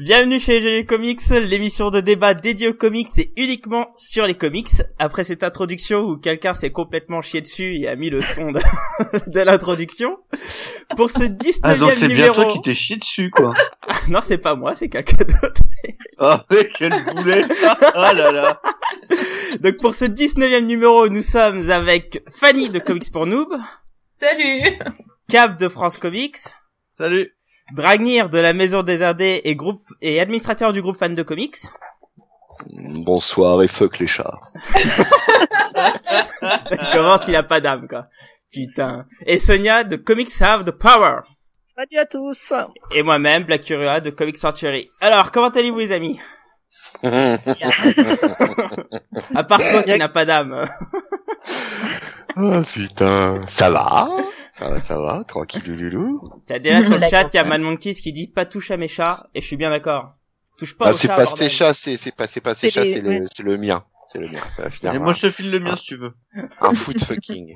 Bienvenue chez GG Comics, l'émission de débat dédiée aux comics et uniquement sur les comics. Après cette introduction où quelqu'un s'est complètement chié dessus et a mis le son de l'introduction, pour ce 19e Ah donc c'est numéro... bien toi qui t'es chié dessus quoi. Non, c'est pas moi, c'est quelqu'un d'autre. Ah mais quel boulet. Ah là là. Donc pour ce 19e numéro, nous sommes avec Fanny de Comics pour Noob. Salut. Cap de France Comics. Salut. Dragnir de la Maison des Indés et administrateur du groupe Fan de Comics. Bonsoir et fuck les chats. Comment s'il a pas d'âme, quoi. Putain. Et Sonia de Comics Have the Power. Salut à tous. Et moi-même, Black Curia de Comics Sanctuary. Alors, comment allez-vous les amis? À part toi qui n'a pas d'âme. Oh putain, ça va, tranquille loulou. T'as déjà sur le chat, il y a Mad Monkeys qui dit pas touche à mes chats, et je suis bien d'accord. Touche pas aux c'est chats, pas bordel. ses chats, c'est pas ses chats, c'est ouais. le mien. C'est le mien, ça va finir. Et moi je te file le mien si tu veux. Un foot fucking.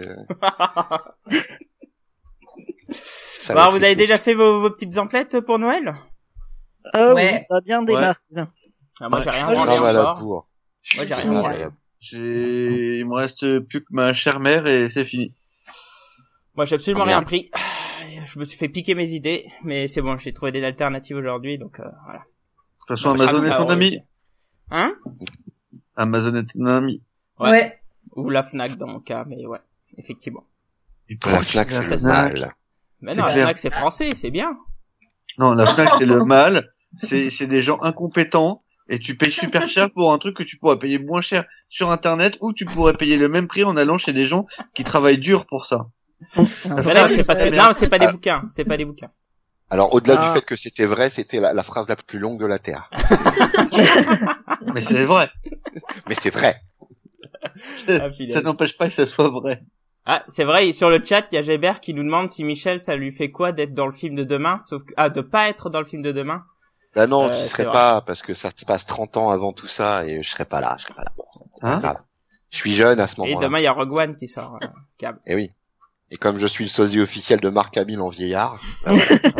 Alors, vous avez déjà fait vos petites emplettes pour Noël? Ouais. Oui, ça a bien démarré. Ah, moi j'ai rien Ouais, branlé voilà encore. pour. Moi j'ai rien branlé. Il me reste plus que ma chère mère et c'est fini. Moi j'ai absolument Ah, rien merde. pris. Je me suis fait piquer mes idées, mais c'est bon, j'ai trouvé des alternatives aujourd'hui, donc voilà. De toute façon Bah, Amazon ça est ton va ami. aussi. Hein? Amazon est ton ami. Ouais. Ou la Fnac dans mon cas, mais ouais, effectivement. La Fnac, c'est le mal. Mais C'est non, la clair. Fnac c'est français, c'est bien. Non, la Fnac c'est le mal. C'est des gens incompétents et tu payes super cher pour un truc que tu pourrais payer moins cher sur internet ou tu pourrais payer le même prix en allant chez des gens qui travaillent dur pour ça. Mais non, c'est pas, non, c'est pas des bouquins, c'est pas des bouquins. Alors au-delà Ah. du fait que c'était vrai, c'était la phrase la plus longue de la Terre. Mais c'est vrai. Mais c'est vrai. Ah, fidèle. Ça n'empêche pas que ça soit vrai. Ah, c'est vrai, sur le chat, il y a Gébert qui nous demande si Michel, ça lui fait quoi d'être dans le film de demain, sauf que, de pas être dans le film de demain. Bah non, tu C'est serais vrai. pas, parce que ça se passe 30 ans avant tout ça et je serais pas là. Hein? Grave. Je suis jeune à ce Et moment-là. demain, il y a Rogue One qui sort, câble. Et oui. Et comme je suis le sosie officiel de Marc Hamill en vieillard, Ah.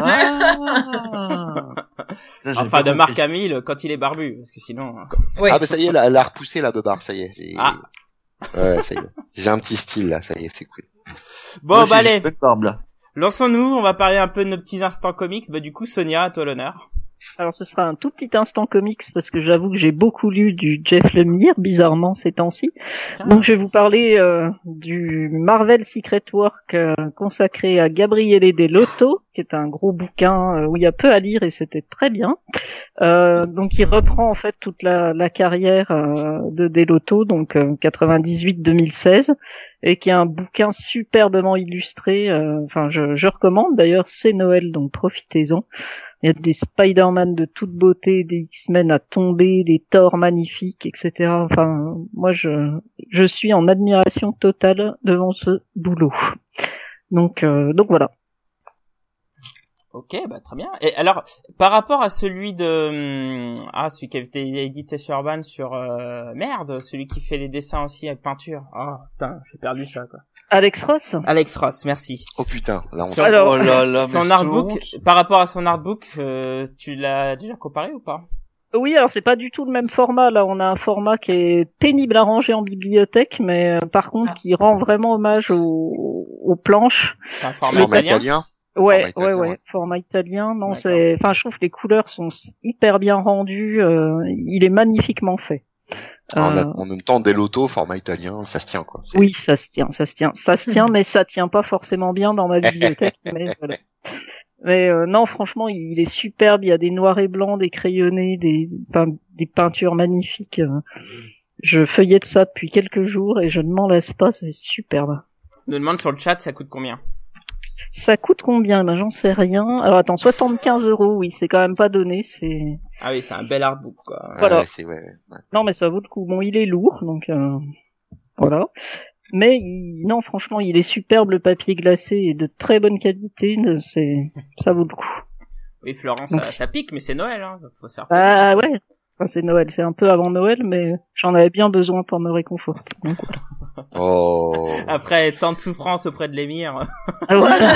Putain, j'ai Enfin, pas de Marc compris. Hamill quand il est barbu, parce que sinon... Oui. ah bah ça y est, elle a repoussé la beubare, ça y est. Ah. Ouais, ça y est. J'ai un petit style là, ça y est, c'est cool. Bon, Moi, bah j'ai allez, une bonne barbe là. lançons-nous, on va parler un peu de nos petits instants comics. Bah du coup, Sonia, à toi l'honneur. Alors ce sera un tout petit instant comics parce que j'avoue que j'ai beaucoup lu du Jeff Lemire, bizarrement ces temps-ci. Donc je vais vous parler du Marvel Secret Work consacré à Gabriele Dell'Otto, qui est un gros bouquin où il y a peu à lire et c'était très bien. Donc il reprend en fait toute la carrière de Dell'Otto, donc 98-2016, et qui est un bouquin superbement illustré. Enfin je recommande, d'ailleurs c'est Noël donc profitez-en. Il y a des Spider-Man de toute beauté, des X-Men à tomber, des Thor magnifiques, etc. Enfin, moi, je suis en admiration totale devant ce boulot. Donc voilà. Ok, bah très bien. Et alors, par rapport à celui de... celui qui a été édité sur Urban sur... merde, celui qui fait les dessins aussi avec peinture. Ah, putain, j'ai perdu ça, quoi. Alex Ross. Alex Ross, merci. Oh putain, là on Sur- Alors, Oh là là, mais Son c'est artbook, honte. par rapport à son artbook, tu l'as déjà comparé ou pas? Oui, alors c'est pas du tout le même format. Là, on a un format qui est pénible à ranger en bibliothèque, mais par contre qui rend vraiment hommage aux planches. C'est un format format italien. italien. Ouais, Format italien, ouais. format italien. Non, D'accord. c'est, enfin, je trouve que les couleurs sont hyper bien rendues. Il est magnifiquement fait. En même temps, Dell'Otto, format italien, ça se tient quoi. C'est- Oui, ça se tient, mais ça tient pas forcément bien dans ma bibliothèque. Mais voilà. Mais non, franchement, il est superbe. Il y a des noirs et blancs, des crayonnés, des peintures magnifiques. Je feuillette ça depuis quelques jours et je ne m'en lasse pas. C'est superbe. On nous demande sur le chat, ça coûte combien? Ça coûte combien? Ben, j'en sais rien. Alors attends, 75 €. Oui, c'est quand même pas donné. C'est Ah oui, c'est un bel artbook, quoi. Ouais, Voilà. ouais, c'est ouais. non, mais ça vaut le coup. Bon, il est lourd, donc voilà. Mais non, franchement, il est superbe. Le papier glacé est de très bonne qualité. Ça vaut le coup. Oui, Florence, Donc, ça pique, mais c'est Noël, hein. Faut se faire. Ah ouais. Enfin, c'est Noël. C'est un peu avant Noël, mais j'en avais bien besoin pour me réconforter. Donc, voilà. Oh. Après tant de souffrance auprès de l'émir. Ah, voilà.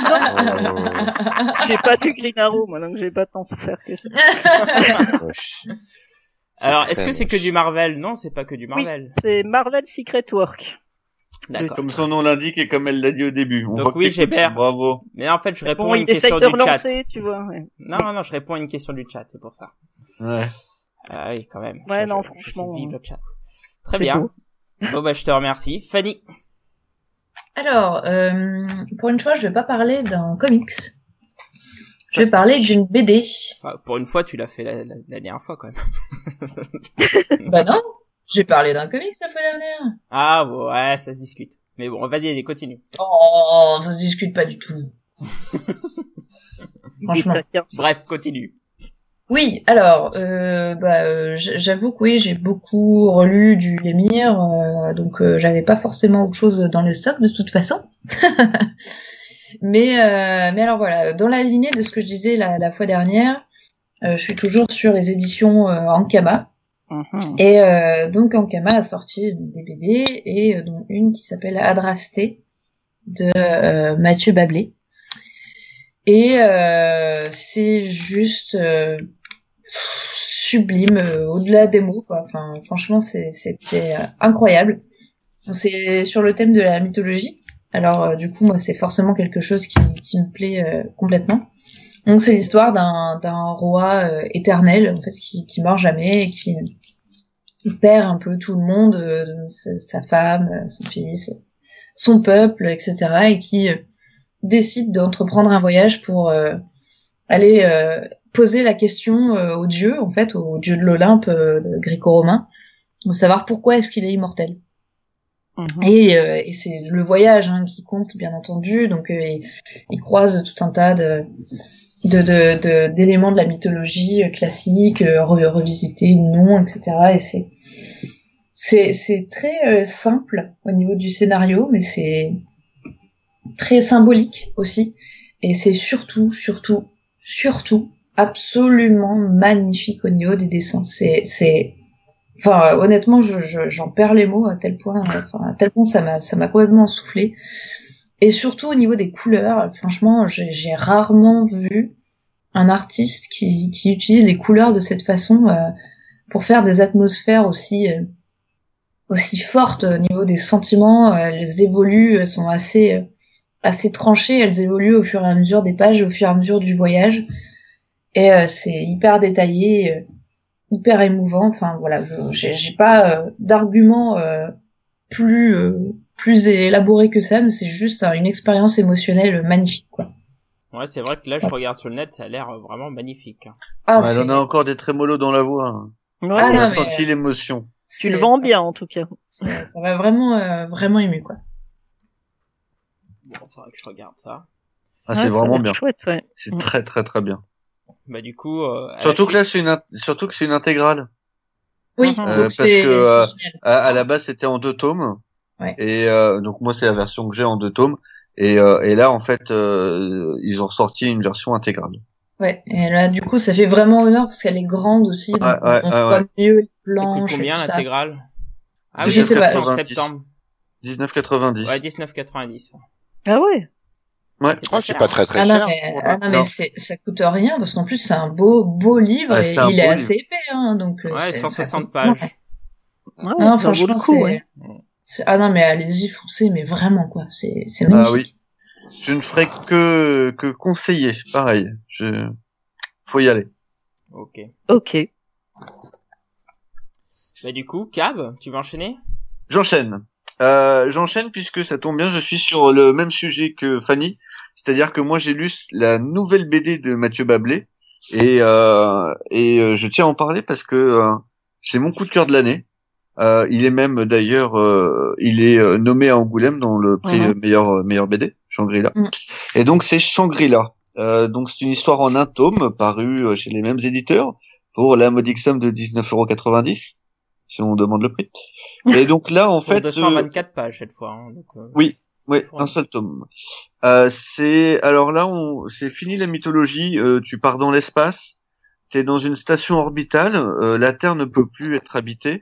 Oh. J'ai pas lu Green Arrow, moi, donc j'ai pas tant souffert que ça. Wesh. Alors, est-ce très que c'est que moche. du Marvel? Non, c'est pas que du Marvel. C'est Marvel Secret Work. D'accord. Comme son nom l'indique et comme elle l'a dit au début. On Donc voit que oui, t'écoutes, Gébert. bravo. Mais en fait, je réponds Bon, à il une essaye question de du chat. relancer, tu vois. Ouais, Non, je réponds à une question du chat, c'est pour ça. Ouais. Ah oui, quand même. Ouais, non, Je franchement, fais vivre le chat. Très c'est bien. beau. Bon, bah, je te remercie. Fanny. Alors, pour une fois, je vais pas parler d'un comics. Je vais parler d'une BD. Enfin, pour une fois, tu l'as fait la dernière fois, quand même. Bah non, j'ai parlé d'un comics la fois dernière. Ah, ouais, ça se discute. Mais bon, vas-y, continue. Oh, ça se discute pas du tout. Franchement. Bref, continue. Oui, alors, j'avoue que oui, j'ai beaucoup relu du Lemire, donc j'avais pas forcément autre chose dans le stock de toute façon. mais alors voilà, dans la lignée de ce que je disais la fois dernière, je suis toujours sur les éditions Ankama. Mhm. Et donc Ankama a sorti des BD, et dont une qui s'appelle Adrasté de Mathieu Bablé. Et c'est juste sublime, au-delà des mots, quoi. Enfin, franchement, c'était incroyable. Donc, c'est sur le thème de la mythologie. Alors, du coup, moi, c'est forcément quelque chose qui me plaît complètement. Donc, c'est l'histoire d'un roi éternel, en fait, qui meurt jamais, et qui perd un peu tout le monde, sa femme, son fils, son peuple, etc., et qui décide d'entreprendre un voyage pour aller poser la question aux dieux, en fait, aux dieux de l'Olympe gréco-romain, de savoir pourquoi est-ce qu'il est immortel. Mhm. Et c'est le voyage qui compte, bien entendu. Donc il croise tout un tas d'éléments de la mythologie classique, revisités ou non, etc. Et c'est très simple au niveau du scénario, mais c'est très symbolique aussi. Et c'est surtout absolument magnifique au niveau des dessins. Enfin, honnêtement, j'en perds les mots à tel point ça m'a complètement soufflé. Et surtout au niveau des couleurs, franchement, j'ai rarement vu un artiste qui utilise les couleurs de cette façon pour faire des atmosphères aussi fortes au niveau des sentiments. Elles évoluent, elles sont assez tranchées, elles évoluent au fur et à mesure des pages, au fur et à mesure du voyage. Et c'est hyper détaillé, hyper émouvant. Enfin voilà, j'ai pas d'argument plus élaboré que ça, mais c'est juste une expérience émotionnelle magnifique, quoi. Ouais, c'est vrai que là, je regarde sur le net, ça a l'air vraiment magnifique. Ah, Ouais, elle en a encore des trémolos dans la voix. Hein. Ouais, Ah, On non, a mais, senti l'émotion. tu le vends bien, en tout cas. Ça m'a vraiment ému, quoi. Bon, faudrait que je regarde ça. Ah, Ouais, c'est ça a vraiment l'air bien. chouette, ouais. C'est très très très bien. Bah, du coup, Surtout que là, surtout que c'est une intégrale. Oui, Mhm. donc Parce c'est que, c'est génial. À la base, c'était en 2 tomes. Ouais. Et donc moi, c'est la version que j'ai en 2 tomes. Et là, en fait, ils ont sorti une version intégrale. Ouais, et là, du coup, ça fait vraiment honneur parce qu'elle est grande aussi, donc on voit mieux les il coûte planches. combien et tout ça. l'intégrale? Ah Je oui, sais pas. c'est en septembre. 19,90. Ouais, 19,90. Ah ouais. Ouais. C'est Oh, pas c'est cher. pas très très Ah non, cher. mais Non. ça coûte rien parce qu'en plus c'est un beau livre Ah, et c'est un il est beau assez épais, donc. Ouais, c'est- 160 ça- pages. Ouais. Ouais, Non, ça vaut franchement, le coup, ouais. ah non, mais allez-y, foncez, mais vraiment, quoi. C'est magnifique. Ah oui. Je ne ferai que conseiller. Pareil. Faut y aller. Ok. Ok. Bah, du coup, Cab, tu veux enchaîner? J'enchaîne. J'enchaîne puisque ça tombe bien, je suis sur le même sujet que Fanny. C'est-à-dire que moi j'ai lu la nouvelle BD de Mathieu Bablé et je tiens à en parler parce que c'est mon coup de cœur de l'année. Il est même d'ailleurs il est nommé à Angoulême dans le prix meilleur BD Shangri-La. Mhm. Et donc c'est Shangri-La. Donc c'est une histoire en un tome paru chez les mêmes éditeurs pour la modique somme de 19,90 € si on demande le prix. Et donc là en Pour fait 224 pages cette fois. Hein, donc, oui, Ouais. un seul tome. Alors là c'est fini la mythologie, tu pars dans l'espace, t'es dans une station orbitale, la Terre ne peut plus être habitée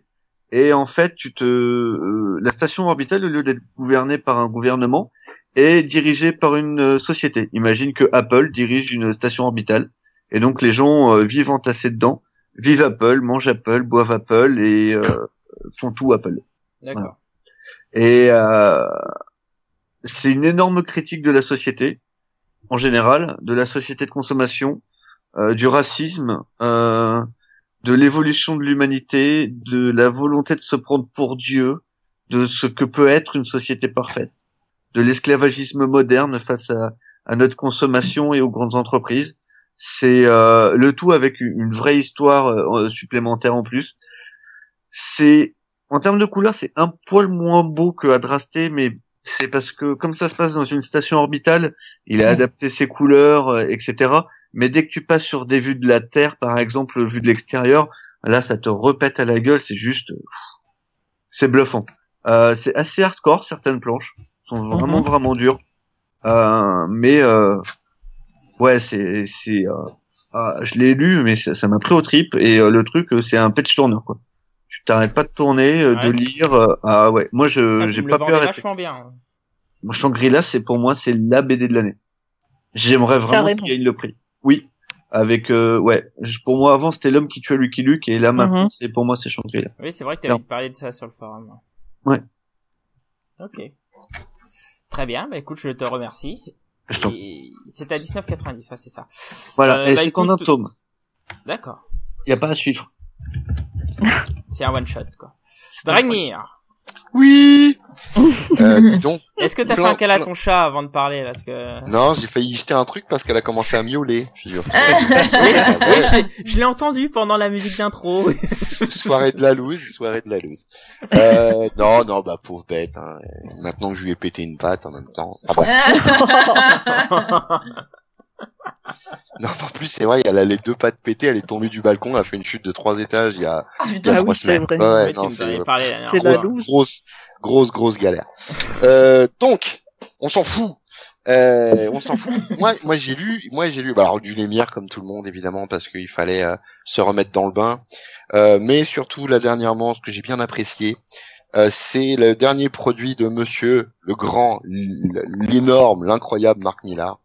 Et en fait, la station orbitale, au lieu d'être gouvernée par un gouvernement, est dirigée par une société. Imagine que Apple dirige une station orbitale, et donc les gens vivent entassés dedans, vivent Apple, mangent Apple, boivent Apple et font tout Apple. D'accord. Voilà. Et c'est une énorme critique de la société en général, de la société de consommation, du racisme, de l'évolution de l'humanité, de la volonté de se prendre pour Dieu, de ce que peut être une société parfaite, de l'esclavagisme moderne face à notre consommation et aux grandes entreprises. C'est le tout avec une vraie histoire supplémentaire en plus. C'est, en termes de couleur, c'est un poil moins beau que Adrasté, mais c'est parce que comme ça se passe dans une station orbitale, il a adapté ses couleurs, etc. Mais dès que tu passes sur des vues de la Terre, par exemple, vues de l'extérieur, là, ça te repète à la gueule. C'est juste, c'est bluffant. C'est assez hardcore, certaines planches sont vraiment vraiment dures. Mais ouais, je l'ai lu, mais ça m'a pris aux tripes. Et le truc, c'est un page turner, quoi. Tu t'arrêtes pas de tourner, de lire. Ah ouais, moi j'ai pas pu arrêter. Vachement bien. Moi, Shangri-La, pour moi, c'est la BD de l'année. J'aimerais vraiment qu'il gagne le prix. Oui, avec pour moi avant c'était L'homme qui tuait Lucky Luke et là maintenant pour moi c'est Shangri-La. Oui, c'est vrai que t'avais parlé de ça sur le forum. Ouais. Ok. Très bien, bah écoute, je te remercie. Et c'est à 19,90, ouais, c'est ça. Voilà, et c'est en un tome. D'accord. Y a pas à suivre. C'est un one shot, quoi. Dragnir. Oui. Dis donc. Est-ce que t'as fait un câlin à ton chat avant de parler, là, parce que... Non, j'ai failli jeter un truc parce qu'elle a commencé à miauler, figure-toi. Oui, je l'ai entendu pendant la musique d'intro. Soirée de la loose. Non, bah, pauvre bête, hein. Maintenant que je lui ai pété une patte en même temps. Ah bah. Non, en plus, c'est vrai, elle a les deux pattes pétées, elle est tombée du balcon, elle a fait une chute de 3 étages il y a 3 semaines. C'est vrai. Ouais, non, c'est la loose. Grosse galère. Donc, on s'en fout. Moi, j'ai lu, bah, alors, du Lemire, comme tout le monde, évidemment, parce qu'il fallait se remettre dans le bain. Mais surtout, là, dernièrement, ce que j'ai bien apprécié, c'est le dernier produit de monsieur, le grand, l'énorme, l'incroyable Marc Millar.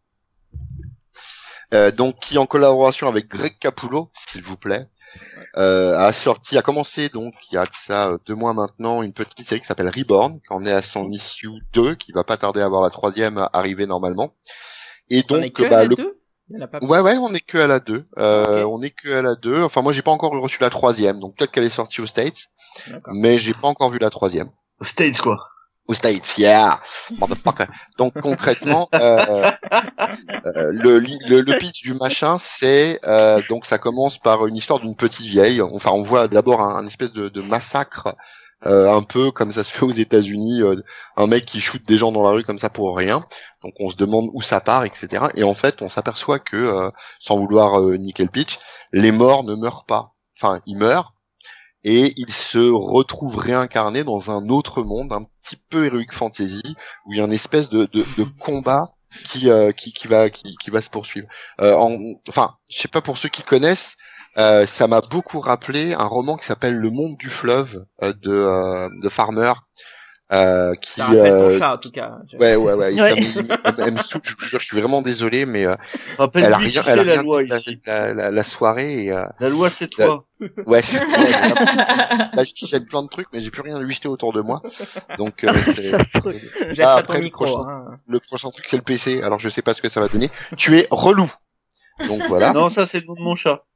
Donc qui en collaboration avec Greg Capullo, s'il vous plaît, a commencé donc il y a de ça 2 mois maintenant une petite série qui s'appelle Reborn, qui en est à son issue 2, qui va pas tarder à avoir la 3e arriver normalement. Et donc ouais, on est que à la 2. Okay. On est que à la 2. Enfin moi j'ai pas encore reçu la 3e, donc peut-être qu'elle est sortie aux States, mais j'ai pas encore vu la 3e. Aux States quoi. Aux States, yeah. Donc concrètement, le pitch du machin, c'est donc ça commence par une histoire d'une petite vieille. Enfin, on voit d'abord un espèce de massacre, un peu comme ça se fait aux États-Unis, un mec qui shoot des gens dans la rue comme ça pour rien. Donc on se demande où ça part, etc. Et en fait, on s'aperçoit que, sans vouloir niquer le pitch, les morts ne meurent pas. Enfin, ils meurent. Et il se retrouve réincarné dans un autre monde, un petit peu heroic fantasy, où il y a une espèce de combat qui va se poursuivre. Enfin, je sais pas pour ceux qui connaissent, ça m'a beaucoup rappelé un roman qui s'appelle Le Monde du Fleuve de Farmer. Ça rappelle ton chat en tout cas. Ouais. Elle me saoule, je vous jure, je suis vraiment désolé, mais elle a rien la loi ici. La soirée. Et, la loi c'est toi. Ouais, c'est toi. Là, je fichette plein de trucs, mais j'ai plus rien à lui jeter autour de moi. Donc, j'ai pas ton micro. Le prochain truc, c'est le PC. Alors, je sais pas ce que ça va donner. Tu es relou. Donc voilà. Non, ça c'est le nom de mon chat.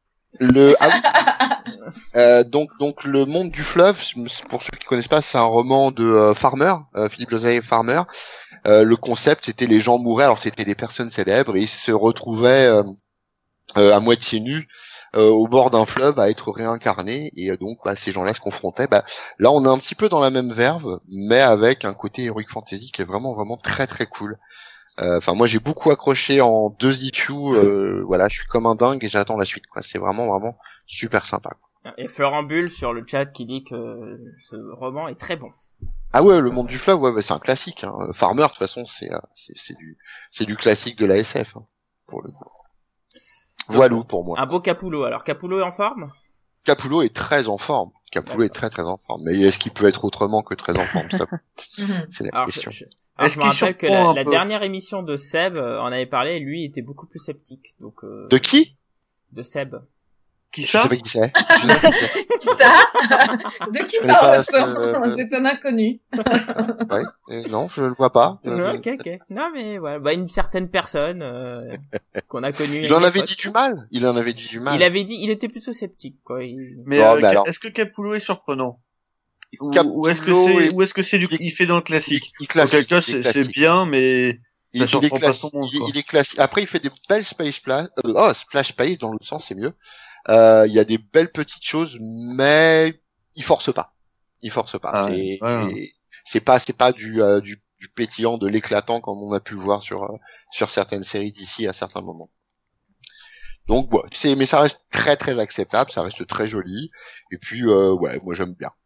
Donc le monde du fleuve, pour ceux qui connaissent pas, c'est un roman de Farmer, Philippe Joseph Farmer. Le concept, c'était les gens mouraient, alors c'était des personnes célèbres, et ils se retrouvaient à moitié nus au bord d'un fleuve à être réincarnés, et donc ces gens-là se confrontaient. Là, on est un petit peu dans la même verve, mais avec un côté heroic fantasy qui est vraiment vraiment très très cool. Enfin, moi j'ai beaucoup accroché en 2 issues. Voilà, je suis comme un dingue et j'attends la suite. Quoi, c'est vraiment vraiment super sympa. Quoi. Et Florent Bull sur le chat qui dit que ce roman est très bon. Ah ouais, Le Monde du Fleuve, ouais, c'est un classique. Hein. Farmer, de toute façon, c'est du classique de la SF hein, pour le coup. Voilà pour moi. Un beau Capullo. Alors Capullo est en forme ? Capullo est très en forme. Capullo est très très en forme. Mais est-ce qu'il peut être autrement que très en forme? Ça, c'est la Alors, question. alors, je me rappelle que surprend un la peu dernière émission de Seb en avait parlé, et lui était beaucoup plus sceptique. Donc, De qui? de Seb. Qui Je ça? sais pas qui c'est. Qui ça? De qui Je connais pas parle-t-on? C'est un inconnu. Ouais. Non, je le vois pas. Ok. Non, mais voilà, bah, une certaine personne qu'on a connue. Il en avait dit du mal. Il en avait dit du mal. Il avait dit, il était plutôt sceptique, quoi. Mais, Non, mais alors- est-ce que Capullo est surprenant? Ou Capullo est-ce que c'est il fait dans le classique? Il Dans classique. quel cas, il est c'est classique. bien, mais ça surprend pas classique. son monde, quoi. Il est classique. Après, il fait des belles splash page dans l'autre sens, c'est mieux. Il y a des belles petites choses, mais il force pas. Ah, C'est pas du pétillant, de l'éclatant comme on a pu le voir sur certaines séries d'ici à certains moments. Donc ouais, mais ça reste très très acceptable, ça reste très joli. Et puis ouais, moi j'aime bien.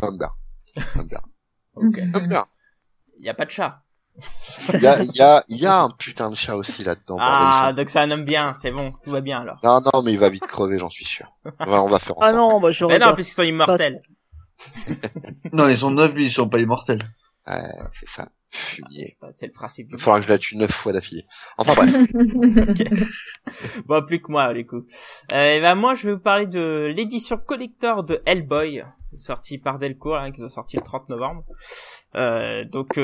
Ok. Il y a pas de chat. Il y a un putain de chat aussi là-dedans. Ah, donc c'est un homme bien, c'est bon, tout va bien alors. Non, mais il va vite crever, j'en suis sûr. On va faire en Ah sorte. non, bah je Mais non, regarde. puisqu'ils sont immortels. Non, ils ont 9 vies, ils sont pas immortels. C'est ça. Fumier. C'est le principe du Il faudra que je la tue 9 fois d'affilée. Enfin bref. Bon, plus que moi, du coup. Et ben, moi, je vais vous parler de l'édition collector de Hellboy, sortie par Delcourt, qui ont sorti le 30 novembre. Donc,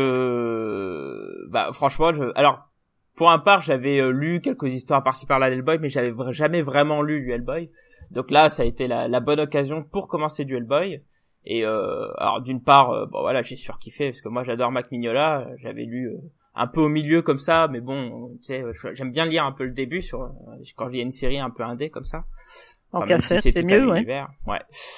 bah, franchement, alors, pour un part, j'avais lu quelques histoires par-ci par-là d'Hellboy, mais j'avais jamais vraiment lu du Hellboy. Donc là, ça a été la bonne occasion pour commencer du Hellboy. Et alors d'une part, bon voilà, j'ai surkiffé parce que moi j'adore Mac Mignola. J'avais lu un peu au milieu comme ça, mais bon, tu sais, j'aime bien lire un peu le début quand il y a une série un peu indé comme ça. En qu'à faire, c'est tout mieux, un ouais. univers. Ouais.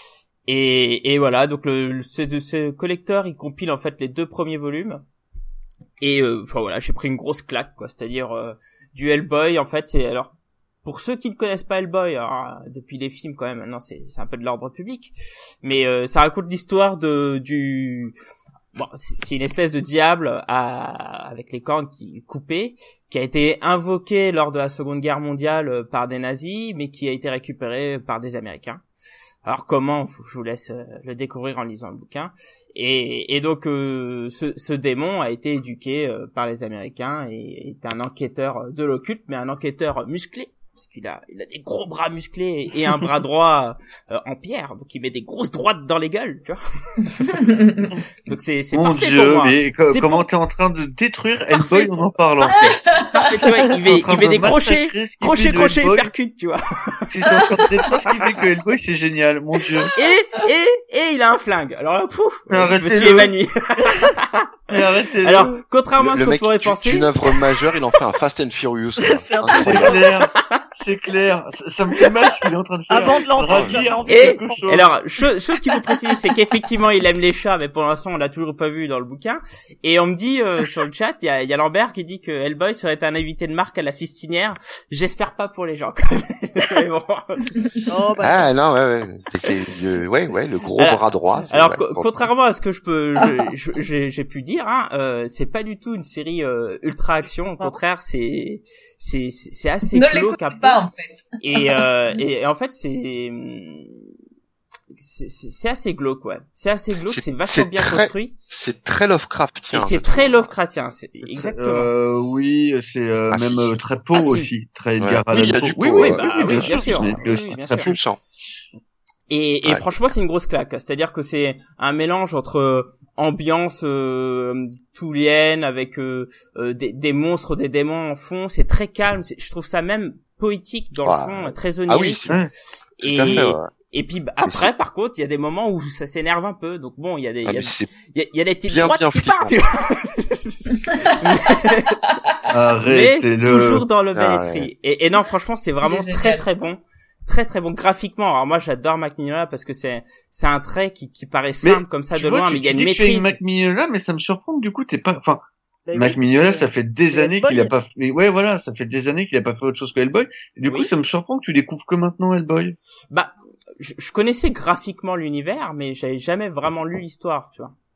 Et voilà, donc ce collector, il compile en fait les 2 premiers volumes. Et enfin voilà, j'ai pris une grosse claque, quoi. C'est-à-dire du Hellboy, en fait, c'est alors. Pour ceux qui ne connaissent pas Hellboy, alors, depuis les films quand même, maintenant c'est un peu de l'ordre public, mais ça raconte l'histoire bon, c'est une espèce de diable avec les cornes coupées, qui a été invoqué lors de la Seconde Guerre mondiale par des nazis, mais qui a été récupéré par des Américains. Alors comment, je vous laisse le découvrir en lisant le bouquin. Et donc ce démon a été éduqué par les Américains et est un enquêteur de l'occulte, mais un enquêteur musclé. Parce qu'il a des gros bras musclés et un bras droit en pierre, donc il met des grosses droites dans les gueules, tu vois. Donc c'est Mon parfait Dieu, pour moi. mais comment t'es en train de détruire Hellboy en parlant? Parfait, tu vois, il met des crochets, il percute, tu vois. Tu es en train de détruire ce qui fait que Hellboy c'est génial, mon Dieu. Et il a un flingue. Alors là, je me Arrêtez-le. suis évanoui. Mais arrêtez-le. Alors, contrairement à ce Le qu'on mec pourrait tue penser. une œuvre majeure, il en fait un Fast and Furious. Quoi. C'est un peu C'est clair, c'est clair. Ça me fait mal ce qu'il est en train de faire. Avant de l'entendre, Ravir j'avais envie Et quelque chose. alors, chose qu'il faut préciser, c'est qu'effectivement, il aime les chats, mais pour l'instant, on l'a toujours pas vu dans le bouquin. Et on me dit sur le chat, il y a Lambert qui dit que Hellboy serait un invité de marque à la fistinière. J'espère pas pour les gens. Quand même. Mais bon. Oh, bah, Ah non, ouais. Ouais, le gros Alors- bras droit. c'est Alors, vrai. contrairement à ce que j'ai pu dire, hein, c'est pas du tout une série ultra action. Au contraire, c'est assez Ne glauque un l'écoutez peu. pas, en fait. Et en fait, c'est assez glauque, ouais. C'est assez glauque, c'est vachement c'est bien très- construit. C'est très Lovecraftien. Et c'est très Lovecraftien, c'est exactement. Oui, c'est Ah, même si. très Poe Ah, si. aussi, très Ouais. Edgar Oui, Allan il y a Poe. du Oui, Poe, oui, ouais. Oui, bien sûr. Mais Oui, aussi bien très sûr. Poe. Pulsant. Et Ouais. franchement, c'est une grosse claque. C'est-à-dire que c'est un mélange entre ambiance toulienne avec des monstres, des démons en fond. C'est très calme. Je trouve ça même poétique dans Ah. le fond, très Ah oui, onirique. c'est Ouais. Et, tout à fait, ouais. et puis après, par contre, il y a des moments où ça s'énerve un peu. Donc bon, il y a des, Ah, mais c'est il y a des petites bien, droites bien qui partent. tu vois. Mais Arrêtez-le. toujours dans le bel Ah, esprit. Et non, franchement, c'est vraiment Il est très génial. très bon. Très très bon graphiquement. Alors moi, j'adore Mac Mignola parce que c'est un trait qui paraît simple comme ça Tu de vois, loin, tu mais il y a une dis que tu es maîtrise. Mac Mignola, mais ça me surprend que du coup t'es pas, enfin, bah oui. Mac Mignola, ça fait des C'est années qu'il a Hellboy. pas fait, ouais, voilà, ça fait des années qu'il a pas fait autre chose que Hellboy. Et du coup, Oui. ça me surprend que tu découvres que maintenant Hellboy. Bah, je connaissais graphiquement l'univers, mais j'avais jamais vraiment lu l'histoire, tu vois.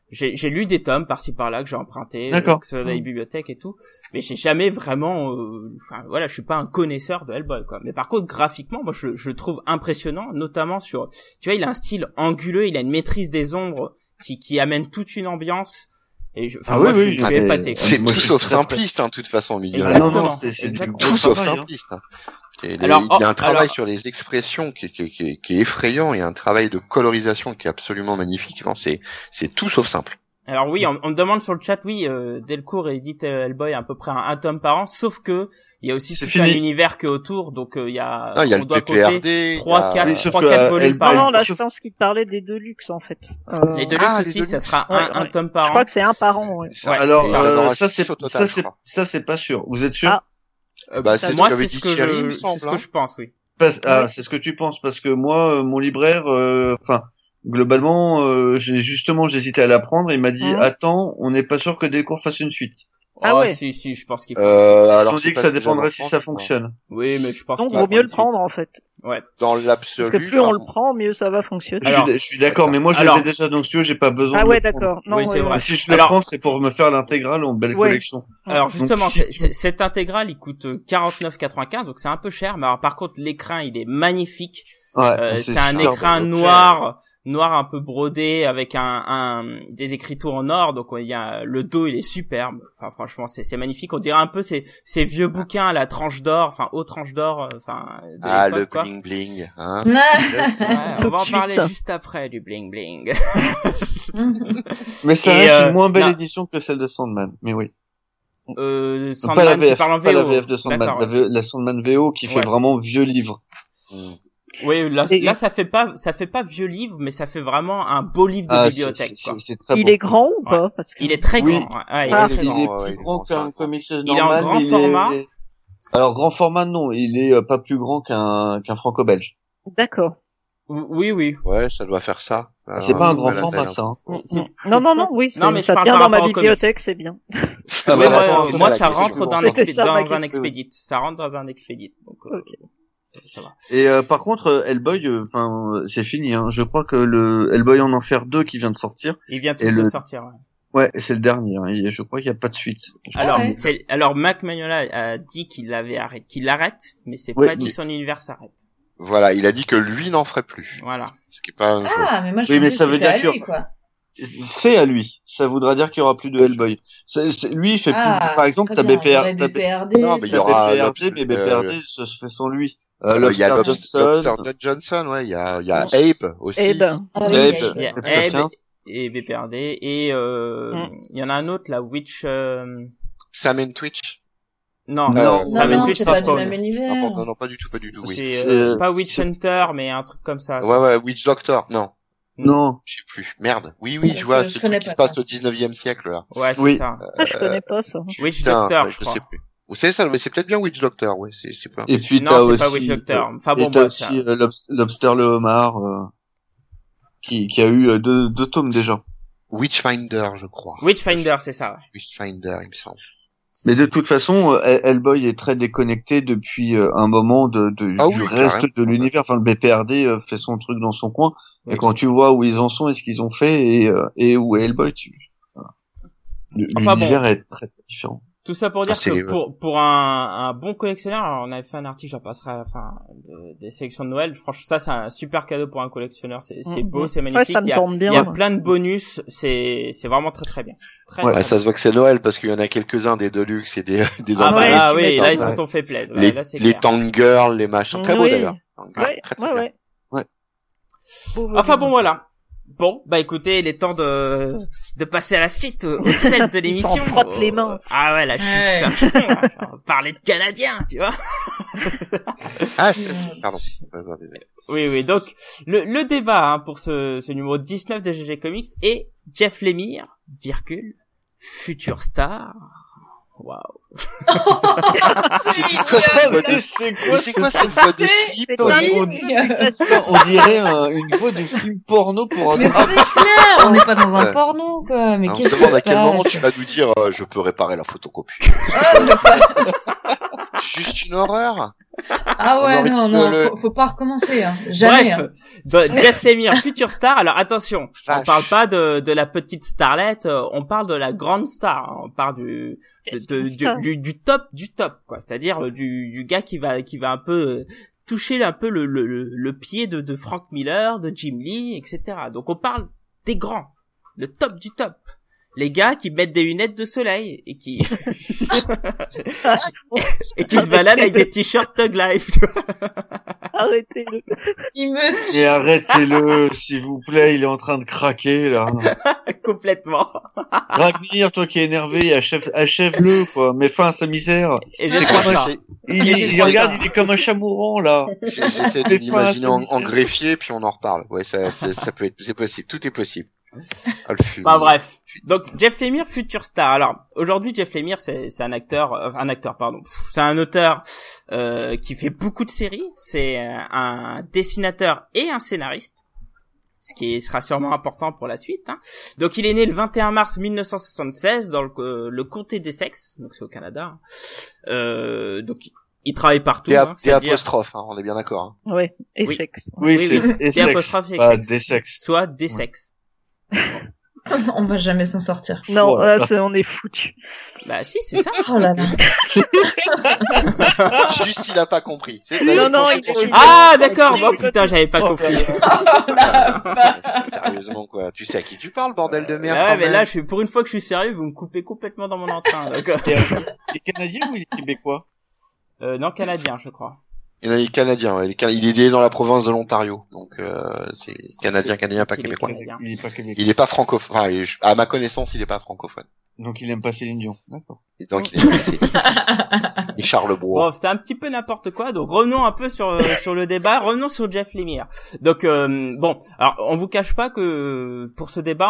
j'ai lu des tomes par-ci par-là que j'ai emprunté, D'accord. que ce soit dans les bibliothèques et tout, mais j'ai jamais vraiment, enfin voilà, je suis pas un connaisseur de Hellboy quoi. Mais par contre graphiquement, moi je le trouve impressionnant, notamment sur, tu vois, il a un style anguleux, il a une maîtrise des ombres qui amène toute une ambiance. Et moi, je suis épaté. C'est Moi, tout je suis sauf très, simpliste, hein, de toute façon, Miguel. Exactement. Non, c'est du Exactement. gros Tout sauf travail, hein. simpliste. Hein. Il y a un travail sur les expressions qui est effrayant, il y a un travail de colorisation qui est absolument magnifique. Non, c'est tout sauf simple. Alors oui, on me demande sur le chat, oui, Delcourt édite Hellboy à peu près un tome par an, sauf que il y a aussi C'est tout fini. un univers qui est autour, donc il y a, Non, il y a on le doit PPRD, compter il 3, y a- 4, Oui, sauf 3, que 4 volumes Hellboy- par Non, an. là, je pense qu'il parlait des Deluxe, en fait. Les Deluxe Ah, les aussi, Deluxe. ça sera Ouais, un ouais. tome par Je an. crois que c'est un par an, ouais. Ouais, Alors, c'est ça. Il y en aura ça, six au total, je crois. c'est pas sûr. Vous êtes sûr? Ah. Bah, c'est ce moi, qu'avait c'est dit ce que Thierry, il me c'est semble, ce que hein. je pense, oui. C'est ce que tu penses, parce que moi, mon libraire, enfin, globalement, j'hésitais à la prendre, il m'a dit, Mhm. attends, on n'est pas sûr que Delcourt fasse une suite. Ah Oh, ouais. si, je pense qu'il faut. Ils Alors, ont c'est dit que pas ça déjà dépendrait en si France, ça je crois. fonctionne. Oui, mais je pense Donc, qu'il vaut faut mieux le une prendre, suite. en fait. Ouais. Dans l'absolu. Parce que plus on le enfin, prend, mieux ça va fonctionner. Alors- Je suis d'accord, mais moi je alors- les ai déjà, donc si tu veux, j'ai pas besoin Ah de ouais, le prendre. d'accord. Non, Oui, c'est ouais, vrai. Mais si je le Alors- prends, c'est pour me faire l'intégrale en belle Ouais. collection. Alors justement, Donc, si cette intégrale, il coûte 49,95, donc c'est un peu cher, mais alors par contre l'écran, il est magnifique. Ouais, C'est un super écran beau. noir un peu brodé avec des écritures en or, donc il y a le dos, il est superbe. Enfin franchement, c'est magnifique. On dirait un peu ces vieux bouquins à la tranche d'or, enfin aux tranches d'or, enfin de Ah, le l'époque, quoi. bling bling, hein. Ouais, Tout on va de en suite. parler juste après du bling bling. Mais ça Et, reste une moins belle non. édition que celle de Sandman. Mais oui. Sandman, Pas la tu VF, parles en pas la VO. VF de Sandman. D'accord, ouais. La Sandman VO qui fait Ouais. vraiment vieux livre. Oui, là, Et- là, ça fait pas vieux livre, mais ça fait vraiment un beau livre de Ah, bibliothèque, quoi. c'est très Il beau. est grand ou pas? Parce que... Il est très Oui. grand. Ouais, il Ah. est très Il grand. est Ouais, plus il est grand grand, qu'un ça. comics normal. Il est en grand mais format. Alors grand format non, il est pas plus grand qu'un franco-belge. D'accord. Oui. Ouais, ça doit faire ça. C'est pas un grand à la format peine, ça. Hein. Non, oui, Non, mais je ça parle tient par dans ma rapport aux comics. bibliothèque, c'est bien. Ah, Oui, bah, moi, attends, moi, c'est ça la rentre question. dans C'était ça, ma un question. expédite. Ça rentre dans un expédite. Donc, Ok. ça va. Et par contre Hellboy, c'est fini. Hein. Je crois que le Hellboy en Enfer 2 qui vient de sortir, Il vient tout Et de le- sortir. Ouais. ouais, c'est le dernier. Hein. Je crois qu'il y a pas de suite. Alors, ouais. alors Mac Magnola a dit qu'il l'arrête, mais c'est Ouais, pas dit mais- que son univers s'arrête. Voilà, il a dit que lui n'en ferait plus. Voilà. Ce qui est pas la même chose. Ah, mais moi je Oui, mais pensais ça que veut c'était dire à lui, quoi. C'est à lui. Ça voudra dire qu'il y aura plus de Hellboy. Lui, il fait Ah, plus. Par exemple, très t'as bien. BPR, Il y aurait t'as BPRD. Non, mais il y aura BPRD, mais Lobster- BPRD ça se fait sans lui. Il y a Lobster Lobster Johnson. Johnson, ouais, il y a Abe aussi. Eh ben, Ah oui, Abe, il y a- Il y a Abe Abe Sapiens. et BPRD et il y en a un autre, la Witch. Sam and Twitch. Non, Non, Sam non, and Twitch, c'est ça pas se du pose. même univers. Non, pas du tout, oui. C'est C'est- pas Witch c'est- Hunter, mais un truc comme ça. Ouais, Witch Doctor, non. Non. Je sais plus. Merde. Oui, Je je vois, je c'est connais tout qui pas se passe ça. au 19e siècle, là. Ouais, c'est Oui. ça. ah, je connais pas ça. Witch Putain, Doctor, ouais, je je crois. sais plus. Vous savez ça, mais c'est peut-être bien Witch Doctor, ouais, c'est pas. Et puis Non, t'as c'est aussi. pas Witch Doctor. Enfin bon, et t'as bref, aussi Lobster le homard, qui a eu deux tomes déjà. Witchfinder, je crois. Witchfinder, c'est ça. Ouais. Witchfinder, il me semble. Mais de toute façon, Hellboy est très déconnecté depuis un moment Ah du oui, reste carrément. de l'univers. Enfin, le BPRD fait son truc dans son coin. Oui. Et quand tu vois où ils en sont et ce qu'ils ont fait et où est Hellboy, voilà. Enfin, L'univers est très, très différent. Tout ça pour dire c'est- que pour un bon collectionneur, alors on avait fait un article, j'en passerai à la fin des sélections de Noël. Franchement, ça c'est un super cadeau pour un collectionneur. C'est beau, c'est Ouais, magnifique. ça me tombe bien. Il y a moi. plein de bonus. C'est vraiment très très bien. Très, Ouais, très Ça se voit que c'est Noël parce qu'il y en a quelques-uns des Deluxe et des Ah bah ouais, là, tu oui, m'étonnes. là ils se Ouais. sont fait plaisir. les, Là, c'est les clair. Tank Girls, les machins. Très beau Oui. d'ailleurs. Tank Girl, Ouais, très, très bien. ouais. Enfin Enfin bon, voilà. Bon, bah écoutez, il est temps de passer à la suite, au sel de Il l'émission. s'en frotte les mains. Ah ouais, là, je Ouais. suis à fond, là. On va parler de Canadiens, tu vois. Ah, pardon. Oui, donc, le débat, hein, pour ce numéro 19 de GG Comics est Jeff Lemire, future star. Waouh. C'est quoi cette voix de C'est Mais c'est quoi cette voix de slip C'est on ça. dit- on dirait une voix de film porno pour un Mais c'est clair, on n'est pas dans un Ouais. porno, quoi. Mais On qu'est-ce se demande à qui se quel moment passe tu vas nous dire je peux réparer la photocopie. Ah, c'est ça. Juste une horreur. Ah ouais, On aurait non, dit faut pas recommencer, hein. Jamais. Bref, Jeff Lemire, future star. Alors attention, on Vache. parle pas de la petite starlette, on parle de la grande star. On parle du top, quoi. C'est-à-dire du gars qui va un peu toucher un peu le pied de Frank Miller, de Jim Lee, etc. Donc on parle des grands, le top du top. Les gars qui mettent des lunettes de soleil et qui se baladent avec des t-shirts Thug Life. Tu vois. Arrêtez-le. Il me Et arrêtez-le, s'il vous plaît, il est en train de craquer, là. Complètement. Ragnir, toi qui es énervé, achève-le, quoi. Mets fin à sa misère. Et C'est je comme crois un ça. il regarde, il est comme un chat mourant, là. J'essaie de Mais l'imaginer en enfin, greffier, puis on en reparle. Ouais, ça peut être, c'est possible, tout est possible. Ah, le fumier. Bah bref. Donc Jeff Lemire, future star. Alors aujourd'hui Jeff Lemire c'est un acteur pardon. C'est un auteur qui fait beaucoup de séries. C'est un dessinateur et un scénariste. Ce qui sera sûrement important pour la suite. Hein. Donc il est né le 21 mars 1976 dans le comté d'Essex, donc c'est au Canada. Donc il travaille partout. Des hein, c'est-à-dire- apostrophes, hein, on est bien d'accord. Hein. Ouais, et Oui. sexe. Oui, Oui, c'est oui. Essex, apostrophe et pas sexe. Dessex. Soit des sexes. On va jamais s'en sortir. Non, Voilà. là, on est foutu. Bah si, c'est ça. Oh là là. Juste il a pas compris. Non, Ah d'accord. Bon putain, j'avais pas compris. Sérieusement quoi. Tu sais à qui tu parles, bordel de merde. Ouais, quand mais même. là, pour une fois que je suis sérieux, vous me coupez complètement dans mon entrain. Donc, Il est canadien ou il est québécois? non, canadien, je crois. Il est canadien. Ouais. Il est né dans la province de l'Ontario, donc c'est canadien, pas Il est québécois. canadien. Il est pas québécois. Il est pas francophone. Enfin, à ma connaissance, il est pas francophone. Donc il aime pas Céline Dion. D'accord. Et donc il est blessé. Et Charlebois. Bon, c'est un petit peu n'importe quoi. Donc revenons un peu sur le débat. Revenons sur Jeff Lemire. Donc bon, alors on vous cache pas que pour ce débat, on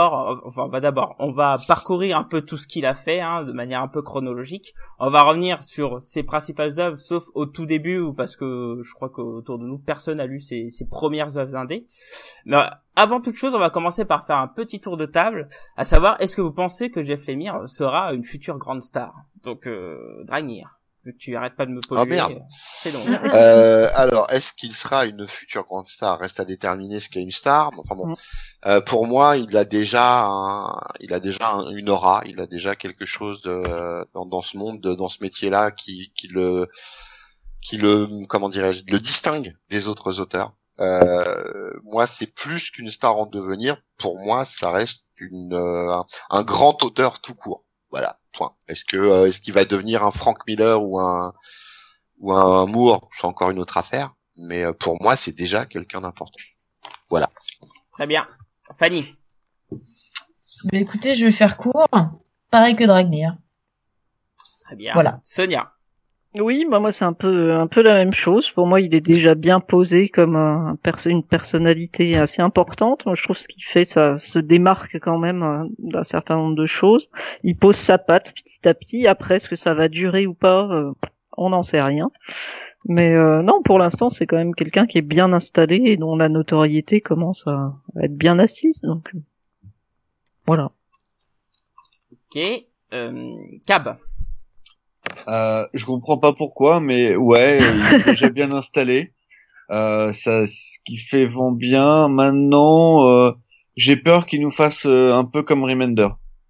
va parcourir un peu tout ce qu'il a fait, hein, de manière un peu chronologique. On va revenir sur ses principales œuvres, sauf au tout début, parce que je crois qu'autour de nous, personne n'a lu ses premières œuvres indées. Mais avant toute chose, on va commencer par faire un petit tour de table, à savoir, est-ce que vous pensez que Jeff Lemire sera une future grande star? Donc, Dragnir, vu que tu arrêtes pas de me polluer, merde. c'est donc. Alors, est-ce qu'il sera une future grande star? Reste à déterminer ce qu'est une star. Enfin bon, pour moi, il a déjà une aura. Il a déjà quelque chose dans ce monde, dans ce métier-là, qui le, comment dirais-je, le distingue des autres auteurs. Moi, c'est plus qu'une star en devenir. Pour moi, ça reste un grand auteur tout court. Voilà. Point. Est-ce qu'il va devenir un Frank Miller ou un Moore? C'est encore une autre affaire. Mais pour moi, c'est déjà quelqu'un d'important. Voilà. Très bien. Fanny. Mais écoutez, je vais faire court. Pareil que Dragnir. Très bien. Voilà. Sonia. Oui, moi c'est un peu la même chose. Pour moi, il est déjà bien posé comme une personnalité assez importante. Moi, je trouve ce qu'il fait, ça se démarque quand même d'un certain nombre de choses. Il pose sa patte petit à petit. Après, est-ce que ça va durer ou pas, on n'en sait rien. Mais non, pour l'instant, c'est quand même quelqu'un qui est bien installé et dont la notoriété commence à être bien assise. Donc voilà. Ok. Cab. Je comprends pas pourquoi, mais ouais, il est déjà bien installé. Ce qui fait vent bien. Maintenant, j'ai peur qu'il nous fasse un peu comme Remender.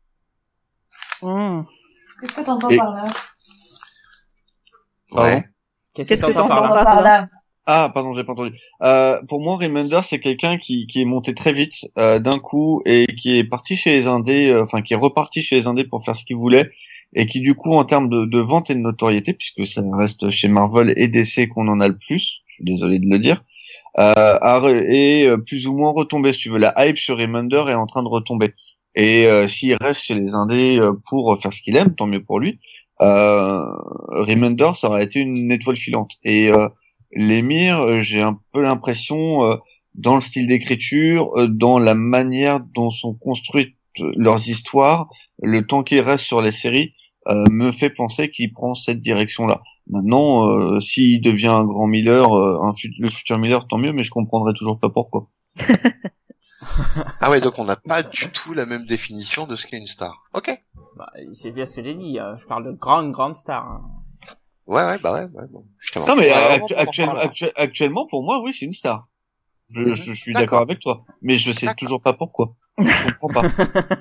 Qu'est-ce que t'entends Et- par là? Ouais. Qu'est-ce que t'entends par là? Par là. Ah, pardon, j'ai pas entendu. Pour moi, Remender, c'est quelqu'un qui est monté très vite d'un coup et qui est parti chez les indés, qui est reparti chez les indés pour faire ce qu'il voulait et qui du coup, en termes de vente et de notoriété, puisque ça reste chez Marvel et DC qu'on en a le plus, je suis désolé de le dire, est plus ou moins retombé. Si tu veux, la hype sur Remender est en train de retomber. Et s'il reste chez les indés pour faire ce qu'il aime, tant mieux pour lui. Remender, ça aurait été une étoile filante. Et Lemire, j'ai un peu l'impression, dans le style d'écriture, dans la manière dont sont construites leurs histoires, le temps qu'il reste sur les séries, me fait penser qu'il prend cette direction-là. Maintenant, s'il devient un grand Miller, le futur Miller, tant mieux, mais je comprendrai toujours pas pourquoi. Ah ouais, donc on n'a pas du tout la même définition de ce qu'est une star. Ok. Bah, c'est bien ce que j'ai dit. Je parle de grande star. Hein. Ouais, bon. Non, mais actuellement, pour moi, oui, c'est une star. Je suis d'accord avec toi. Mais je sais toujours pas pourquoi. Je comprends pas.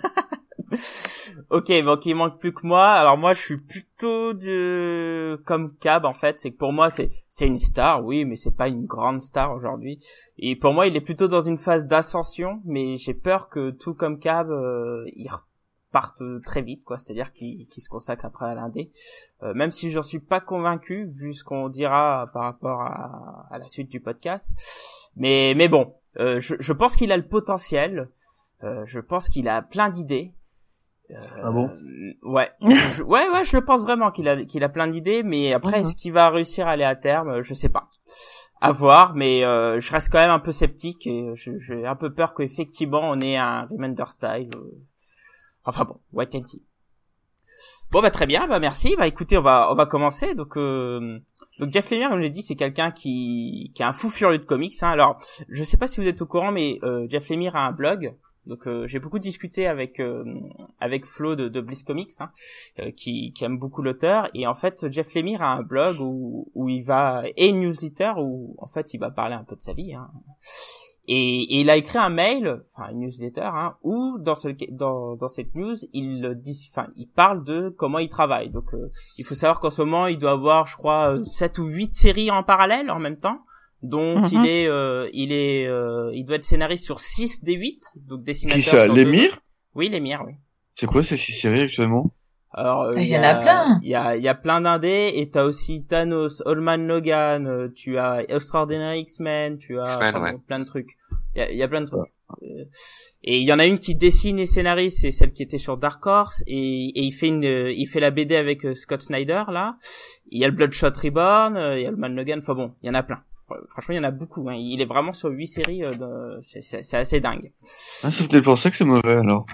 Ok, donc il manque plus que moi. Alors moi, je suis plutôt comme Cab en fait. C'est que pour moi, c'est une star, oui, mais c'est pas une grande star aujourd'hui. Et pour moi, il est plutôt dans une phase d'ascension, mais j'ai peur que tout comme Cab, il reparte très vite, quoi. C'est-à-dire qu'il se consacre après à l'indé. Même si j'en suis pas convaincu, vu ce qu'on dira par rapport à la suite du podcast. Mais bon, je pense qu'il a le potentiel. Je pense qu'il a plein d'idées. Ah bon? Ouais. Je le pense vraiment qu'il a plein d'idées, mais après, est-ce qu'il va réussir à aller à terme? Je sais pas. À voir, mais je reste quand même un peu sceptique et j'ai un peu peur qu'effectivement on ait un Remender style. Enfin bon, wait and see. Bon bah très bien, bah merci. Bah écoutez, on va commencer. Donc Jeff Lemire, comme je l'ai dit, c'est quelqu'un qui est un fou furieux de comics. Hein. Alors, je sais pas si vous êtes au courant, mais Jeff Lemire a un blog. Donc j'ai beaucoup discuté avec Flo de Bliss Comics, hein, qui aime beaucoup l'auteur, et en fait Jeff Lemire a un blog où il va, et une newsletter où en fait il va parler un peu de sa vie, hein. Et il a écrit un mail, enfin une newsletter, hein, où dans cette news il parle de comment il travaille. Donc il faut savoir qu'en ce moment il doit avoir, je crois, 7 ou 8 séries en parallèle en même temps. Donc il doit être scénariste sur 6 des 8, donc dessinateur. Qui ça, Lemire? Oui, Lemire, oui. C'est quoi ces 6 séries actuellement? Alors il y en a plein. Il y a plein d'indés, et t'as aussi Thanos, Allman Logan, tu as Extraordinary X-Men, tu as plein de trucs. Il y a plein de trucs. Et il y en a une qui dessine et scénarise, c'est celle qui était sur Dark Horse, et il fait la BD avec Scott Snyder là. Il y a le Bloodshot Reborn, il y a Allman Logan, enfin bon, il y en a plein. Franchement, il y en a beaucoup, hein. Il est vraiment sur 8 séries, c'est assez dingue. Ah, c'est peut-être pour ça que c'est mauvais, alors.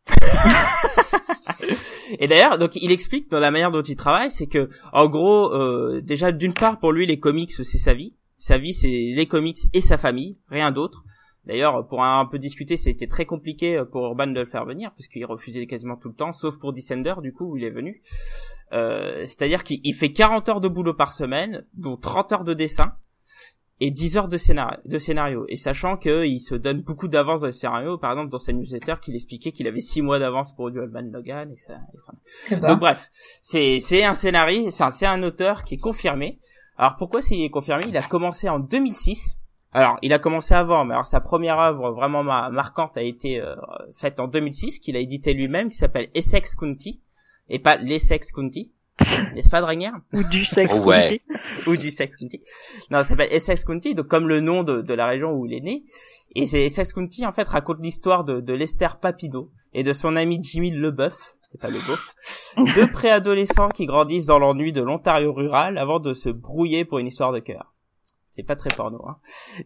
Et d'ailleurs, donc, il explique dans la manière dont il travaille, c'est que, en gros, déjà, d'une part, pour lui, les comics, c'est sa vie. Sa vie, c'est les comics et sa famille, rien d'autre. D'ailleurs, pour un peu discuter, c'était très compliqué pour Urban de le faire venir, parce qu'il refusait quasiment tout le temps, sauf pour Descender, du coup, où il est venu. C'est-à-dire qu'il fait 40 heures de boulot par semaine, dont 30 heures de dessin, et 10 heures de scénario. Et sachant qu'il se donne beaucoup d'avance dans le scénario, par exemple dans sa newsletter qu'il expliquait qu'il avait 6 mois d'avance pour du Allman Logan, et ça. Donc bref, c'est un scénariste, c'est un auteur qui est confirmé. Alors pourquoi c'est confirmé? Il a commencé en 2006. Alors, il a commencé avant, mais alors sa première œuvre vraiment marquante a été faite en 2006, qu'il a édité lui-même, qui s'appelle Essex County, et pas l'Essex County. N'est-ce pas, Dragnir? Ou du Sex County. Ou du Sex County. Non, ça s'appelle Essex County, donc comme le nom de la région où il est né. Et c'est Essex County, en fait, raconte l'histoire de Lester Papineau et de son ami Jimmy Leboeuf, c'est pas le beauf, deux préadolescents qui grandissent dans l'ennui de l'Ontario rural avant de se brouiller pour une histoire de cœur. C'est pas très porno, hein.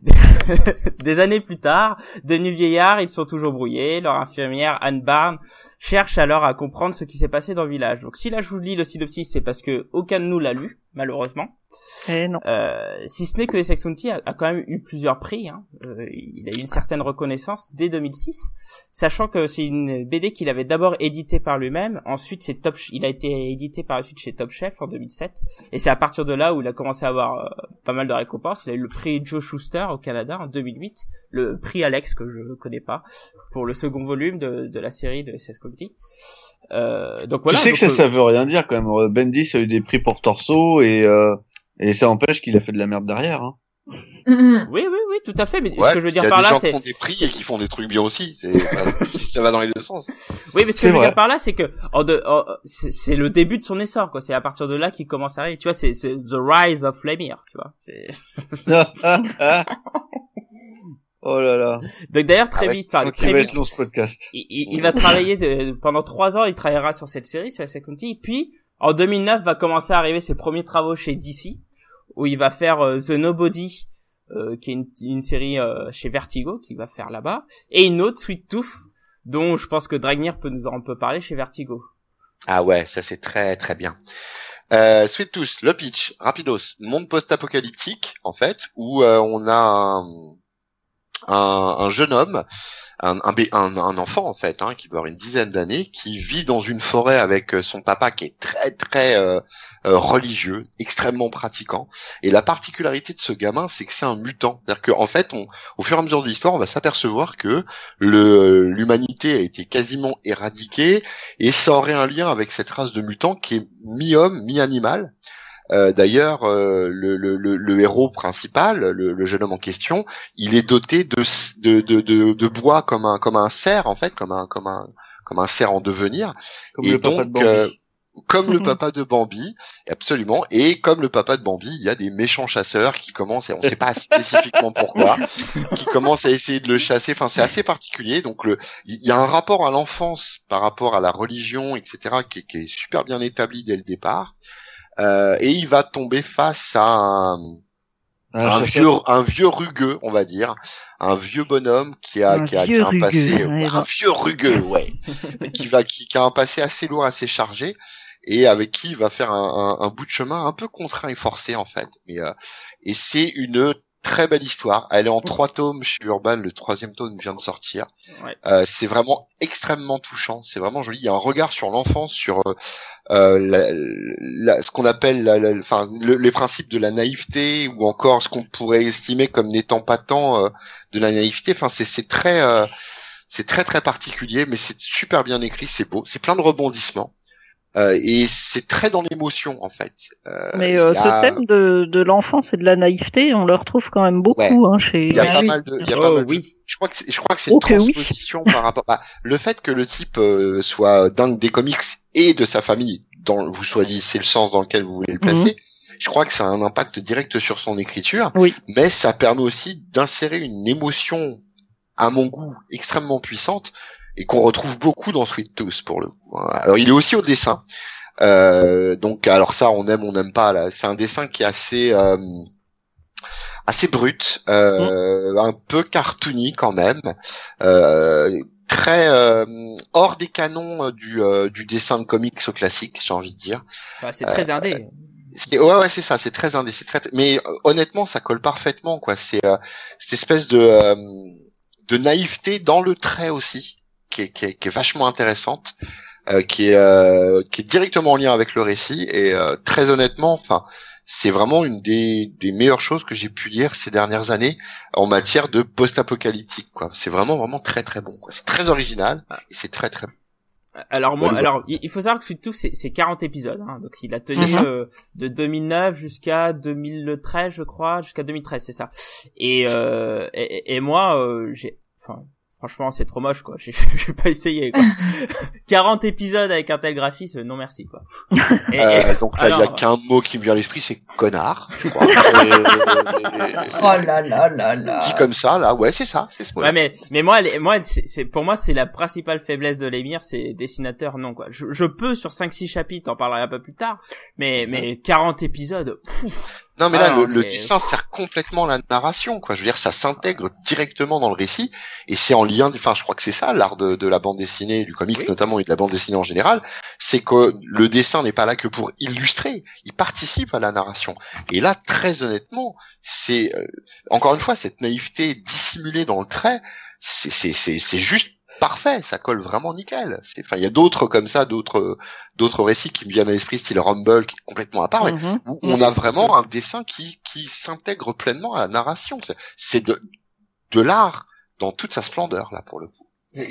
Des années plus tard, devenus vieillards, ils sont toujours brouillés. Leur infirmière, Anne Barnes, cherche alors à comprendre ce qui s'est passé dans le village. Donc si là je vous lis le synopsis, c'est parce que aucun de nous l'a lu, malheureusement. Non. Si ce n'est que Essex County a quand même eu plusieurs prix, hein. Il a eu une certaine reconnaissance dès 2006, sachant que c'est une BD qu'il avait d'abord éditée par lui-même, ensuite il a été édité par la suite chez Top Chef en 2007, et c'est à partir de là où il a commencé à avoir pas mal de récompenses. Il a eu le prix Joe Shuster au Canada en 2008, le prix Alex que je connais pas, pour le second volume de la série de Essex County. Donc voilà. Tu sais que ça veut rien dire quand même. Bendis a eu des prix pour Torso et ça empêche qu'il a fait de la merde derrière, hein. Oui, tout à fait. Mais ce que je veux dire par là, c'est il y a des gens qui font des prix et qui font des trucs bien aussi. Ça va dans les deux sens. Oui, mais ce que je veux dire par là, c'est que c'est le début de son essor, quoi. C'est à partir de là qu'il commence à arriver. Tu vois, c'est the rise of Lemire, tu vois. Oh là là. Donc d'ailleurs très vite, long, ce podcast. Il va travailler pendant 3 ans. Il travaillera sur cette série, sur Essex County. Puis en 2009 va commencer à arriver ses premiers travaux chez DC, où il va faire The Nobody, qui est une série chez Vertigo qu'il va faire là-bas, et une autre, Sweet Tooth, dont je pense que Dragnir peut nous en parler chez Vertigo. Ah ouais, ça c'est très très bien. Sweet Tooth, le pitch, rapidos, monde post-apocalyptique en fait, où on a un jeune homme, un enfant en fait, qui doit avoir une dizaine d'années, qui vit dans une forêt avec son papa qui est très très religieux, extrêmement pratiquant. Et la particularité de ce gamin, c'est que c'est un mutant. C'est-à-dire qu'en fait, au fur et à mesure de l'histoire, on va s'apercevoir que l'humanité a été quasiment éradiquée, et ça aurait un lien avec cette race de mutants qui est mi-homme, mi-animal. D'ailleurs, le héros principal, le jeune homme en question, il est doté de bois comme un cerf en fait, comme un cerf en devenir. Comme et le papa donc, de Bambi. comme le papa de Bambi, absolument. Et comme le papa de Bambi, il y a des méchants chasseurs qui commencent, et on ne sait pas spécifiquement pourquoi, qui commencent à essayer de le chasser. Enfin, c'est assez particulier. Donc, il y a un rapport à l'enfance par rapport à la religion, etc., qui est super bien établi dès le départ. Et il va tomber face à un vieux rugueux, on va dire, un vieux bonhomme qui a un passé, un vieux rugueux, ouais, qui a un passé assez lourd, assez chargé, et avec qui il va faire un bout de chemin un peu contraint et forcé en fait. Et c'est une très belle histoire. Elle est en 3 tomes chez Urban. Le 3e tome vient de sortir. Ouais. C'est vraiment extrêmement touchant. C'est vraiment joli. Il y a un regard sur l'enfance, sur ce qu'on appelle les principes de la naïveté, ou encore ce qu'on pourrait estimer comme n'étant pas tant de la naïveté. Enfin, c'est très très particulier, mais c'est super bien écrit. C'est beau. C'est plein de rebondissements. Et c'est très dans l'émotion en fait. Mais ce thème de l'enfance et de la naïveté, on le retrouve quand même beaucoup chez. Il y a pas mal de. Je crois que c'est une transposition par rapport. Le fait que le type soit dingue des comics et de sa famille, vous choisissez le sens dans lequel vous voulez le placer. Je crois que ça a un impact direct sur son écriture. Oui. Mais ça permet aussi d'insérer une émotion, à mon goût, extrêmement puissante, et qu'on retrouve beaucoup dans Sweet Tooth pour le coup. Alors il est aussi au dessin. Donc alors ça on n'aime pas là. C'est un dessin qui est assez brut, un peu cartoony quand même, très hors des canons du dessin de comics au classique, j'ai envie de dire. Enfin, c'est très indé. Ouais, c'est ça, c'est très indé, mais honnêtement ça colle parfaitement quoi. C'est cette espèce de naïveté dans le trait aussi, qui est vachement intéressante, qui est directement en lien avec le récit, et très honnêtement, enfin, c'est vraiment une des meilleures choses que j'ai pu lire ces dernières années en matière de post-apocalyptique, quoi. C'est vraiment très très bon, quoi. C'est très original et c'est très très bon. Alors il faut savoir que Sweet Tooth c'est 40 épides, donc il a tenu de 2009 jusqu'à 2013, je crois, jusqu'à 2013, c'est ça. Et moi franchement, c'est trop moche, quoi. Je vais pas essayer, quoi. 40 épisodes avec un tel graphisme, non merci, quoi. Donc là, il y a qu'un mot qui me vient à l'esprit, c'est connard, je crois. Oh là là là là. Dit comme ça, là, ouais, c'est ça, c'est ce mot-là. Ouais, mais pour moi, c'est la principale faiblesse de l'émir, c'est dessinateur, non, quoi. Je peux sur 5-6 chapitres, en parlerai un peu plus tard, mais 40 épisodes, Non, mais là, le dessin sert complètement à la narration, quoi. Je veux dire, ça s'intègre directement dans le récit, et c'est en lien, enfin, je crois que c'est ça, l'art de la bande dessinée, du comics notamment, et de la bande dessinée en général, c'est que le dessin n'est pas là que pour illustrer, il participe à la narration. Et là, très honnêtement, c'est, encore une fois, cette naïveté dissimulée dans le trait, c'est juste parfait, ça colle vraiment nickel. Enfin, il y a d'autres comme ça, d'autres récits qui me viennent à l'esprit, style Rumble, qui est complètement à part, mais où on a vraiment un dessin qui s'intègre pleinement à la narration. C'est de l'art dans toute sa splendeur, là, pour le coup.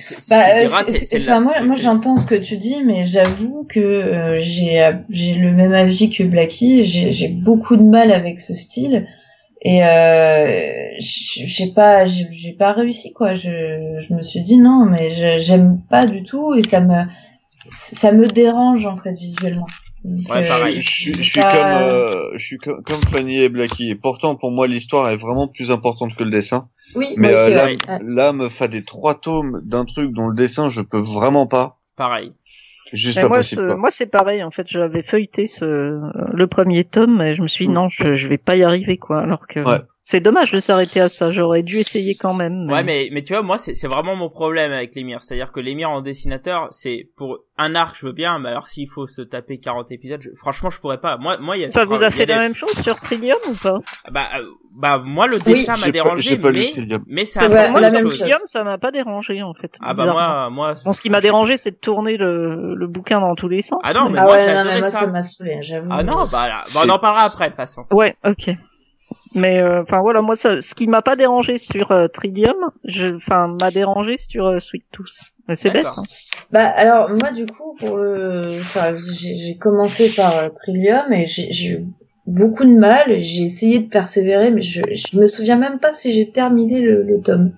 Moi j'entends ce que tu dis, mais j'avoue que j'ai le même avis que Blacky. J'ai beaucoup de mal avec ce style. Et j'ai pas réussi, quoi. Je me suis dit non, mais j'aime pas du tout, et ça me dérange en fait visuellement. Donc, ouais, pareil. Je suis comme Fanny et Blacky. Et pourtant, pour moi, l'histoire est vraiment plus importante que le dessin. Oui, mais là, me fait des 3 tomes d'un truc dont le dessin, je peux vraiment pas. Pareil. C'est juste pas possible. Moi, c'est pareil. En fait, j'avais feuilleté le premier tome, et je me suis dit non, je vais pas y arriver, quoi. Alors que. Ouais. C'est dommage de s'arrêter à ça. J'aurais dû essayer quand même. Ouais, mais tu vois, moi, c'est vraiment mon problème avec l'émir. C'est-à-dire que l'émir en dessinateur, c'est pour un arc, je veux bien, mais alors s'il faut se taper 40 épisodes, franchement, je pourrais pas. Moi, ça vous a fait la même chose sur Trillium ou pas? Moi, le dessin m'a dérangé, mais ça a moi, la sur même Trillium, ça m'a pas dérangé, en fait. Ah bah, moi. Bon, ce qui m'a dérangé, c'est de tourner le bouquin dans tous les sens. Ah non, mais moi, ça m'a saoulé, j'avoue. Ah non, on en parlera après, de toute façon. Ouais, ok. Mais enfin voilà, moi ça, ce qui m'a pas dérangé sur Trillium, m'a dérangé sur Sweet Tooth. C'est bête. Hein. Alors moi du coup j'ai commencé par Trillium et j'ai eu beaucoup de mal. J'ai essayé de persévérer, mais je me souviens même pas si j'ai terminé le tome.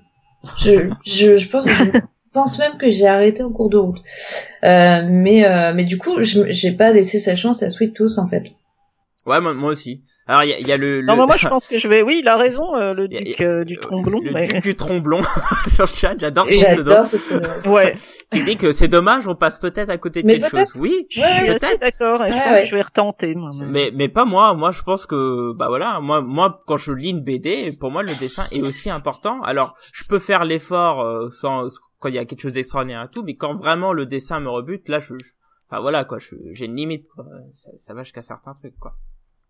Je pense même que j'ai arrêté en cours de route. Mais du coup j'ai pas laissé sa chance à Sweet Tooth en fait. Ouais, moi aussi. Alors il y a le Non, moi je pense que je vais. Oui, il a raison, le duc du Tromblon. Le duc du Tromblon sur le chat, j'adore ce pseudo. Ouais. Qui dit que c'est dommage, on passe peut-être à côté de quelque chose. Oui, je suis assez d'accord. Et je pense que je vais retenter. Moi. Mais pas moi. Moi, je pense que voilà, moi quand je lis une BD, pour moi le dessin est aussi important. Alors, je peux faire l'effort sans quand il y a quelque chose d'extraordinaire et tout, mais quand vraiment le dessin me rebute, là enfin voilà quoi, j'ai une limite quoi. Ça va jusqu'à certains trucs quoi.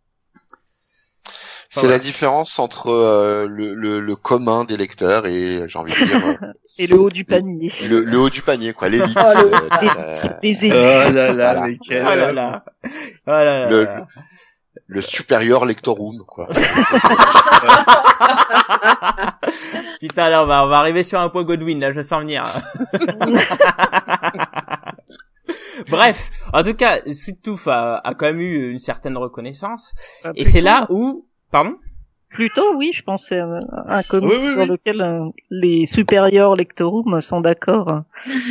C'est la différence entre le commun des lecteurs et j'ai envie de dire et le haut du panier. Le haut du panier quoi, l'élite. Des élus. Oh là là, mais quel... Oh là là. Oh là là. Le supérieur lectorum quoi. Putain là on va arriver sur un point Godwin là, je sens venir. Bref, en tout cas, Sweet Tooth a quand même eu une certaine reconnaissance et c'est là où pardon? Plutôt, oui, je pense que c'est un comic sur lequel les supérieurs lectorum sont d'accord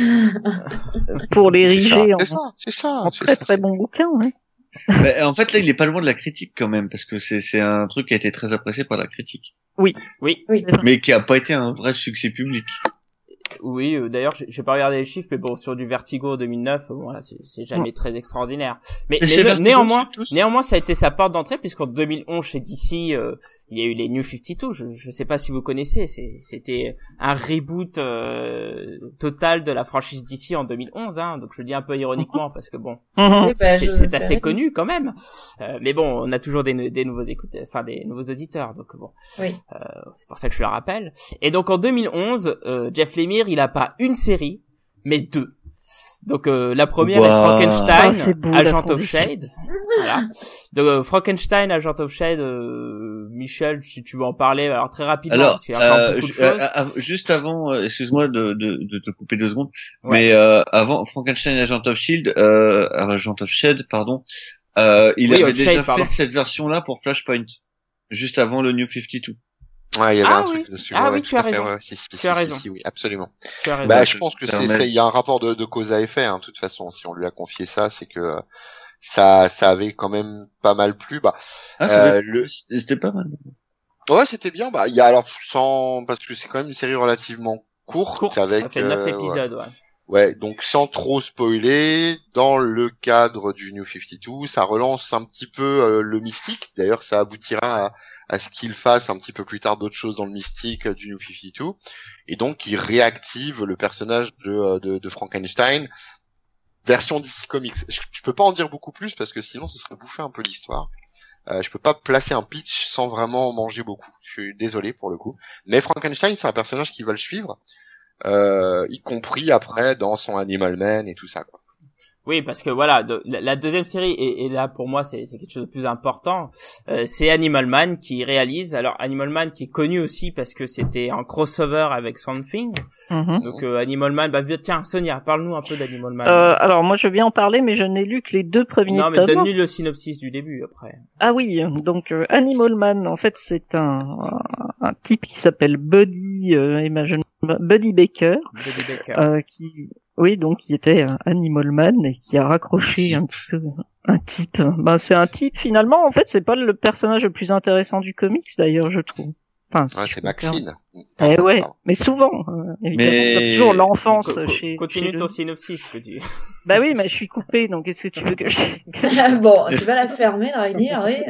pour l'ériger c'est ça. En très très bon bouquin, ouais. Mais en fait, là, il est pas loin de la critique quand même, parce que c'est un truc qui a été très apprécié par la critique. Oui. Mais qui a pas été un vrai succès public. Oui, d'ailleurs, j'ai pas regardé les chiffres, mais bon, sur du Vertigo 2009, voilà, c'est jamais très extraordinaire. Mais néanmoins, ça a été sa porte d'entrée, puisqu'en 2011, chez DC, il y a eu les New 52, je sais pas si vous connaissez, c'était un reboot total de la franchise DC en 2011, hein, donc je le dis un peu ironiquement, parce que bon, c'est assez connu quand même. Mais bon, on a toujours des nouveaux des nouveaux auditeurs, donc bon. Oui. C'est pour ça que je le rappelle. Et donc en 2011, Jeff Lemire, il a pas une série, mais deux. Donc la première est Frankenstein, Agent of Shade. Voilà. Donc Frankenstein, Agent of Shade, Michel, si tu veux en parler, alors très rapidement, alors, parce qu'il y a encore beaucoup de choses. Juste avant, excuse-moi de te couper 2 secondes, mais avant Frankenstein, Agent of Shield, Agent of Shade, pardon, il avait déjà fait cette version-là pour Flashpoint, juste avant le New 52. Ouais, il y avait un truc dessus. Ah oui, tu as raison. Tu as raison. Oui, absolument. Tu as raison. Bah, je pense que il y a un rapport de cause à effet, hein, de toute façon. Si on lui a confié ça, c'est que ça avait quand même pas mal plu. C'était pas mal. Ouais, c'était bien. Bah, il y a alors parce que c'est quand même une série relativement courte avec. Ça fait 9 épisodes, ouais. Ouais, donc sans trop spoiler, dans le cadre du New 52, ça relance un petit peu le mystique. D'ailleurs, ça aboutira à ce qu'il fasse un petit peu plus tard d'autres choses dans le mystique du New 52. Et donc, il réactive le personnage de Frankenstein, version DC Comics. Je peux pas en dire beaucoup plus parce que sinon, ce serait bouffer un peu l'histoire. Je peux pas placer un pitch sans vraiment en manger beaucoup. Je suis désolé pour le coup. Mais Frankenstein, c'est un personnage qui va le suivre. Y compris après dans son Animal Man et tout ça quoi. Oui, parce que voilà, la deuxième série, et là pour moi c'est quelque chose de plus important, c'est Animal Man qui réalise. Alors Animal Man qui est connu aussi parce que c'était un crossover avec Swamp Thing. Donc Animal Man, tiens Sonia, parle-nous un peu d'Animal Man. Alors moi je viens en parler, mais je n'ai lu que les 2 premiers tomes. Non mais donne-lui le synopsis du début après. Ah oui, donc Animal Man, en fait c'est un type qui s'appelle Buddy Baker. qui était Animal Man et qui a raccroché un petit peu un type. C'est un type finalement. En fait, c'est pas le personnage le plus intéressant du comics d'ailleurs, je trouve. Enfin, c'est Maxine. Eh ouais, mais souvent, évidemment, Mais- comme toujours l'enfance chez. Continue chez ton le- synopsis que tu. Bah oui, mais je suis coupé, donc qu'est-ce que tu veux que je... Bon, je vais la fermer, Rainier, oui.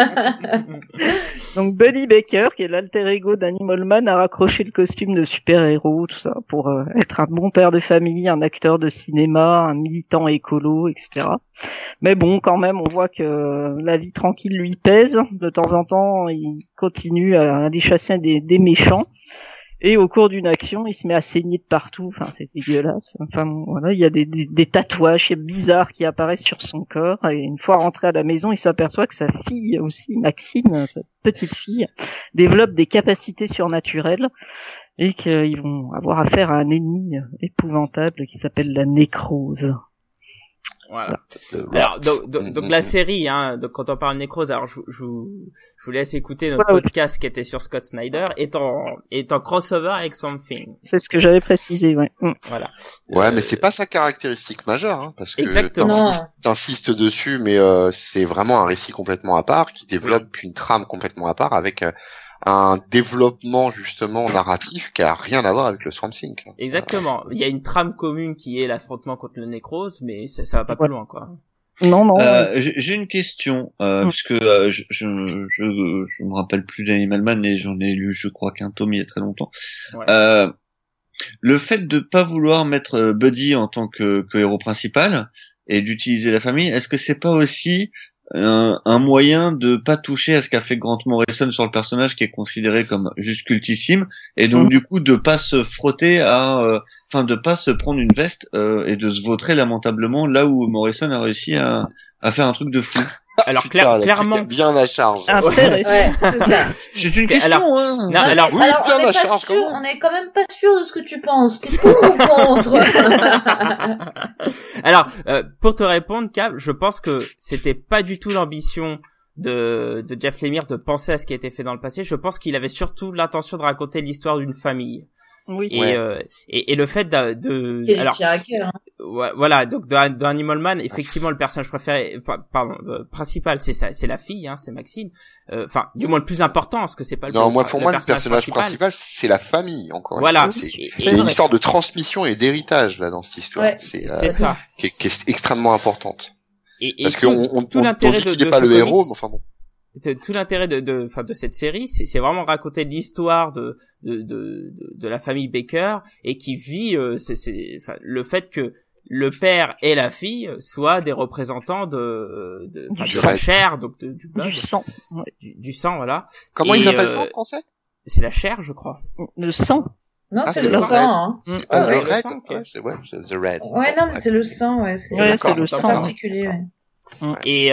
Donc Buddy Baker, qui est l'alter ego d'Animal Man, a raccroché le costume de super-héros, tout ça, pour être un bon père de famille, un acteur de cinéma, un militant écolo, etc. Mais bon, quand même, on voit que la vie tranquille lui pèse. De temps en temps, il continue à aller chasser des méchants. Et au cours d'une action, il se met à saigner de partout. Enfin, c'est dégueulasse. Enfin, bon, voilà, il y a des tatouages bizarres qui apparaissent sur son corps. Et une fois rentré à la maison, il s'aperçoit que sa fille aussi, Maxine, sa petite fille, développe des capacités surnaturelles et qu'ils vont avoir affaire à un ennemi épouvantable qui s'appelle la nécrose. Voilà. Alors, donc la série, hein, donc quand on parle nécrose, alors je vous laisse écouter notre podcast qui était sur Scott Snyder, est en crossover avec Something. C'est ce que j'avais précisé, ouais. Voilà. Ouais, mais c'est pas sa caractéristique majeure, hein, parce que Exactement. t'insistes dessus, mais c'est vraiment un récit complètement à part qui développe une trame complètement à part avec un développement justement narratif qui a rien à voir avec le Swamp Thing. Exactement. Il y a une trame commune qui est l'affrontement contre le nécrose, mais ça va pas plus loin, quoi. Non. J'ai une question, puisque je me rappelle plus d'Animal Man et j'en ai lu, je crois, qu'un tome il y a très longtemps. Ouais. Le fait de pas vouloir mettre Buddy en tant que héros principal et d'utiliser la famille, est-ce que c'est pas aussi un moyen de pas toucher à ce qu'a fait Grant Morrison sur le personnage qui est considéré comme juste cultissime, et donc du coup de pas se frotter de pas se prendre une veste et de se vautrer lamentablement là où Morrison a réussi à faire un truc de fou. Alors Putain, clairement, bien à charge. Intéressant. Ouais, c'est ça. C'est une question, alors, hein. non, alors, oui, alors, bien on la est pas charge, sûr, comment on est quand même pas sûr de ce que tu penses. T'es pour ou contre? alors, pour te répondre, Cap, je pense que c'était pas du tout l'ambition de Jeff Lemire de penser à ce qui a été fait dans le passé. Je pense qu'il avait surtout l'intention de raconter l'histoire d'une famille. Oui. Et le fait Ce qui est alors, du tir à cœur. Hein. ouais, voilà, donc dans Animal Man, effectivement, le personnage préféré, principal, c'est ça, c'est la fille, hein, c'est Maxine. Enfin, du moins le plus important, parce que c'est pas Non, pour moi, le personnage principal, c'est la famille, encore voilà. une fois. Il y a une histoire de transmission et d'héritage, là, dans cette histoire. Ouais, c'est ça. Qui est extrêmement importante. Et parce qu'on tout l'intérêt dit qu'il n'est pas le héros, mais enfin bon. Tout l'intérêt de cette série, c'est vraiment raconter l'histoire de la famille Baker et qui vit, le fait que le père et la fille soient des représentants de la chair, donc du blood, Du sang. Ouais. Du sang, voilà. Comment ils appellent ça en français? C'est la chair, je crois. Le sang. Non, Ah, c'est c'est le le sang, red. hein. C'est pas ouais, le le red. sang, ok. C'est the red. Ouais, non, mais c'est le sang, ouais. C'est le sang. particulier, ouais. Et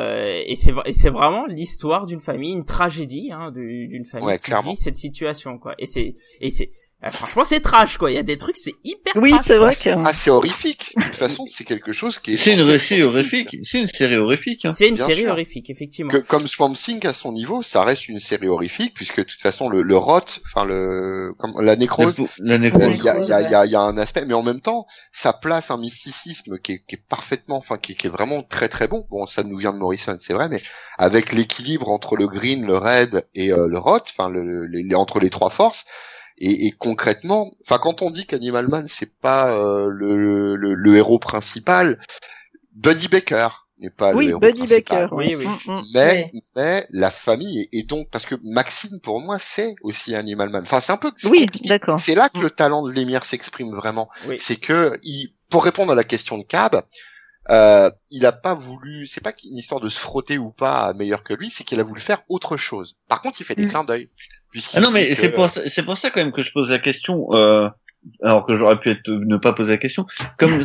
c'est vraiment l'histoire d'une famille, une tragédie, hein, d'une famille qui clairement. vit cette situation, quoi. Et c'est franchement, c'est trash, quoi. Il y a des trucs, c'est hyper Oui, trash. c'est vrai que... Ah, c'est horrifique. De toute façon, c'est quelque chose qui est... C'est une série horrifique. C'est une série horrifique. Hein. C'est une Bien série sûr. horrifique, effectivement. Comme Swamp Thing à son niveau, ça reste une série horrifique, puisque de toute façon, le rot, enfin la nécrose, La nécrose. il y a un aspect, mais en même temps, ça place un mysticisme qui est parfaitement, enfin qui est vraiment très très bon. Bon, ça nous vient de Morrison, c'est vrai, mais avec l'équilibre entre le green, le red et le rot, enfin entre les trois forces. Et concrètement, enfin quand on dit qu'Animal Man c'est pas le héros principal, Buddy Baker n'est pas le héros Buddy principal. Baker. Oui. Mais la famille et donc parce que Maxine pour moi c'est aussi Animal Man. Enfin c'est un peu Oui, d'accord. c'est là que le talent de Lemire s'exprime vraiment. Oui. C'est que pour répondre à la question de Cab, il a pas voulu, c'est pas une histoire de se frotter ou pas à meilleur que lui, c'est qu'il a voulu faire autre chose. Par contre, il fait des clins d'œil. Ah non, mais c'est pour ça quand même que je pose la question, alors que j'aurais pu ne pas poser la question. Comme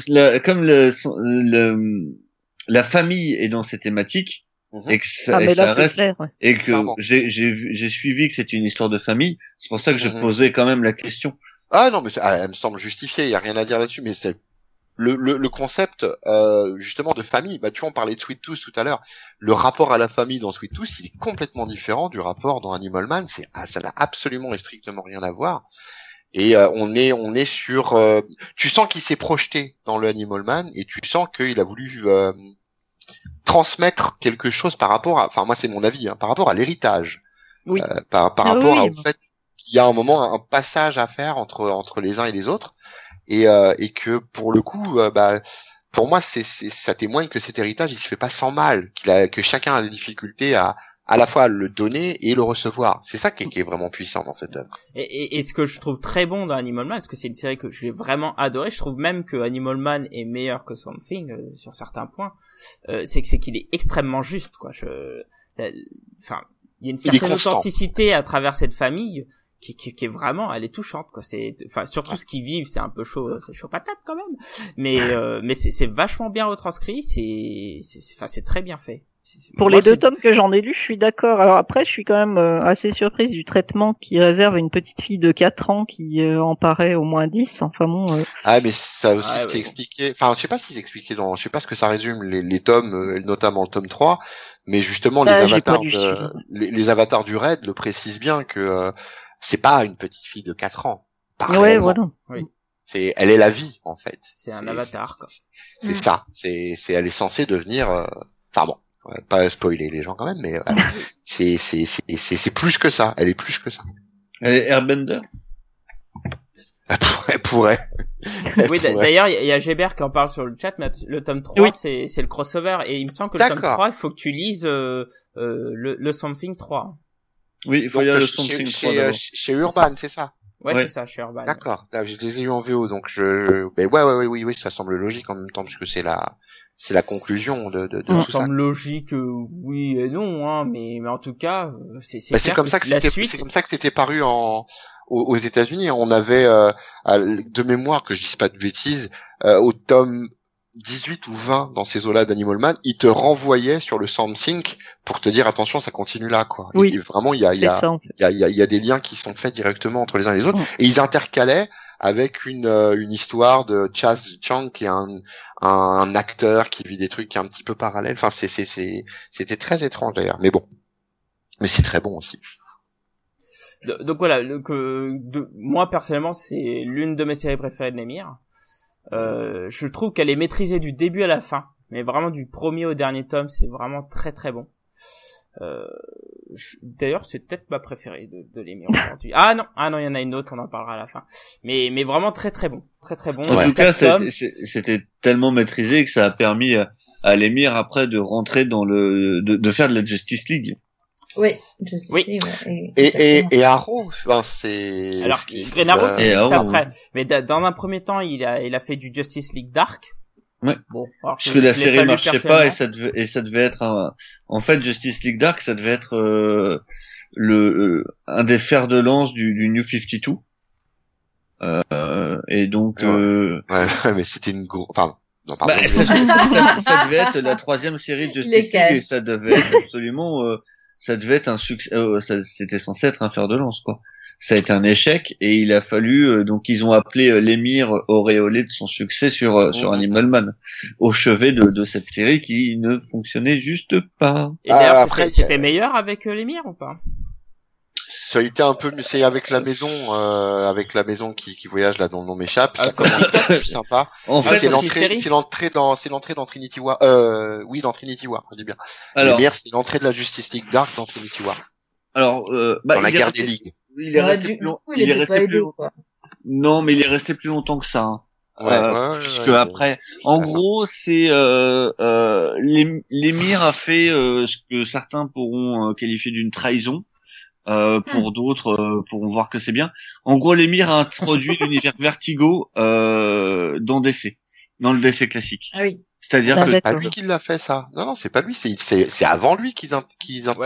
la famille est dans ces thématiques, et que ça, mais et là, ça c'est reste, clair, ouais. et que Clairement. j'ai suivi que c'était une histoire de famille, c'est pour ça que je posais quand même la question. Ah non, mais elle me semble justifiée, il y a rien à dire là-dessus, mais c'est le concept justement de famille. Bah tu vois, on parlait de Sweet Tooth tout à l'heure. Le rapport à la famille dans Sweet Tooth, il est complètement différent du rapport dans Animal Man. Ça n'a absolument et strictement rien à voir. Et on est sur. Tu sens qu'il s'est projeté dans le Animal Man et tu sens qu'il a voulu transmettre quelque chose par rapport à. Enfin moi c'est mon avis, hein, par rapport à l'héritage. Oui. Par rapport oui. au fait qu'il y a un moment un passage à faire entre les uns et les autres, et que pour le coup, pour moi, ça témoigne que cet héritage, il se fait pas sans mal, que chacun a des difficultés à la fois le donner et le recevoir. C'est ça qui est vraiment puissant dans cette œuvre. Et ce que je trouve très bon dans Animal Man, parce que c'est une série que j'ai vraiment adorée, je trouve même que Animal Man est meilleur que Swamp Thing sur certains points, c'est qu'il est extrêmement juste, quoi. Enfin, il y a une certaine authenticité à travers cette famille qui est vraiment, elle est touchante, quoi. Enfin, surtout ce qu'ils vivent, c'est un peu chaud, c'est chaud patate quand même. Mais c'est vachement bien retranscrit, c'est très bien fait. Pour les 2 tomes que j'en ai lus, je suis d'accord. Alors après, je suis quand même assez surprise du traitement qui réserve une petite fille de 4 ans qui en paraît au moins 10. Enfin bon. Ah, mais ça aussi, c'est expliqué. Enfin, je sais pas si c'est expliqué je sais pas ce que ça résume les tomes, notamment le tome 3. Mais justement, les avatars du raid le précisent bien que c'est pas une petite fille de 4 ans. Ouais, voilà. Oui. Elle est la vie, en fait. C'est un avatar, quoi. C'est ça. Elle est censée devenir, enfin bon. Ouais, pas spoiler les gens quand même, mais c'est plus que ça. Elle est plus que ça. Elle est Airbender. Elle pourrait. Oui, d'ailleurs, il y a Gébert qui en parle sur le chat, mais le tome 3, c'est le crossover, et il me semble que le tome 3, il faut que tu lises le Something 3. Oui, il faut lire le Something 3 chez Urban, c'est ça? Ouais, c'est ça, chez Urban. D'accord. Je les ai eu en VO, donc mais oui, ça semble logique en même temps, parce que c'est la conclusion de tout ça. Ça semble logique, oui et non, hein, mais en tout cas, c'est comme ça que c'est comme ça que c'était paru aux États-Unis. On avait de mémoire, que je dise pas de bêtises, au tome 18 ou 20 dans ces eaux-là d'Animal Man, ils te renvoyaient sur le Something pour te dire attention, ça continue là, quoi. Oui. Et vraiment, il y a des liens qui sont faits directement entre les uns et les autres, et ils intercalaient avec une histoire de Chaz Chang, qui est un acteur qui vit des trucs un petit peu parallèles. Enfin, c'était très étrange d'ailleurs, mais bon. Mais c'est très bon aussi. Donc voilà, moi personnellement, c'est l'une de mes séries préférées de l'émir. Je trouve qu'elle est maîtrisée du début à la fin, mais vraiment du premier au dernier tome, c'est vraiment très très bon. D'ailleurs, c'est peut-être ma préférée de l'émir aujourd'hui. Ah non, il y en a une autre, on en parlera à la fin. Mais vraiment très très bon, très très bon. En tout cas, c'était tellement maîtrisé que ça a permis à l'émir après de rentrer dans de faire de la Justice League. Oui, Justice League. Ouais, et Arrow, enfin, c'est. Alors, Green Arrow, c'est juste après. Mais dans un premier temps, il a fait du Justice League Dark. Ouais. Bon, parce que la série marchait pas et ça devait être en fait, Justice League Dark, ça devait être un des fers de lance du New 52. Et donc ouais, mais c'était une enfin non, pardon. Ça devait être la 3e série de Justice League et ça devait être absolument ça devait être un succès, c'était censé être un fer de lance, quoi. Ça a été un échec et il a fallu donc ils ont appelé l'émir auréolé de son succès sur Animal Man au chevet de cette série qui ne fonctionnait juste pas. Et d'ailleurs c'était meilleur avec l'émir ou pas? Ça a été un peu mieux, c'est avec la maison qui voyage là dont le nom m'échappe, ça commence à être plus sympa. En fait, c'est l'entrée dans Trinity War. Oui, dans Trinity War, je dis bien. Alors, l'émir, c'est l'entrée de la Justice League Dark dans Trinity War. Alors, dans la guerre des ligues. Il est resté plus longtemps. Non, mais il est resté plus longtemps que ça. Hein. Puisque après, en gros, c'est l'émir a fait ce que certains pourront qualifier d'une trahison. Pour d'autres pourront voir que c'est bien. En gros, l'émir a introduit l'univers Vertigo dans DC, dans le DC classique. Ah oui. C'est-à-dire que c'est pas lui qui l'a fait, ça. Non, c'est pas lui, c'est avant lui qu'ils intègrent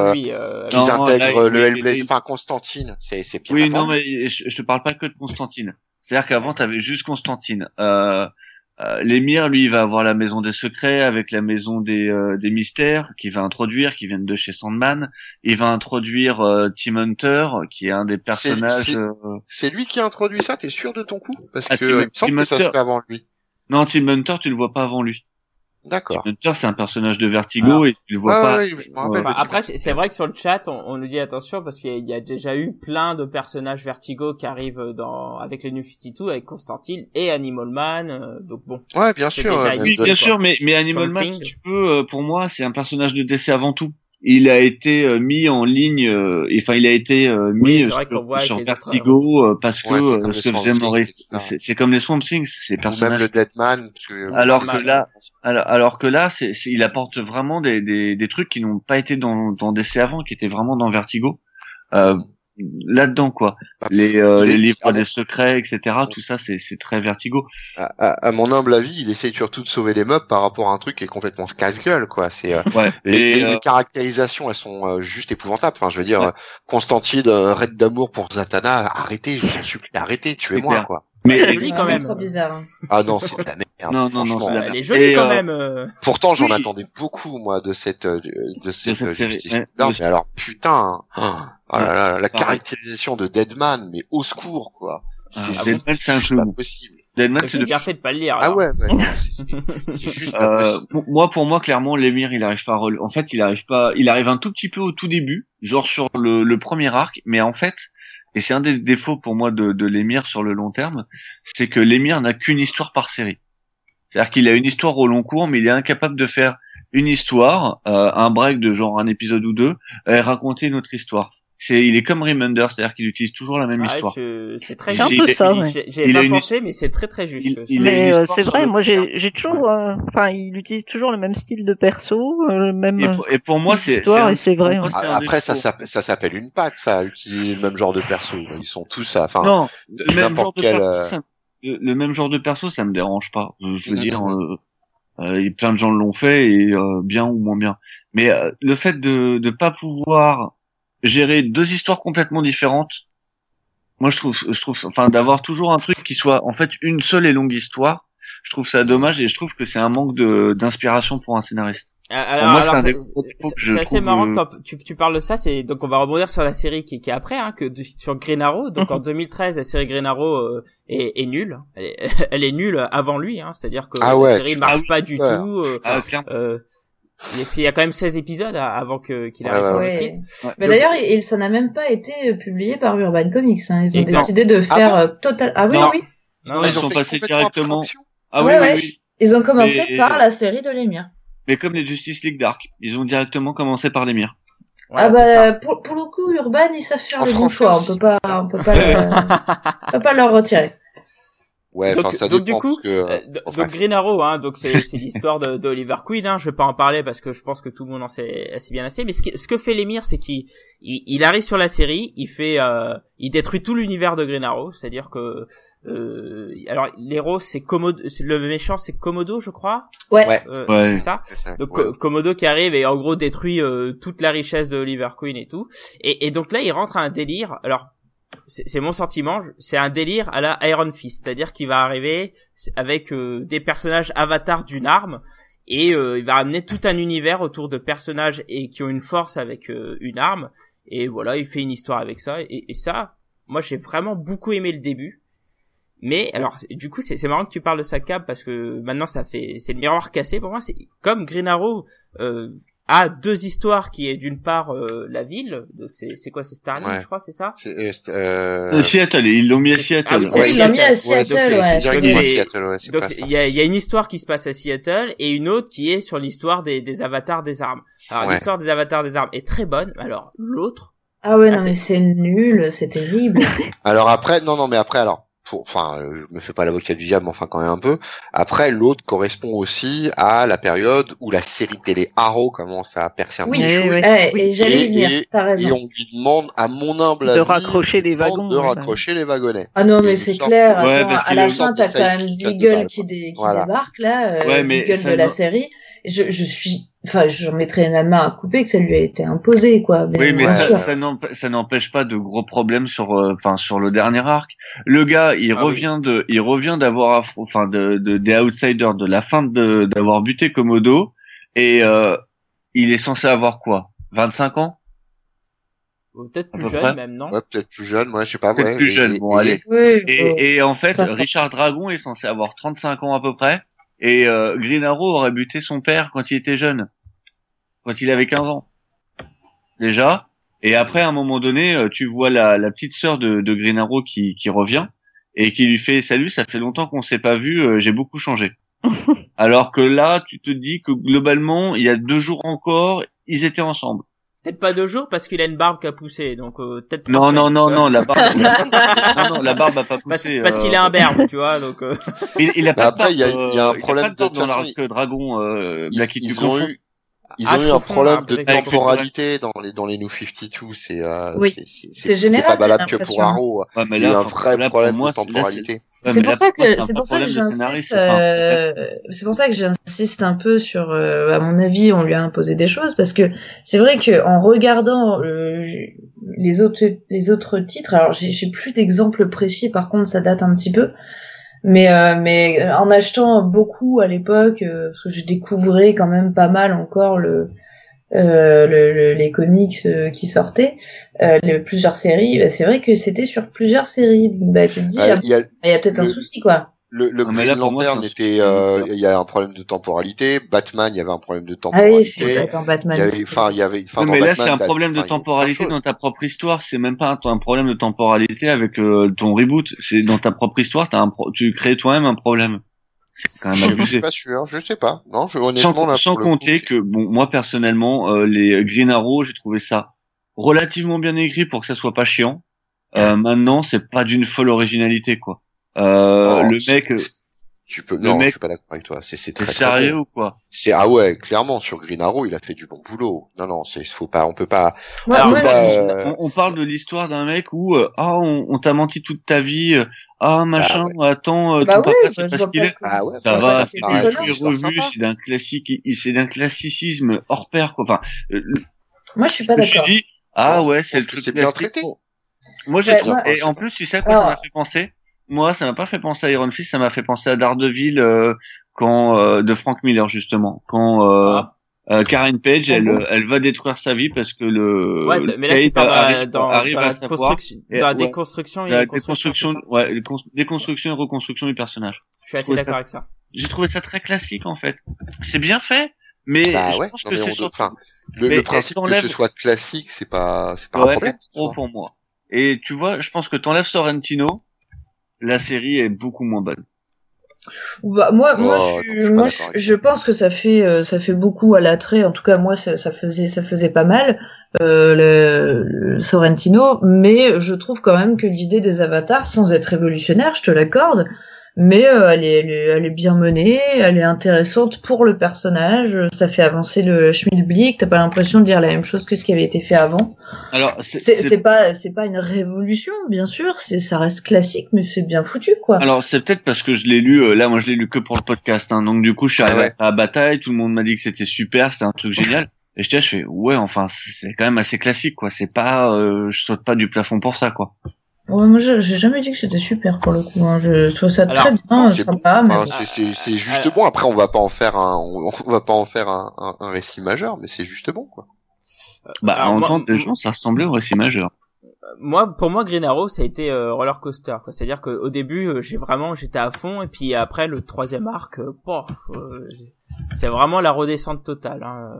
le Hellblazer, enfin Constantine. C'est bien. Oui, non, mais je te parle pas que de Constantine. C'est-à-dire qu'avant t'avais juste Constantine. L'émir, lui, il va avoir la maison des secrets avec la maison des mystères qu'il va introduire, qui viennent de chez Sandman. Il va introduire Tim Hunter, qui est un des personnages. C'est lui qui a introduit ça. T'es sûr de ton coup? Parce que il me semble que ça se fait avant lui. Non, Tim Hunter, tu le vois pas avant lui. D'accord. Tim Hunter, c'est un personnage de Vertigo et tu le vois pas. Ouais, je me rappelle. Après, c'est vrai que sur le chat, on nous dit attention parce qu'il y a déjà eu plein de personnages Vertigo qui arrivent avec les New 52, avec Constantine et Animal Man. Donc bon. Ouais, bien sûr. Oui, bien sûr, mais Animal Man, si tu peux, pour moi, c'est un personnage de DC avant tout. il a été mis en ligne, enfin il a été mis c'est vrai qu'on voit sur avec les Vertigo parce Ouais, c'est que comme les ce Swamp faisait Thing, Maurice. c'est ça. C'est comme les Swamp Thing, ces Ou même personnages. le Deadman. Parce que, Alors que là, il apporte vraiment des trucs qui n'ont pas été dans DC avant, qui étaient vraiment dans Vertigo. Là-dedans quoi, les livres des secrets, etc. Tout ça, c'est très Vertigo. À mon humble avis, il essaye surtout de sauver les meubles par rapport à un truc qui est complètement casse-gueule, quoi. C'est Ouais. les caractérisations, elles sont juste épouvantables. Enfin, je veux dire, Constantine, raid d'amour pour Zatanna, arrêtez, je vous en supplie, arrêtez, tuez-moi, clair. quoi. Elle est Mais jolie quand même. Trop bizarre. Ah non, c'est de la merde. Non, franchement. c'est de la Elle est jolie quand même. Pourtant, j'en Oui. attendais beaucoup, moi, de cette cette série. Justice Ouais. League Dark, mais alors, putain, oh là là, la Ouais. caractérisation de Deadman, mais au secours, quoi. Deadman, c'est un juste pas chelou. possible. Deadman, C'est bien fait de pas le lire. Ah alors. ouais, non, c'est juste pas possible. pour moi, clairement, l'émir, il arrive pas à en fait, il arrive un tout petit peu au tout début, genre sur le premier arc, mais en fait, et c'est un des défauts pour moi de l'émir sur le long terme, c'est que l'émir n'a qu'une histoire par série. C'est-à-dire qu'il a une histoire au long cours, mais il est incapable de faire une histoire, un break de genre un épisode ou deux, et raconter une autre histoire. Il est comme Remender, c'est-à-dire qu'il utilise toujours la même histoire. C'est très C'est un juste. peu ça, ouais. J'ai Il a pas une pensé, mais c'est très très juste. il a Mais une histoire c'est sur vrai, le moi long terme. j'ai toujours, enfin, il utilise toujours le même style de perso, le même Et pour moi, style d'histoire, et c'est vrai. pour moi, Ouais. c'est un Après, défaut. ça s'appelle une patte, ça, utiliser le même genre de perso. Ils sont tous, enfin, Non, le même genre n'importe de quel, perso, le même genre de perso, ça me dérange pas. Je veux dire, plein de gens l'ont fait et bien ou moins bien. Mais le fait de pas pouvoir gérer deux histoires complètement différentes, moi je trouve, enfin d'avoir toujours un truc qui soit en fait une seule et longue histoire, je trouve ça dommage et je trouve que c'est un manque d'inspiration pour un scénariste. Moi, c'est un des gros défauts que je c'est assez trouve, marrant quand tu parles de ça. C'est donc on va rebondir sur la série qui est après, hein, sur Green Arrow. Donc en 2013, la série Green Arrow est nulle. Elle est nulle avant lui, hein. C'est-à-dire que la série marche pas du tout. clairement. Il y a quand même 16 épisodes avant qu'il arrive sur le titre. Mais d'ailleurs, ça n'a même pas été publié par Urban Comics. Hein. Ils ont Exact. décidé de faire total. Ah oui, Non. oui. Non, ils ils sont fait passés complètement directement. abstraction. Ah Ouais, oui, ouais. oui, oui. Ils ont commencé Mais- par la série de l'émir. Mais comme les Justice League Dark, ils ont directement commencé par l'émir. Voilà, ah c'est ça. bah pour le coup, Urban, ils savent faire En le bon français choix. aussi. On peut pas leur retirer. Ouais, Donc- enfin, ça donc, dépend. du coup, parce que, donc Green Arrow, hein, donc c'est l'histoire d'Oliver Queen, hein, je vais pas en parler parce que je pense que tout le monde en sait assez bien assez, mais ce que fait l'émir, c'est qu'il arrive sur la série, il détruit tout l'univers de Green Arrow, c'est-à-dire que alors l'héros c'est Komodo, le méchant c'est Komodo, je crois. Ouais. Ouais. C'est ça. c'est ça, Donc ouais. Komodo qui arrive et en gros détruit toute la richesse de Oliver Queen et tout. Et donc là il rentre à un délire. Alors c'est mon sentiment, c'est un délire à la Iron Fist, c'est-à-dire qu'il va arriver avec des personnages avatars d'une arme et il va amener tout un univers autour de personnages et qui ont une force avec une arme et voilà, il fait une histoire avec ça et ça, moi j'ai vraiment beaucoup aimé le début. Mais alors du coup c'est marrant que tu parles de sa cape parce que maintenant c'est le miroir cassé pour moi, c'est comme Green Arrow a deux histoires qui est d'une part la ville, donc c'est quoi, c'est Starling, Ouais. je crois, c'est ça. Seattle, ils l'ont mis à Seattle. Ah oui, c'est Ouais, ils l'ont mis à Seattle. Seattle, Donc, ouais. C'est directement à c'est- Seattle, ouais, c'est Donc pas il y a une histoire qui se passe à Seattle et une autre qui est sur l'histoire des avatars des armes. Alors Ouais. l'histoire des avatars des armes est très bonne, alors l'autre Ah ouais, non, Ah, mais c'est nul, c'est terrible. Alors après, non, mais après, alors, je me fais pas l'avocat du diable, mais enfin quand même un peu. Après, l'autre correspond aussi à la période où la série télé Arrow commence à percer un Oui, petit Eh chou. ouais. Et j'allais y venir, t'as Et raison. on lui demande, à mon humble De avis, raccrocher les wagons, de ouais. raccrocher les wagonnets. Ah non, Parce mais qu'il c'est sort- clair. Ouais, Attends, parce à qu'il la est fin, sorti t'as quand même sidekick, Deagle ça qui Voilà. débarque, là, Ouais, mais Deagle ça de la ne- série. Je suis, enfin, j'en mettrais ma main à couper que ça lui a été imposé, quoi. Oui, mais bien Ouais, sûr. ça n'empêche pas de gros problèmes sur le dernier arc. Le gars, il revient d'avoir des outsiders de la fin d'avoir buté Komodo et il est censé avoir quoi, 25 ans, peut-être À plus peu jeune près. même, non? Ouais, peut-être plus jeune, moi, je sais pas. peut-être ouais, plus jeune. Bon, allez. Oui, Et en fait, Ça va. Richard Dragon est censé avoir 35 ans à peu près et Green Arrow aurait buté son père quand il était jeune, quand il avait 15 ans déjà. Et après, à un moment donné, tu vois la petite sœur de Green Arrow qui revient et qui lui fait salut, ça fait longtemps qu'on s'est pas vu, j'ai beaucoup changé. Alors que là, tu te dis que globalement, il y a 2 jours encore, ils étaient ensemble. Peut-être pas 2 jours parce qu'il a une barbe qui a poussé, donc peut-être. Non, la barbe. non, la barbe a pas poussé. Parce qu'il a un berbe, tu vois, donc. Il a pas de barbe. Il y a un problème de dans l'Arc Dragon. Ils ont eu un problème de temporalité dans les New 52. C'est général. C'est pas valable que pour Arrow. Ouais, il y a un vrai problème de temporalité. C'est pour ça que j'insiste un peu sur à mon avis on lui a imposé des choses parce que c'est vrai que en regardant les autres titres, alors j'ai plus d'exemples précis, par contre ça date un petit peu, mais en achetant beaucoup à l'époque parce que je découvrais quand même pas mal encore les comics qui sortaient, plusieurs séries, c'est vrai que c'était sur plusieurs séries. Tu te dis, il y a peut-être un souci, quoi. Le Green Lantern était, il y a un problème de temporalité. Batman, il y avait un problème de Ah temporalité. oui, c'est vrai, dans Batman. Mais là, c'est un problème de temporalité dans ta propre histoire. C'est même pas un problème de temporalité avec ton reboot. C'est dans ta propre histoire, tu crées toi-même un problème. Quand même je suis pas sûr, je sais pas. Non, honnêtement, sans compter que moi personnellement, les Green Arrow, j'ai trouvé ça relativement bien écrit pour que ça soit pas chiant. Maintenant, c'est pas d'une folle originalité, quoi. Le mec, je suis pas d'accord avec toi. C'est très sérieux ou quoi? Ouais, clairement, sur Green Arrow, il a fait du bon boulot. Non, on peut pas. On parle de l'histoire d'un mec où, on t'a menti toute ta vie, machin, attends, ton papa, c'est parce qu'il est. Ça va, c'est revu, c'est d'un classique, c'est d'un classicisme hors pair, quoi. Enfin, moi, je suis pas d'accord. Je me suis dit, c'est le truc. C'est bien traité. Moi, j'ai trouvé, et en plus, tu sais à quoi ça m'a fait penser? Moi, ça m'a pas fait penser à Iron Fist, ça m'a fait penser à Daredevil, de Frank Miller, justement. Quand, Karen Page, elle va détruire sa vie parce que mais là, tu parles arrive à savoir. Dans la déconstruction et déconstruction et reconstruction du personnage. Je suis assez d'accord avec ça. J'ai trouvé ça très classique, en fait. C'est bien fait, mais je pense que c'est le principe que ce soit classique, c'est pas un problème. Trop pour moi. Et tu vois, je pense que t'enlèves Sorrentino, la série est beaucoup moins bonne. Je pense que ça fait beaucoup à l'attrait. En tout cas, moi, ça faisait pas mal, le Sorrentino, mais je trouve quand même que l'idée des avatars, sans être révolutionnaire, je te l'accorde, mais elle est bien menée, elle est intéressante pour le personnage, ça fait avancer le schmilblick, t'as pas l'impression de dire la même chose que ce qui avait été fait avant. Alors c'est pas une révolution, bien sûr, ça reste classique, mais c'est bien foutu, quoi. Alors c'est peut-être parce que je l'ai lu, là moi je l'ai lu que pour le podcast, donc du coup je suis arrivé à la bataille, tout le monde m'a dit que c'était super, c'était un truc génial, et je fais enfin c'est quand même assez classique, quoi, c'est pas, je saute pas du plafond pour ça, quoi. Ouais, moi j'ai jamais dit que c'était super pour le coup, je trouve ça très bien, sympa, mais c'est juste bon. Après on va pas en faire un récit majeur, mais c'est juste bon, quoi. En tant que gens, ça ressemblait au récit majeur. Pour moi, Green Arrow, ça a été roller coaster, quoi. C'est-à-dire qu'au début, j'étais à fond, et puis après le 3e arc, c'est vraiment la redescente totale, hein.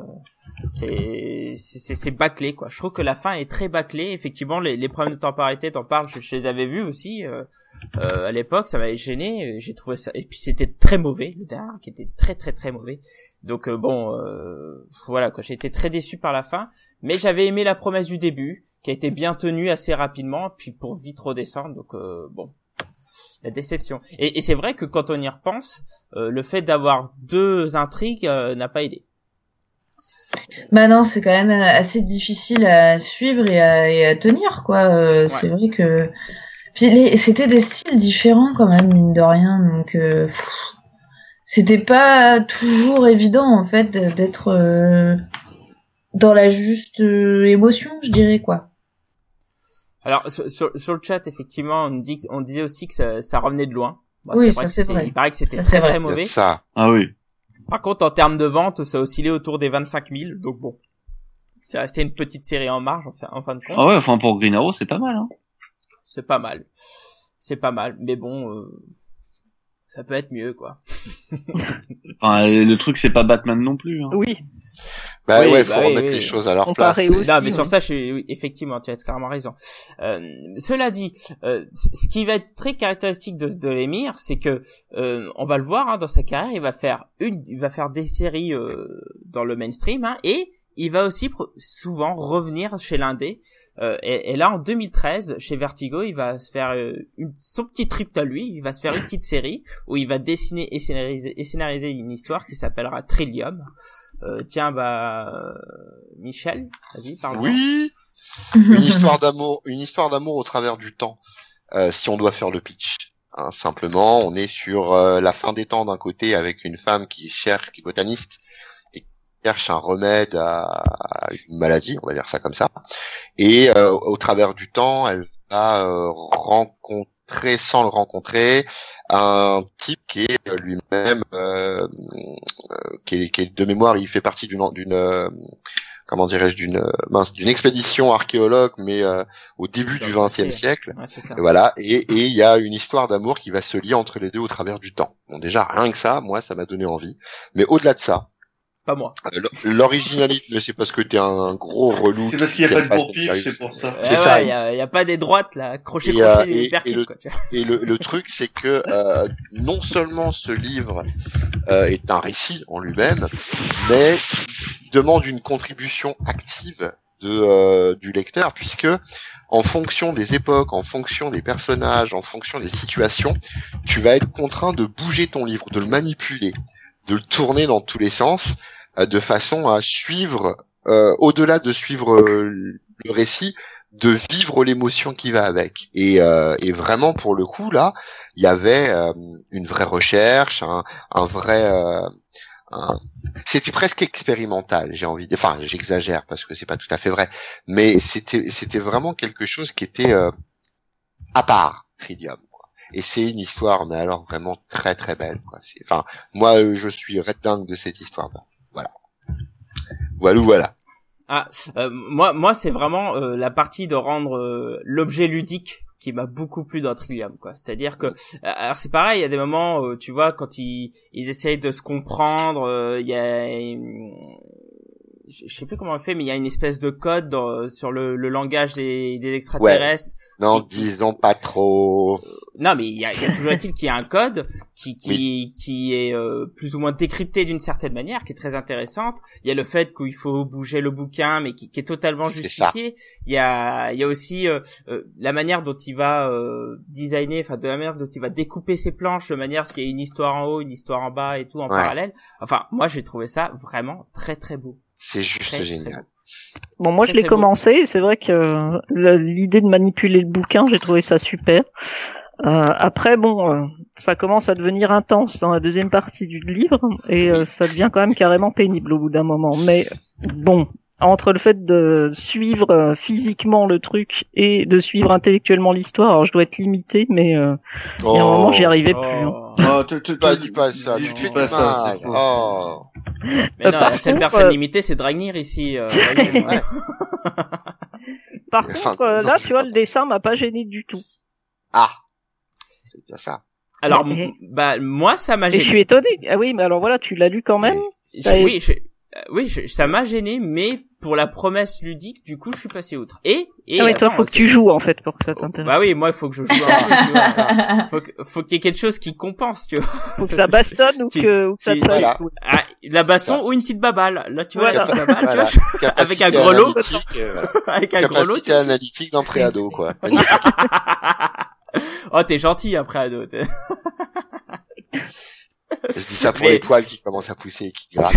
C'est bâclé, quoi. Je trouve que la fin est très bâclée. Effectivement, les problèmes de temporalité, t'en parles, je les avais vus aussi à l'époque, ça m'avait gêné. J'ai trouvé ça, et puis c'était très mauvais, le dernier qui était très très très mauvais. Donc voilà, quoi. J'ai été très déçu par la fin, mais j'avais aimé la promesse du début, qui a été bien tenue assez rapidement, puis pour vite redescendre. Donc la déception. Et c'est vrai que quand on y repense, le fait d'avoir 2 intrigues n'a pas aidé. Non, c'est quand même assez difficile à suivre et à tenir, quoi. C'est vrai que puis c'était des styles différents quand même, mine de rien, donc c'était pas toujours évident en fait d'être dans la juste émotion, je dirais, quoi. Alors sur le chat, effectivement, on disait aussi que ça revenait de loin. Oui, c'est vrai. Il paraît que c'était très très mauvais. Ça. Ah oui. Par contre, en termes de vente, ça oscillait autour des 25 000, donc bon. C'est resté une petite série en marge, en fin de compte. Ah ouais, enfin, pour Green Arrow, c'est pas mal, hein. C'est pas mal, mais bon, ça peut être mieux, quoi. Enfin, le truc, c'est pas Batman non plus, hein. Oui. Faut remettre les choses à leur place. Aussi, non, mais sur ça, effectivement, tu as carrément raison. Cela dit, ce qui va être très caractéristique de l'émir, c'est que, on va le voir, hein, dans sa carrière, il va faire des séries, dans le mainstream, hein, et il va aussi souvent revenir chez l'indé. Et là, en 2013, chez Vertigo, il va se faire son petit trip à lui. Il va se faire une petite série où il va dessiner et scénariser une histoire qui s'appellera Trillium. Tiens, Michel, vas-y, parle. Oui. Une histoire d'amour au travers du temps. Si on doit faire le pitch. Hein, simplement, on est sur la fin des temps d'un côté avec une femme qui est botaniste et qui cherche un remède à une maladie, on va dire ça comme ça. Et au travers du temps, elle va rencontrer, sans le rencontrer, un type qui est lui-même, qui est de mémoire, il fait partie d'une expédition archéologue, mais au début du XXe siècle. Ouais, c'est ça. Et voilà. Et il y a une histoire d'amour qui va se lier entre les deux au travers du temps. Bon, déjà, rien que ça, moi, ça m'a donné envie. Mais au-delà de ça, pas moi. L'originalité, c'est parce que t'es un gros relou. C'est parce qu'il n'y a pas de bourre-pif, c'est pour ça. C'est ça. Il y a pas des droites, là. Crochet, le truc, c'est que, non seulement ce livre, est un récit en lui-même, mais il demande une contribution active du lecteur, puisque, en fonction des époques, en fonction des personnages, en fonction des situations, tu vas être contraint de bouger ton livre, de le manipuler, de le tourner dans tous les sens, de façon à suivre, au-delà de suivre le récit, de vivre l'émotion qui va avec. Et vraiment, pour le coup, là, il y avait une vraie recherche, un vrai... c'était presque expérimental, j'ai envie de... Enfin, j'exagère parce que c'est pas tout à fait vrai, mais c'était vraiment quelque chose qui était à part, Trillium. Et c'est une histoire, mais alors vraiment très très belle, quoi. Enfin, moi, je suis red dingue de cette histoire-là. Voilà. Ah, moi, c'est vraiment la partie de rendre l'objet ludique qui m'a beaucoup plu dans Trillium, quoi. C'est-à-dire que, alors c'est pareil, il y a des moments, tu vois, quand ils essayent de se comprendre, il y a, je sais plus comment on le fait, mais il y a une espèce de code sur le langage des extraterrestres. Ouais. Non, disons pas trop. Non, mais il y a toujours est-il qu'il y a un code qui est plus ou moins décrypté d'une certaine manière, qui est très intéressante. Il y a le fait qu'il faut bouger le bouquin, mais qui est totalement justifié. Il y a aussi la manière dont il va designer, enfin de la manière dont il va découper ses planches, de manière parce qu'il y a une histoire en haut, une histoire en bas et tout en parallèle. Enfin, moi j'ai trouvé ça vraiment très très beau. C'est juste génial. Bon, moi je l'ai commencé, et c'est vrai que l'idée de manipuler le bouquin, j'ai trouvé ça super. Après, ça commence à devenir intense dans la deuxième partie du livre, et ça devient quand même carrément pénible au bout d'un moment. Mais bon, entre le fait de suivre physiquement le truc et de suivre intellectuellement l'histoire, alors je dois être limité, mais il y a un moment j'y arrivais plus. Hein. Dis pas ça, tu te fais pas ça. Mais non, la seule personne limitée, c'est Dragnir ici. Par contre, là, tu vois, le dessin m'a pas gêné du tout. Ah, c'est bien ça. Alors, moi, ça m'a gêné. Et je suis étonné. Ah oui, mais alors voilà, tu l'as lu quand même. Oui, ça m'a gêné, mais pour la promesse ludique, du coup, je suis passé outre. Et toi, faut que tu joues, en fait, pour que ça t'intéresse. Bah oui, moi, il faut que je joue un peu, tu vois. Faut qu'il y ait quelque chose qui compense, tu vois. Faut que ça bastonne ou que ça te fasse. Ah, la baston ou une petite baballe. Là, tu vois, la petite baballe, voilà. tu vois. Avec un grelot. Avec un grelot. Capacité analytique d'un préado, quoi. Oh, t'es gentil, un préado. Je dis ça pour les poils qui commencent à pousser et qui grattent.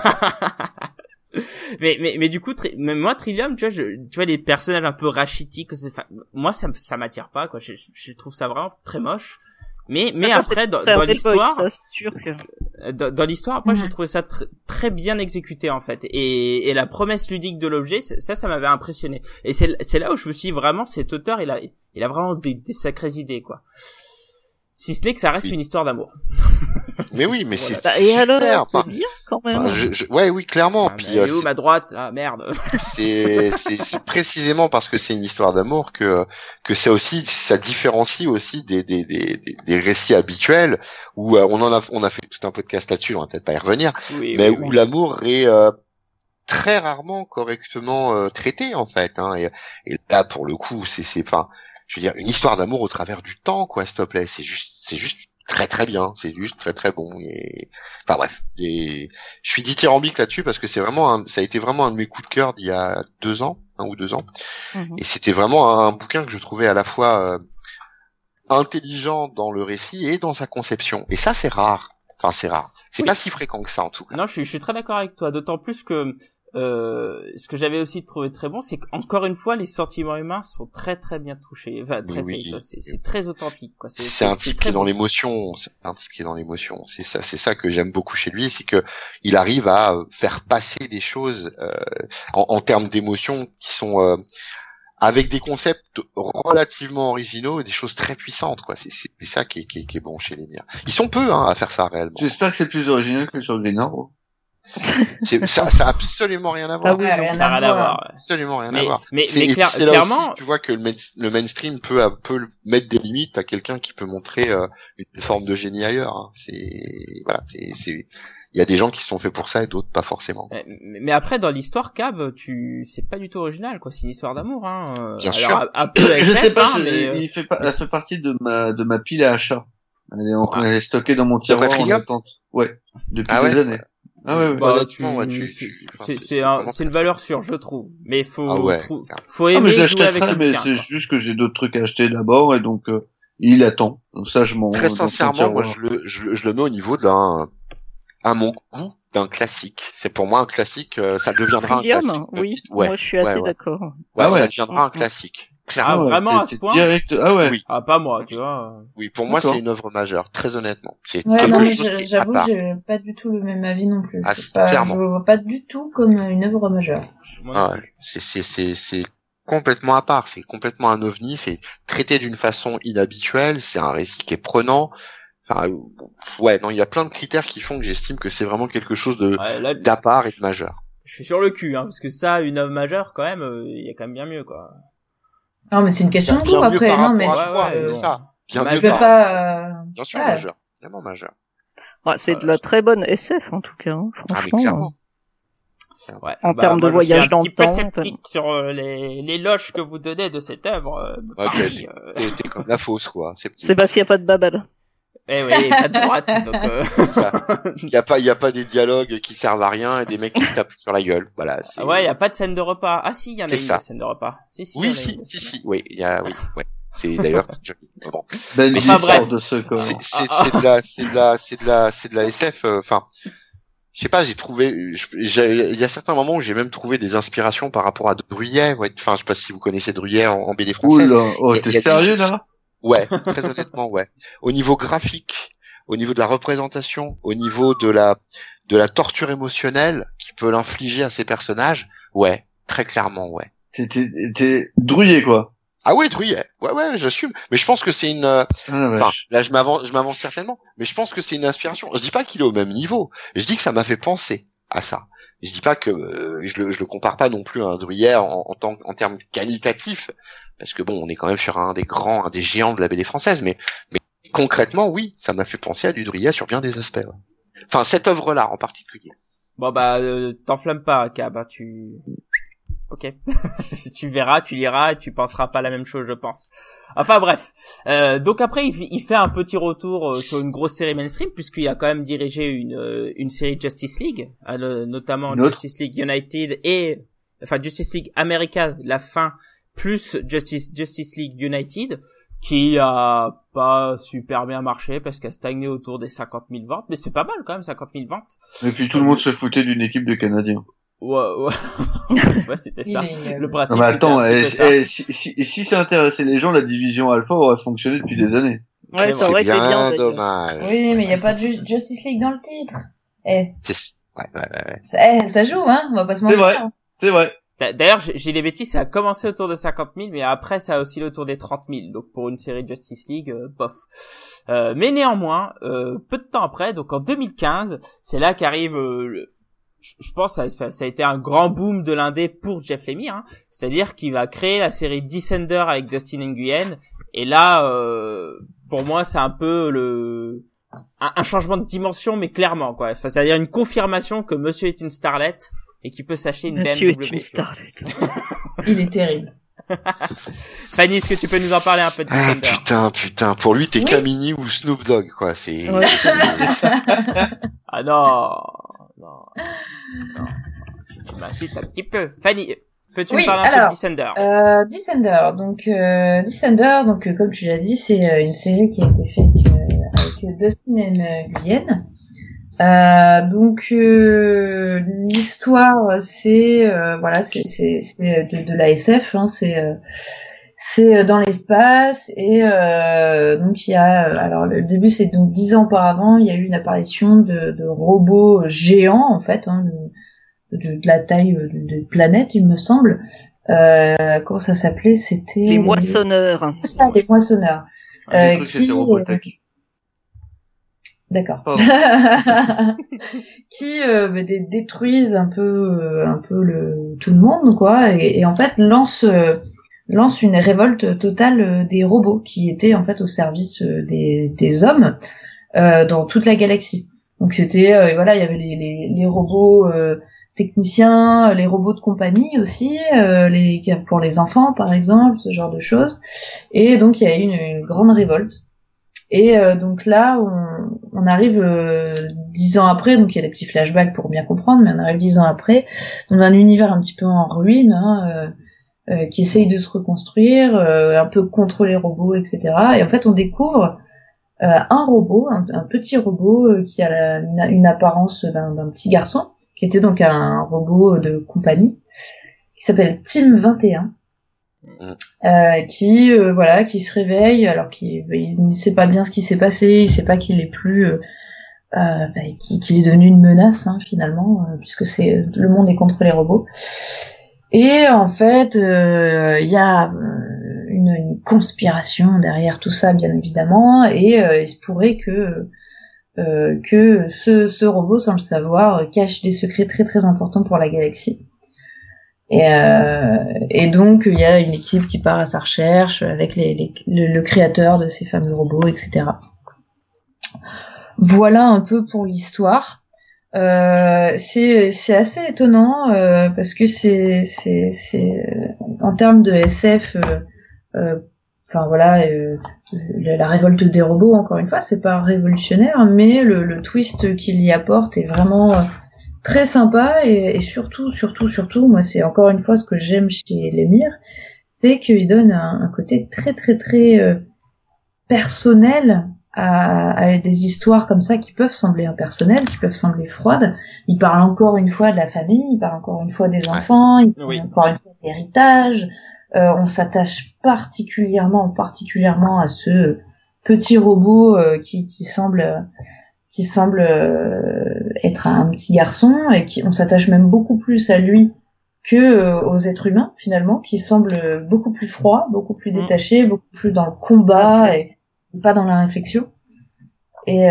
mais du coup, même moi, Trillium, tu vois, les personnages un peu rachitiques, moi, ça m'attire pas, quoi. Je trouve ça vraiment très moche. Mais après, dans l'histoire, dans l'histoire, après, j'ai trouvé ça très bien exécuté, en fait. Et la promesse ludique de l'objet, ça m'avait impressionné. Et c'est là où je me suis dit, vraiment, cet auteur, il a vraiment des sacrées idées, quoi. Si ce n'est que ça reste une histoire d'amour. Mais oui, mais c'est et super. alors, c'est bien quand même. Oui, clairement. Puis où ma droite, ah merde. C'est précisément parce que c'est une histoire d'amour que ça différencie aussi des récits habituels où on a fait tout un podcast là-dessus, on va peut-être pas y revenir, où l'amour est très rarement correctement traité en fait. Hein, et là pour le coup, je veux dire, une histoire d'amour au travers du temps, quoi, s'il te plaît. C'est juste très très bien, c'est juste très très bon. Et enfin bref, je suis dithyrambique là-dessus parce que ça a été vraiment un de mes coups de cœur d'il y a 1 ou 2 ans, et c'était vraiment un bouquin que je trouvais à la fois intelligent dans le récit et dans sa conception. Et ça, c'est rare. Enfin, c'est rare. C'est pas si fréquent que ça, en tout cas. Non, je suis très d'accord avec toi. D'autant plus que ce que j'avais aussi trouvé très bon, c'est qu'encore une fois, les sentiments humains sont très très bien touchés. Enfin, c'est très authentique, quoi. C'est un type qui est dans l'émotion. C'est un type qui est dans l'émotion. C'est ça que j'aime beaucoup chez lui, c'est que il arrive à faire passer des choses en termes d'émotion qui sont avec des concepts relativement originaux et des choses très puissantes, quoi. C'est ça qui est bon chez Lemire. Ils sont peu à faire ça réellement. J'espère que c'est plus original que sur Green Arrow. Ça a absolument rien à voir. Ah oui, ça a rien à voir. Absolument rien à voir. Mais c'est clairement, aussi, tu vois que le mainstream peut mettre des limites à quelqu'un qui peut montrer une forme de génie ailleurs. Hein. Il y a des gens qui sont faits pour ça et d'autres pas forcément. Mais après, dans l'histoire, Cab, c'est pas du tout original, quoi. C'est une histoire d'amour, hein. Bien alors, sûr. un peu SF, je sais pas, mais elle fait partie de ma pile à achat. Elle est stockée dans mon tiroir en attente. Ouais. Depuis des années. Ah ouais. Bah, c'est une valeur sûre, je trouve. Mais faut aimer mais je jouer avec l'achèterai, mais c'est juste que j'ai d'autres trucs à acheter d'abord et donc, il attend. Donc ça, je m'en... Très sincèrement, moi, je le mets au niveau à mon goût, d'un classique. C'est pour moi un classique, ça deviendra un classique. Oui, moi je suis assez d'accord. Ouais, ça deviendra un classique. Clairement. Vraiment à ce point? Direct, ah ouais. Oui. Ah, pas moi, tu vois. Oui, pour moi, c'est une œuvre majeure, très honnêtement. C'est quelque chose qui est à j'avoue, part. j'ai pas du tout le même avis non plus. Ah, Je le vois pas du tout comme une œuvre majeure. C'est complètement à part. C'est complètement un ovni. C'est traité d'une façon inhabituelle. C'est un récit qui est prenant. Enfin, il y a plein de critères qui font que j'estime que c'est vraiment quelque chose d'à part et de majeur. Je suis sur le cul, hein, parce que ça, une œuvre majeure, quand même, il y a quand même bien mieux, quoi. Non, mais c'est une question de goût après, non, mais c'est ça. Bien je mieux vais pas, bien sûr, majeur. Vraiment majeur. Ouais, c'est de la très bonne SF, en tout cas, hein, franchement. Ah, mais clairement. Ouais. En termes de voyage dans le temps. Je suis un petit peu sceptique sur l'éloge que vous donnez de cette œuvre. T'es comme la fausse, quoi. C'est parce qu'il n'y a pas de babal. Eh oui, pas de droite, donc Il y a pas des dialogues qui servent à rien et des mecs qui se tapent sur la gueule. Voilà. Ouais, il y a pas de scène de repas. Ah si, il y en a une scène de repas. Si. Oui, il y a, oui, ouais. C'est d'ailleurs, bon. Mais enfin, bref. C'est de la SF, enfin. Je sais pas, il y a certains moments où j'ai même trouvé des inspirations par rapport à Druillet. Ouais, enfin, je sais pas si vous connaissez Druillet en BD française. Oula, t'es sérieux, là? Ouais, très honnêtement, ouais. Au niveau graphique, au niveau de la représentation, au niveau de la torture émotionnelle qui peut l'infliger à ses personnages, ouais, très clairement, ouais. T'es Druillet, quoi. Ah ouais, Druillet. Ouais, j'assume. Mais je pense que c'est là, je m'avance certainement. Mais je pense que c'est une inspiration. Je dis pas qu'il est au même niveau. Je dis que ça m'a fait penser à ça. Je dis pas que je le compare pas non plus à un Druillet en termes qualitatifs. Parce que bon, on est quand même sur un des géants de la BD française, mais concrètement, oui, ça m'a fait penser à du Druillet sur bien des aspects. Ouais. Enfin, cette œuvre-là en particulier. Bon bah, t'enflamme pas, Cab, hein, ok. Tu verras, tu liras et tu penseras pas la même chose, je pense. Enfin bref. Donc après, il fait un petit retour sur une grosse série mainstream puisqu'il a quand même dirigé une série Justice League, notamment Justice League United Justice League America, la fin, plus Justice League United, qui a pas super bien marché parce qu'elle a stagné autour des 50 000 ventes, mais c'est pas mal quand même, 50 000 ventes. Et puis tout le monde se foutait d'une équipe de Canadiens. Ouais, c'était ça. Le principe. Non, mais attends, si ça intéressait les gens, la division Alpha aurait fonctionné depuis des années. Ouais, ça aurait été bien. Dommage. Oui, mais il y a pas de Justice League dans le titre. Ouais. Ça joue, hein, on va pas se mentir. C'est vrai. D'ailleurs, j'ai des bêtises, ça a commencé autour de 50 000, mais après, ça a oscillé autour des 30 000. Donc, pour une série Justice League, bof. Mais néanmoins, peu de temps après, donc en 2015, c'est là qu'arrive, je pense, ça a été un grand boom de l'indé pour Jeff Lemire, hein. C'est-à-dire qu'il va créer la série Descender avec Dustin Nguyen. Et là, pour moi, c'est un peu un changement de dimension, mais clairement, quoi. Enfin, c'est-à-dire une confirmation que Monsieur est une starlette et qui peut s'acheter une BMW. Monsieur est une starlette. Il est terrible. Fanny, est-ce que tu peux nous en parler un peu de Descender? Putain, pour lui, t'es Kamini ou Snoop Dogg, quoi, c'est... Ouais. Ah non. Tu m'incites un petit peu. Fanny, peux-tu me parler un peu de Descender? Descender, comme tu l'as dit, c'est une série qui a été faite avec Dustin Nguyen. L'histoire, c'est de la SF, hein, c'est dans l'espace et donc il y a alors le début c'est donc 10 ans auparavant, il y a eu une apparition de robots géants en fait, hein, de la taille de planète, il me semble. Comment ça s'appelait? C'était les moissonneurs. C'est ça, les moissonneurs. J'ai cru que c'était Robotech. D'accord. Qui détruisent un peu tout le monde, quoi, et en fait lance une révolte totale des robots qui étaient en fait au service des hommes dans toute la galaxie. Donc c'était voilà, il y avait les robots techniciens, les robots de compagnie aussi, pour les enfants par exemple, ce genre de choses. Et donc il y a eu une grande révolte. Et donc là, on arrive 10 ans après, donc il y a des petits flashbacks pour bien comprendre, mais on arrive 10 ans après, dans un univers un petit peu en ruine, hein, qui essaye de se reconstruire, un peu contre les robots, etc. Et en fait, on découvre un robot, un petit robot qui a une apparence d'un petit garçon, qui était donc un robot de compagnie, qui s'appelle Team 21. Qui se réveille alors qu'il ne sait pas bien ce qui s'est passé, il sait pas qu'il est plus qu'il est devenu une menace, hein, finalement, puisque le monde est contre les robots. Et en fait il y a une conspiration derrière tout ça, bien évidemment, et il se pourrait que ce robot, sans le savoir, cache des secrets très très importants pour la galaxie. Et donc il y a une équipe qui part à sa recherche avec le créateur de ces fameux robots, etc. Voilà un peu pour l'histoire. C'est assez étonnant parce que c'est en termes de SF, la révolte des robots, encore une fois, c'est pas révolutionnaire, mais le twist qu'il y apporte est vraiment très sympa, et surtout, moi, c'est encore une fois ce que j'aime chez Lemire, c'est qu'il donne un côté très très très personnel à des histoires comme ça qui peuvent sembler impersonnelles, qui peuvent sembler froides. Il parle encore une fois de la famille, il parle encore une fois des enfants, il parle encore une fois d'héritage. On s'attache particulièrement à ce petit robot qui semble être un petit garçon, et on s'attache même beaucoup plus à lui que aux êtres humains, finalement, qui semblent beaucoup plus froids, beaucoup plus détachés, beaucoup plus dans le combat et pas dans la réflexion. Et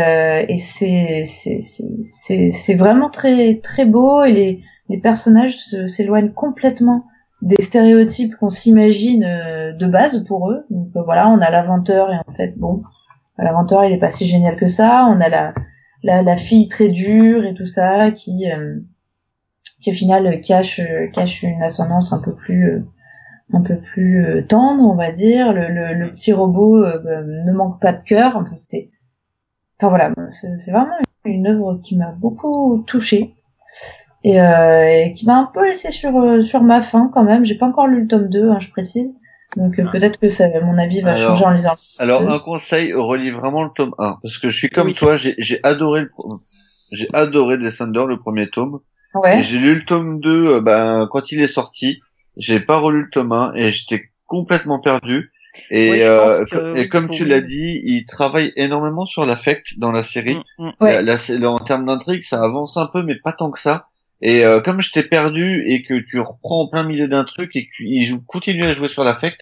c'est vraiment très très beau, et les personnages s'éloignent complètement des stéréotypes qu'on s'imagine de base pour eux. Donc voilà, on a l'inventeur, et en fait l'inventeur il est pas si génial que ça. On a la fille très dure et tout ça qui au final cache une ascendance un peu plus tendre, on va dire. Le petit robot ne manque pas de cœur. C'est vraiment une œuvre qui m'a beaucoup touchée et qui m'a un peu laissé sur ma faim quand même. J'ai pas encore lu le tome 2, hein, je précise. Donc peut-être que mon avis va changer en lisant. Alors un conseil, relis vraiment le tome 1, parce que je suis comme toi, j'ai adoré Descender, le premier tome. Ouais. Et j'ai lu le tome 2 quand il est sorti. J'ai pas relu le tome 1 et j'étais complètement perdu. Et comme tu l'as dit, il travaille énormément sur l'affect dans la série. En termes d'intrigue, ça avance un peu, mais pas tant que ça. Et comme j'étais perdu et que tu reprends en plein milieu d'un truc et qu'il continue à jouer sur l'affect,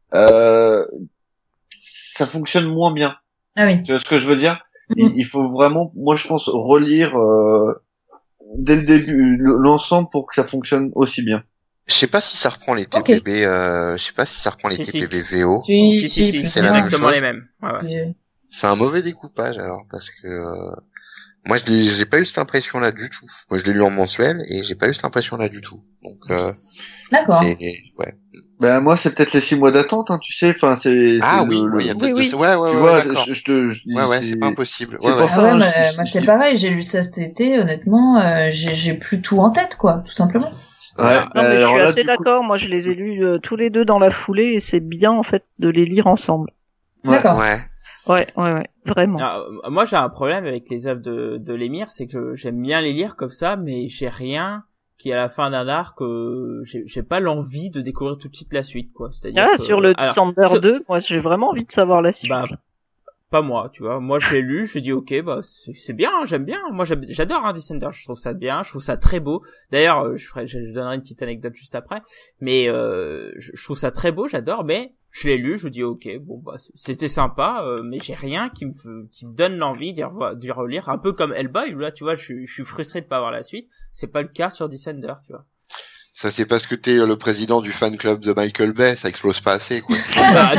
ça fonctionne moins bien. Ah oui. Tu vois ce que je veux dire? Il faut vraiment, moi je pense, relire dès le début l'ensemble pour que ça fonctionne aussi bien. Je sais pas si ça reprend les TPB, TPB VO. Si, c'est exactement les mêmes. Ouais. C'est un mauvais découpage alors, parce que moi j'ai pas eu cette impression là du tout. Moi je l'ai lu en mensuel et j'ai pas eu cette impression là du tout. Donc d'accord. Ben moi c'est peut-être les 6 mois d'attente, hein, tu sais. Enfin c'est. Ah c'est oui, le- il y a le- peut-être Oui, de... Ouais, Tu ouais, vois, d'accord. je dis, Ouais, c'est pas impossible. c'est Ouais, pour ouais. ça. Ah ouais, Enfin, moi c'est pareil, j'ai lu ça cet été, honnêtement, j'ai plus tout en tête, quoi, tout simplement. Ouais, Non, mais je alors suis là, assez du coup- d'accord. Moi, je les ai lus tous les deux dans la foulée et c'est bien, en fait, de les lire ensemble. Ouais. D'accord. Ouais. Ouais, vraiment. Ah, moi, j'ai un problème avec les œuvres de Lemire, c'est que j'aime bien les lire comme ça, mais j'ai rien qui, à la fin d'un arc, j'ai pas l'envie de découvrir tout de suite la suite, quoi. C'est-à-dire Ah, que- sur le alors, Descender sur- 2, moi, j'ai vraiment envie de savoir la suite. Bah, pas moi, tu vois. Moi, je l'ai lu, je dis ok, bah c'est bien, j'aime bien. Moi, j'adore Descender, je trouve ça bien, je trouve ça très beau. D'ailleurs, je donnerai une petite anecdote juste après, mais je trouve ça très beau, j'adore. Mais je l'ai lu, je dis ok, bon bah c'était sympa, mais j'ai rien qui me donne l'envie d'y relire. Un peu comme Hellboy, où là, tu vois, je suis frustré de pas avoir la suite. C'est pas le cas sur Descender, tu vois. Ça, c'est parce que t'es le président du fan club de Michael Bay, ça explose pas assez, quoi. Bah,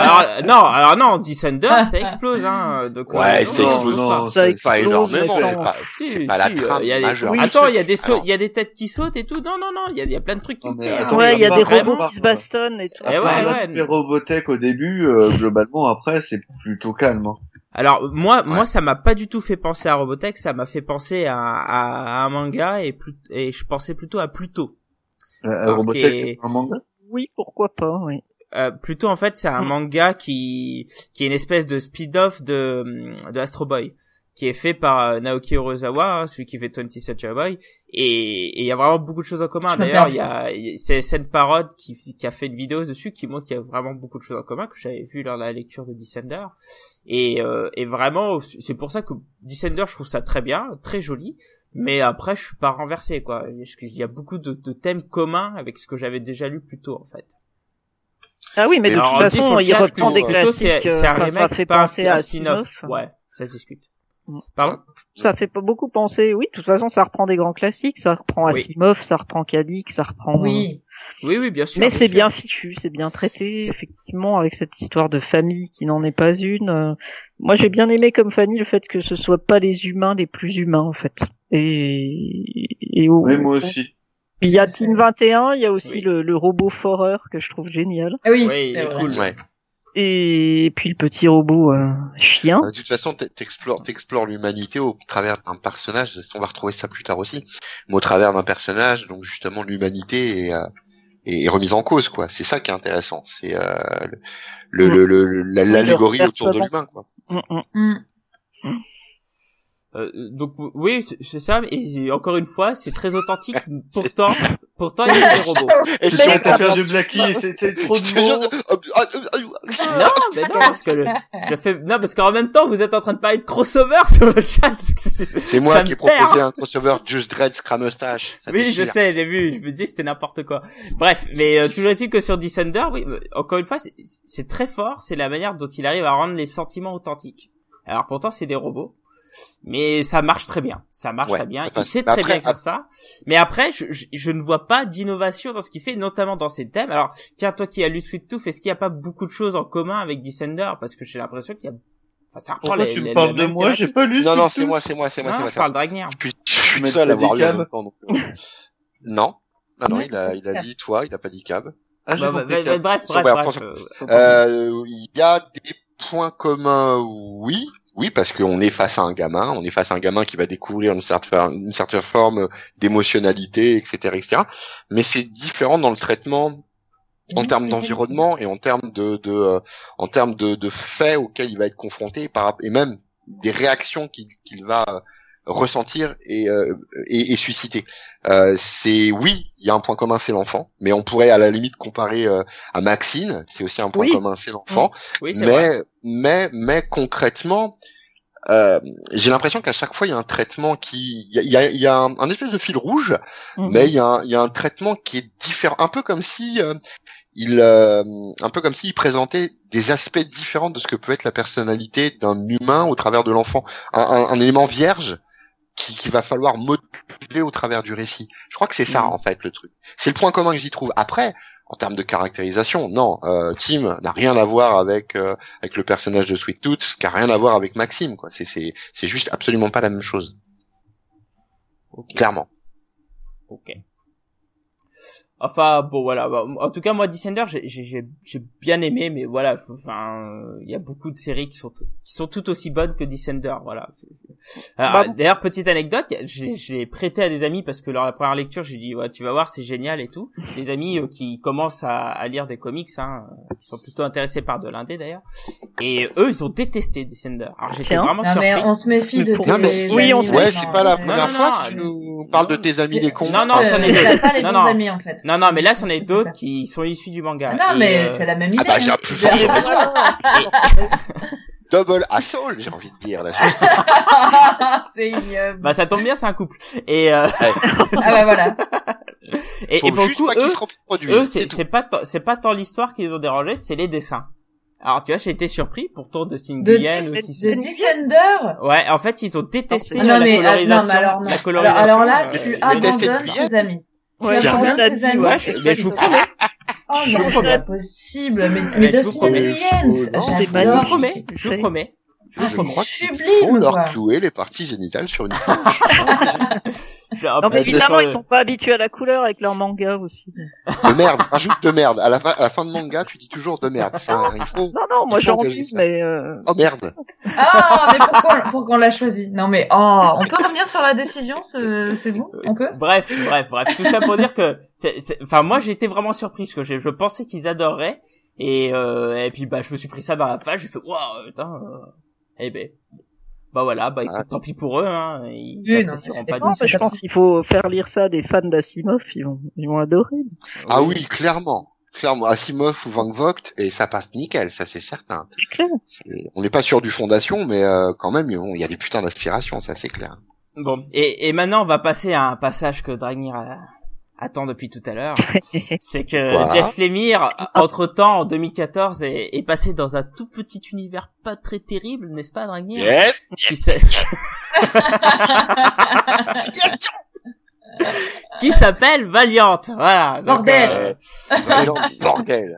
alors non, Descender, ça explose, hein. Donc, Ouais, non, ça explose non, pas. Ça Pas explose, énormément, mais c'est sans- pas, Si, c'est pas la si, trame il y a des- majeure. Oui. du Attends, truc. il y a des Alors, il y a des têtes qui sautent et tout. Non, il y a plein de trucs qui Non, me mais plaisent. attends, Ouais, il y a des vraiment. robots qui se bastonnent et tout. Eh ouais, Enfin, ouais. l'aspect Robotech au début, globalement, après, c'est plutôt calme. Hein. Alors moi Ouais. ça m'a pas du tout fait penser à Robotech, ça m'a fait penser à un manga et je pensais plutôt à Pluto. Alors, Robotech, qui est- c'est un manga. Oui, pourquoi pas, oui. Pluto en fait c'est un manga qui est une espèce de speed-off de Astro Boy, qui est fait par Naoki Urasawa, hein, celui qui fait 20th Century Boy, et il y a vraiment beaucoup de choses en commun. Je me D'ailleurs, perds. c'est Sen Parod qui a fait une vidéo dessus qui montre qu'il y a vraiment beaucoup de choses en commun que j'avais vu lors de la lecture de Descender. Et vraiment, c'est pour ça que Descender, je trouve ça très bien, très joli. Mais après, je suis pas renversé, quoi. Il y a beaucoup de thèmes communs avec ce que j'avais déjà lu plus tôt, en fait. Ah oui, mais Et de alors, toute on dit façon, sur le il chat reprend que des Pluto, classiques, c'est un ça remake, fait pas penser un à spin-off. Asimov. Ouais, ça se discute. Mm. Pardon? Ça fait pas beaucoup penser, oui, de toute façon, ça reprend des grands classiques, ça reprend Oui. Asimov, ça reprend Kadik, ça reprend... Oui. Oui, bien sûr. Mais c'est sûr. bien fichu, c'est bien traité, effectivement, avec cette histoire de famille qui n'en est pas une. Moi, j'ai bien aimé, comme Fanny, le fait que ce soit pas les humains les plus humains, en fait. Et Oui, moi aussi. il y a C'est- Team 21, il y a aussi Oui. le robot Forer que je trouve génial. Ah oui, Oui, il c'est est vrai. cool. Ouais. Et puis le petit robot chien. De toute façon, t'explores l'humanité au travers d'un personnage. On va retrouver ça plus tard aussi. Mais au travers d'un personnage, donc justement l'humanité est remise en cause, quoi. C'est ça qui est intéressant. C'est l'allégorie le autour de reversement. l'humain, quoi. Mm. Donc oui, c'est ça. Et encore une fois, c'est très authentique. Pourtant, il y a des robots. Et Tu si on sais, t'as prend- faire du Blacky, c'est trop de mots. Non, mais non, parce qu'en même temps, vous êtes en train de parler de crossover sur le chat. C'est moi Ça qui ai me perd. proposé un crossover Just Dread Scramustache. Ça Oui, je déchire. sais, j'ai vu, je me dis c'était n'importe quoi. Bref, mais toujours est-il que sur Descender, oui, encore une fois, c'est très fort, c'est la manière dont il arrive à rendre les sentiments authentiques. Alors pourtant, c'est des robots, mais ça marche très bien. Ça marche Ouais, très bien. ça Il passe. sait Mais très après, bien faire ça. Mais après, je ne vois pas d'innovation dans ce qu'il fait, notamment dans ses thèmes. Alors, tiens, toi qui as lu Sweet Tooth, est-ce qu'il n'y a pas beaucoup de choses en commun avec Descender? Parce que j'ai l'impression qu'il y a, enfin, ça reprend Pourquoi tu me parles de moi? J'ai pas lu. Non, Sweet c'est Tooth. moi. Non, je parle de Ragnar. Je suis Mais le seul t'as à avoir dit lu en Cab même temps, donc. Non, il a dit toi, il a pas dit Cab. Ah, j'ai compris. Bref, Bon, bah, bref. faut il y a des points communs, oui, parce qu'on est face à un gamin, qui va découvrir une certaine forme d'émotionnalité, etc. Mais c'est différent dans le traitement en termes d'environnement et en termes de faits auxquels il va être confronté et même des réactions qu'il va ressentir et susciter. Oui, il y a un point commun, c'est l'enfant, mais on pourrait à la limite comparer à Maxine, c'est aussi un point Oui. commun, c'est l'enfant. Oui, c'est vrai. Mais concrètement, j'ai l'impression qu'à chaque fois il y a un traitement il y a un espèce de fil rouge, mais il y a un traitement qui est différent, un peu comme si il présentait des aspects différents de ce que peut être la personnalité d'un humain au travers de l'enfant, un élément vierge qui va falloir moduler au travers du récit. Je crois que c'est ça en fait le truc. C'est le point commun que j'y trouve. Après, en termes de caractérisation, non, Tim n'a rien à voir avec le personnage de Sweet Tooth, qui a rien à voir avec Maxime, quoi. C'est juste absolument pas la même chose. Okay. Clairement. Ok. Enfin bon voilà, en tout cas moi Descender j'ai bien aimé, mais voilà, enfin il y a beaucoup de séries qui sont tout aussi bonnes que Descender, voilà. D'ailleurs petite anecdote, j'ai prêté à des amis parce que lors de la première lecture j'ai dit ouais, tu vas voir c'est génial et tout. Des amis qui commencent à lire des comics, qui sont plutôt intéressés par de l'indé d'ailleurs, et eux ils ont détesté Descender. Alors j'étais vraiment surpris. Mais on se méfie de tes amis. Oui, c'est pas la première fois que tu nous parles de tes amis les cons. Non, c'en est d'autres. Pas les bons amis en fait. Non, mais là c'en est d'autres qui sont issus du manga. Non, mais c'est la même idée. Ah bah j'ai un plus fort double assault, j'ai envie de dire là. C'est ignoble. Bah ça tombe bien, c'est un couple. Et ah bah voilà. Et pour le coup, eux c'est pas tant l'histoire qui les ont dérangés, c'est les dessins. Alors tu vois, j'ai été surpris pourtant de Stinguyen de Descender. Ouais, en fait ils ont détesté la colorisation. La colorisation. Alors là, tu abandonnes tes amis. Ouais, tu abandonnes tes amis. Ouais, je vous promets. Oh non, c'est pas possible. Mais Dustin Williams, je vous promets. Je crois sublime, qu'il faut leur clouer les parties génitales sur une planche. Non, mais évidemment, ils sont pas habitués à la couleur avec leur manga aussi. De merde, rajoute de merde. À la fin de manga, tu dis toujours de merde. Il faut. Non, moi j'en dis, mais. Oh merde. Ah, mais pourquoi on l'a choisi? Non, mais on peut revenir sur la décision, c'est bon, on peut. Bref. Tout ça pour dire que, enfin moi j'étais vraiment surpris parce que je pensais qu'ils adoreraient et puis je me suis pris ça dans la face. J'ai fait waouh, putain. Voilà, écoute, tant pis pour eux, ils apprécieront pas du tout. Je pense qu'il faut faire lire ça à des fans d'Asimov, ils vont adorer. Ah oui, clairement, Asimov ou Van Vogt, et ça passe nickel, ça c'est certain. C'est clair. On n'est pas sûr du Fondation, mais quand même, il y a des putains d'aspirations, ça c'est clair. Bon, et maintenant on va passer à un passage que Dragnir attend depuis tout à l'heure. C'est que Jeff Lemire, entre-temps, en 2014, est passé dans un tout petit univers pas très terrible, n'est-ce pas, Dragnir? Qui s'appelle Valiant. Voilà. Bordel. Bordel.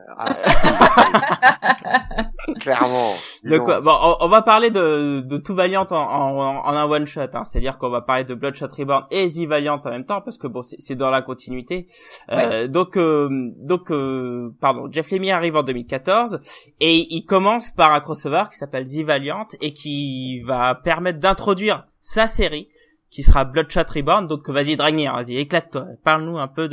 Clairement. Donc, on va parler de tout Valiant en un one shot, c'est-à-dire qu'on va parler de Bloodshot Reborn et The Valiant en même temps, parce que c'est dans la continuité. Ouais. Jeff Lemire arrive en 2014 et il commence par un crossover qui s'appelle The Valiant et qui va permettre d'introduire sa série, qui sera Bloodshot Reborn. Donc vas-y Dragnir, vas-y éclate-toi, parle-nous un peu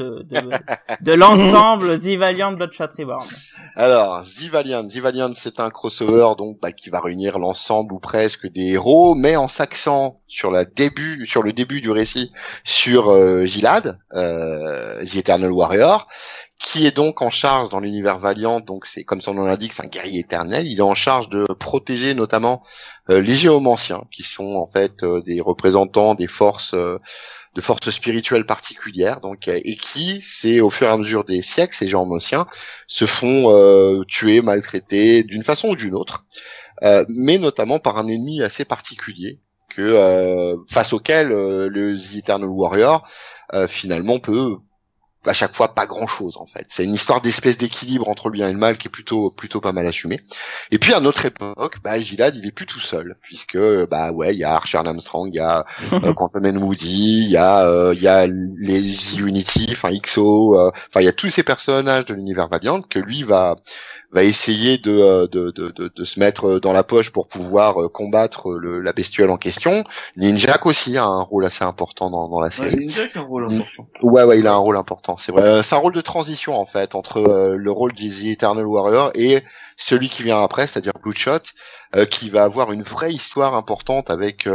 de l'ensemble The Valiant Bloodshot Reborn. Alors The Valiant c'est un crossover donc qui va réunir l'ensemble ou presque des héros, mais en s'accent sur le début du récit sur Gilad, The Eternal Warrior, qui est donc en charge dans l'univers Valiant, donc c'est comme son nom l'indique, c'est un guerrier éternel. Il est en charge de protéger notamment les géomanciens, qui sont en fait des représentants des forces de forces spirituelles particulières, donc et qui, c'est au fur et à mesure des siècles, ces géomanciens se font tuer, maltraiter d'une façon ou d'une autre, mais notamment par un ennemi assez particulier que face auquel le The Eternal Warrior finalement peut à chaque fois pas grand chose en fait. C'est une histoire d'espèce d'équilibre entre le bien et le mal qui est plutôt pas mal assumé. Et puis à notre époque, Gilad il est plus tout seul puisque il y a Archer Armstrong, il y a Quantum and Moody, il y a les Unity, XO, il y a tous ces personnages de l'univers Valiant que lui va essayer de se mettre dans la poche pour pouvoir combattre la bestiole en question. Ninjak aussi a un rôle assez important dans la série. Ninjak a un rôle important. Ouais, il a un rôle important, c'est vrai. C'est un rôle de transition en fait entre le rôle de The Eternal Warrior et celui qui vient après, c'est-à-dire Bloodshot, qui va avoir une vraie histoire importante avec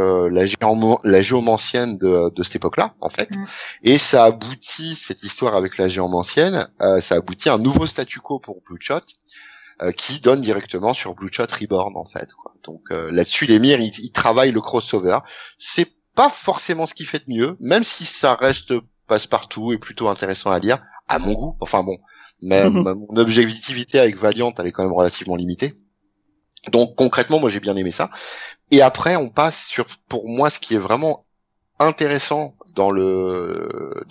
la géomancienne de cette époque-là, en fait. Et ça aboutit, cette histoire avec la géomancienne, ça aboutit à un nouveau statu quo pour Bloodshot, qui donne directement sur Bloodshot Reborn, en fait, quoi. Donc là-dessus, Lemire, il travaille le crossover. C'est pas forcément ce qu'il fait de mieux, même si ça reste passe-partout et plutôt intéressant à lire, à mon goût. Enfin bon, mais mon objectivité avec Valiant, elle est quand même relativement limitée. Donc concrètement, moi j'ai bien aimé ça. Et après, on passe sur, pour moi, ce qui est vraiment intéressant dans le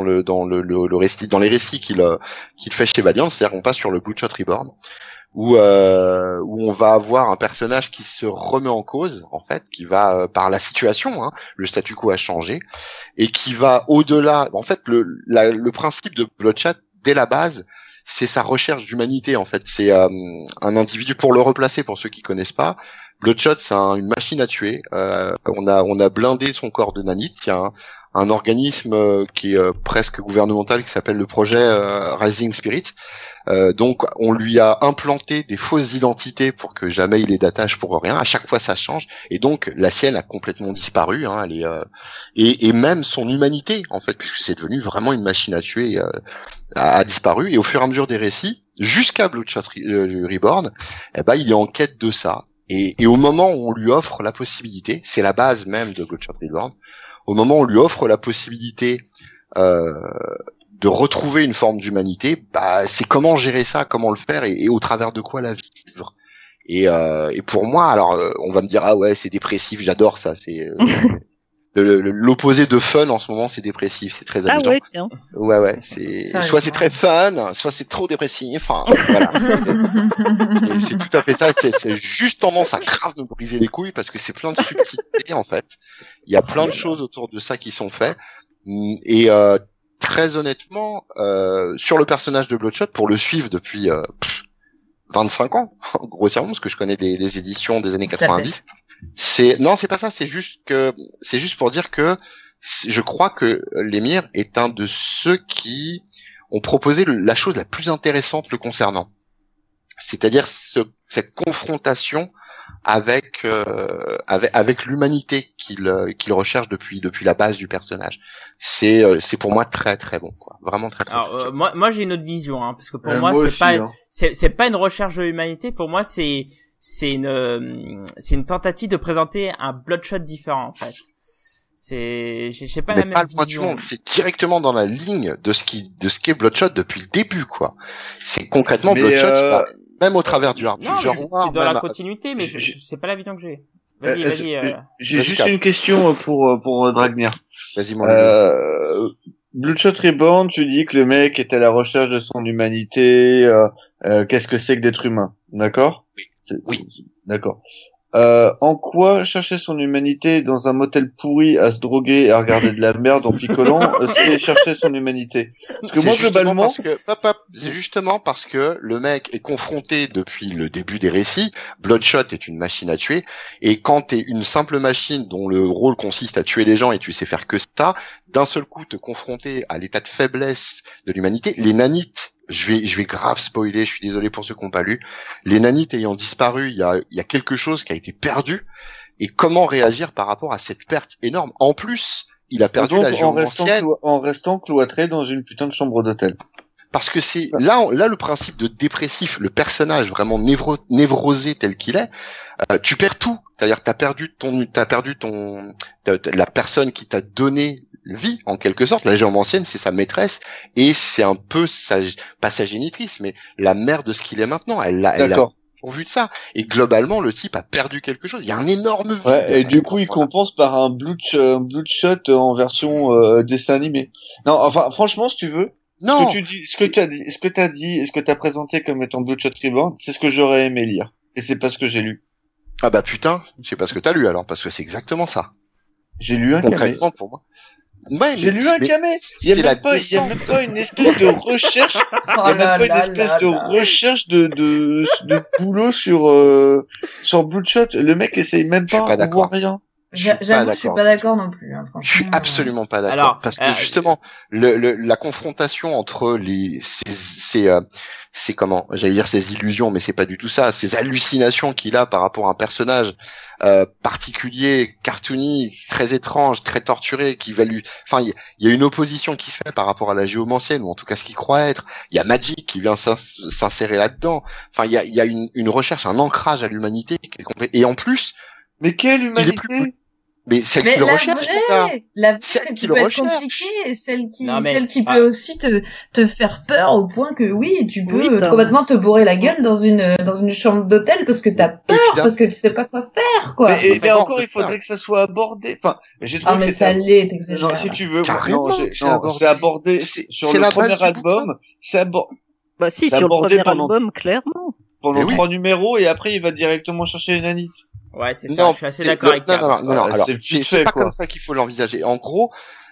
récit, dans les récits qu'il fait chez Valiant, c'est-à-dire qu'on passe sur le Bloodshot Reborn, où on va avoir un personnage qui se remet en cause, en fait, qui va par la situation, le statu quo a changé, et qui va au-delà. En fait, le principe de dès la base, c'est sa recherche d'humanité en fait. C'est un individu, pour le replacer pour ceux qui connaissent pas, Bloodshot c'est une machine à tuer. On a blindé son corps de nanite. Il y a un organisme qui est presque gouvernemental qui s'appelle le projet Rising Spirit. Donc on lui a implanté des fausses identités pour que jamais il ait d'attache pour rien. À chaque fois ça change et donc la sienne a complètement disparu. Elle est et même son humanité en fait, puisque c'est devenu vraiment une machine à tuer, a disparu. Et au fur et à mesure des récits, jusqu'à Bloodshot Reborn, il est en quête de ça. Et au moment où on lui offre la possibilité, c'est la base même de Bloodshot Reborn, au moment où on lui offre la possibilité de retrouver une forme d'humanité, c'est comment gérer ça, comment le faire et au travers de quoi la vivre. Et pour moi, alors on va me dire ah ouais c'est dépressif, j'adore ça, c'est l'opposé de fun en ce moment, c'est dépressif, c'est très amusant. Ah ouais, tiens. Ouais, c'est soit c'est très fun, soit c'est trop dépressif. Enfin, voilà. c'est tout à fait ça. C'est juste tendance à grave me briser les couilles parce que c'est plein de subtilités en fait. Il y a plein de choses autour de ça qui sont faites et très honnêtement, sur le personnage de Bloodshot, pour le suivre depuis 25 ans, grossièrement, parce que je connais les éditions des années 90. Non, c'est pas ça, c'est juste pour dire que je crois que Lemire est un de ceux qui ont proposé la chose la plus intéressante le concernant. C'est-à-dire cette confrontation avec l'humanité qu'il recherche depuis la base du personnage. C'est pour moi très très bon quoi. Vraiment très très bon. Alors moi j'ai une autre vision parce que pour moi c'est pas une recherche de l'humanité, pour moi c'est une tentative de présenter un Bloodshot différent en fait. J'ai pas la même vision. C'est directement dans la ligne de ce qu'est Bloodshot depuis le début quoi. C'est concrètement Bloodshot même au travers du genre c'est dans la continuité, mais c'est pas la vision que j'ai. Vas-y. J'ai juste une question pour Dragnir. Vas-y mon Bloodshot Reborn, tu dis que le mec est à la recherche de son humanité. Qu'est-ce que c'est que d'être humain, d'accord? Oui. D'accord. En quoi chercher son humanité dans un motel pourri à se droguer et à regarder de la merde en picolant, c'est chercher son humanité. Parce que moi, globalement... C'est justement parce que le mec est confronté depuis le début des récits. Bloodshot est une machine à tuer. Et quand t'es une simple machine dont le rôle consiste à tuer les gens et tu sais faire que ça, d'un seul coup te confronter à l'état de faiblesse de l'humanité, les nanites, je vais grave spoiler, je suis désolé pour ceux qui n'ont pas lu. Les nanites ayant disparu, il y a quelque chose qui a été perdu. Et comment réagir par rapport à cette perte énorme? En plus, il a perdu la géomancienne. En restant cloîtré dans une putain de chambre d'hôtel. Parce que c'est là le principe de dépressif, le personnage vraiment névrosé tel qu'il est, tu perds tout. C'est-à-dire t'as perdu la personne qui t'a donné vie en quelque sorte. La géomancienne, c'est sa maîtresse et c'est un peu pas sa génitrice, mais la mère de ce qu'il est maintenant. Elle a pourvu de ça. Et globalement, le type a perdu quelque chose. Il y a un énorme vide. Ouais, et du coup, il compense par un Bloodshot en version dessin animé. Non, enfin, franchement, si tu veux. Non. Ce que t'as présenté comme étant Bloodshot Reborn, c'est ce que j'aurais aimé lire. Et c'est pas ce que j'ai lu. Ah bah putain, je sais pas ce que t'as lu alors, parce que c'est exactement ça. J'ai lu un camé. Pour moi. Ouais, j'ai lu un camé. Il y a même pas une espèce de recherche. Il y a même pas une espèce de recherche de boulot sur Bloodshot. Le mec essaye même pas de voir rien. J'avoue, je suis pas d'accord non plus, franchement. Je suis absolument pas d'accord. Parce que justement, la confrontation entre c'est comment, j'allais dire ces illusions, mais c'est pas du tout ça, ces hallucinations qu'il a par rapport à un personnage particulier, cartoony, très étrange, très torturé, enfin il y a une opposition qui se fait par rapport à la géomancienne, ou en tout cas ce qu'il croit être. Il y a Magic qui vient s'insérer là-dedans. Enfin il y a une recherche, un ancrage à l'humanité qui est complet. Et en plus, mais quelle humanité? Mais celle qui le recherche, la vraie, celle qui peut être compliquée, et celle qui peut aussi te faire peur au point que oui, tu peux complètement te bourrer la gueule dans une chambre d'hôtel parce que t'as peur, parce que tu sais pas quoi faire, quoi. Mais encore, il faudrait que ça soit abordé. Enfin, j'ai trouvé que ça l'est, t'exagères. Non, si tu veux, c'est abordé sur le premier album, bah si, sur le premier album, clairement. Pendant 3 numéros, et après, il va directement chercher une nanite. Ouais, c'est ça, je suis assez d'accord avec toi. Non, alors, c'est pas comme ça qu'il faut l'envisager. En gros,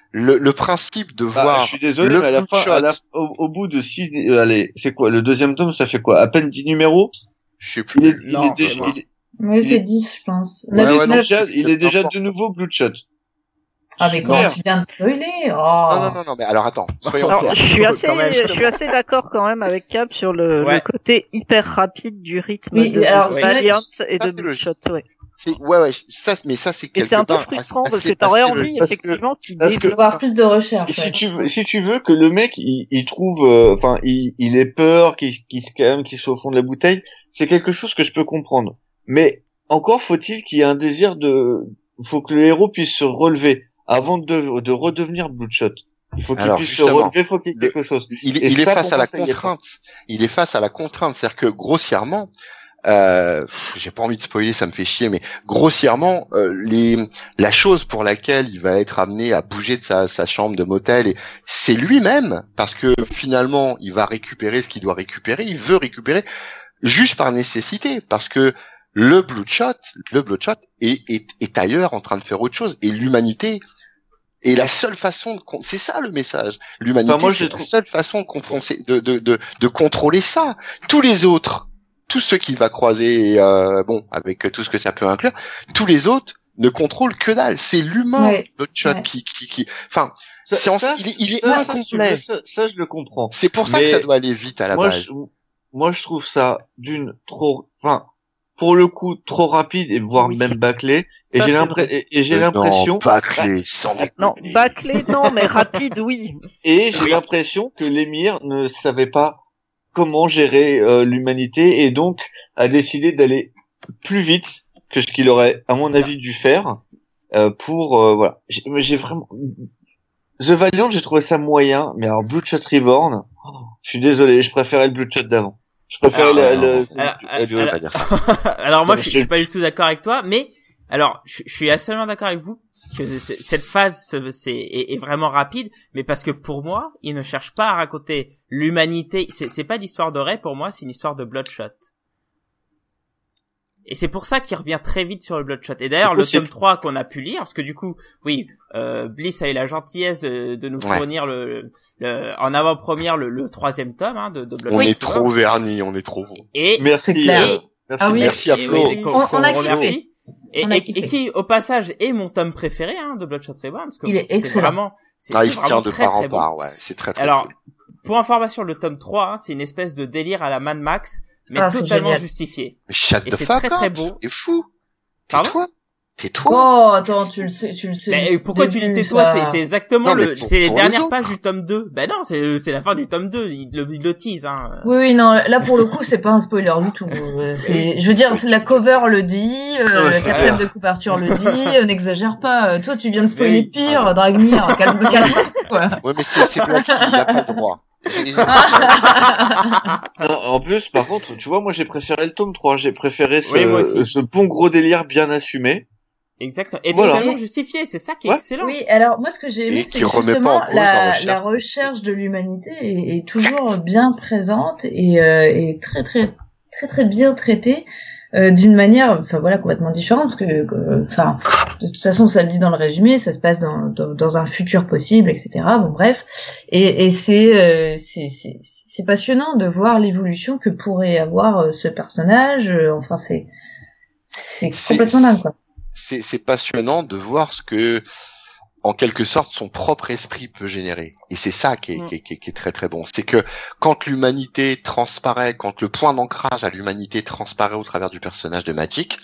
le principe de voir. Je suis désolé, le mais à la fin, Bloodshot, au bout de 6, allez, c'est quoi, le deuxième tome, ça fait quoi? À peine 10 numéros? je sais plus. Oui, c'est 10, je pense. Il est Neuf. déjà de nouveau Bloodshot. Ah, mais quand tu viens de spoiler, oh. Non, mais alors attends, soyons Alors, clairs. je suis assez d'accord quand même avec Cap sur le côté hyper rapide du rythme Oui, de alors, Valiant et ça, de c'est Bloodshot, ouais. Ça, mais ça, c'est Et quelque c'est un peu part frustrant parce assez que t'aurais facile. envie, parce que- effectivement, qu'il parce que- développe. Avoir plus de recherche. Si tu veux que le mec, il trouve, enfin, il ait peur, qu'il se calme, qu'il soit au fond de la bouteille, c'est quelque chose que je peux comprendre. Mais, encore faut-il qu'il y ait un désir faut que le héros puisse se relever avant de redevenir Bloodshot. Il faut qu'il Alors, puisse se justement, relever, faut qu'il y ait quelque chose. Il Et est ça, face pour à moi, la ça y est pas. contrainte. Il est face à la contrainte, c'est-à-dire que grossièrement, j'ai pas envie de spoiler, ça me fait chier, mais grossièrement, la chose pour laquelle il va être amené à bouger de sa chambre de motel, c'est lui-même, parce que finalement, il va récupérer ce qu'il doit récupérer, il veut récupérer juste par nécessité, parce que le Bloodshot est ailleurs en train de faire autre chose, et l'humanité est la seule façon c'est ça le message. L'humanité, Enfin, moi, c'est la seule façon de contrôler ça. Tous les autres, tous ceux qu'il va croiser, avec tout ce que ça peut inclure, tous les autres ne contrôlent que dalle. C'est l'humain, Bloodshot, qui, enfin, il est incomplet. Ça, je le comprends. C'est pour ça que ça doit aller vite à la base. Moi, je trouve ça pour le coup, trop rapide et voire même bâclé. Et j'ai l'impression. Non, bâclé, non, bâclé, non, mais rapide, oui. Et j'ai l'impression que l'émir ne savait pas comment gérer l'humanité et donc a décidé d'aller plus vite que ce qu'il aurait, à mon avis, dû faire voilà. J'ai vraiment The Valiant, j'ai trouvé ça moyen, mais alors Bloodshot Reborn, je suis désolé, je préférais le Bloodshot d'avant. Je préférais Alors moi, je suis pas du tout d'accord avec toi, mais alors je suis absolument d'accord avec vous que cette phase est vraiment rapide, mais parce que pour moi, il ne cherche pas à raconter l'humanité. C'est pas l'histoire de Ray pour moi, c'est une histoire de Bloodshot. Et c'est pour ça qu'il revient très vite sur le Bloodshot. Et d'ailleurs, le tome 3 qu'on a pu lire, parce que du coup, oui, Bliss a eu la gentillesse de nous fournir en avant-première le troisième tome, de Bloodshot. On est trop vernis, on est trop bon. Et merci. Merci à Flo. On a kiffé. Et qui, au passage, est mon tome préféré, de Bloodshot Reborn, parce que il est excellent. Il se tient de part en part, ouais. C'est très, très Alors, cool. pour information, le tome 3, c'est une espèce de délire à la Mad Max, mais totalement justifié. Mais shut the fuck up. C'est très beau. T'es fou. Pardon? Tais-toi. Oh, attends, tu le sais. Mais pourquoi tu dis tais-toi? C'est exactement c'est les dernières les pages du tome 2. Ben non, c'est la fin du tome 2. Il le tease, Oui, non, là, pour le coup, c'est pas un spoiler du tout. Je veux dire, la cover le dit, la quatrième de couverture le dit, n'exagère pas. Toi, tu viens de spoiler pire, Dragnir, calme, quoi. Ouais, mais c'est Blacky, il a pas le droit. Non, en plus, par contre, tu vois, moi j'ai préféré le tome 3, j'ai préféré ce bon gros délire bien assumé. Exactement. Et totalement justifié, c'est ça qui est excellent. Oui, alors moi ce que j'ai aimé, c'est que justement la recherche de l'humanité est toujours bien présente et très très très très bien traitée d'une manière, complètement différente, parce que, de toute façon, ça le dit dans le résumé, ça se passe dans un futur possible, etc. Bon, bref. Et c'est passionnant de voir l'évolution que pourrait avoir ce personnage. C'est complètement dingue, quoi. C'est passionnant de voir ce que, en quelque sorte, son propre esprit peut générer. Et c'est ça qui est très très bon. C'est que quand l'humanité transparaît, quand le point d'ancrage à l'humanité transparaît au travers du personnage de Magic,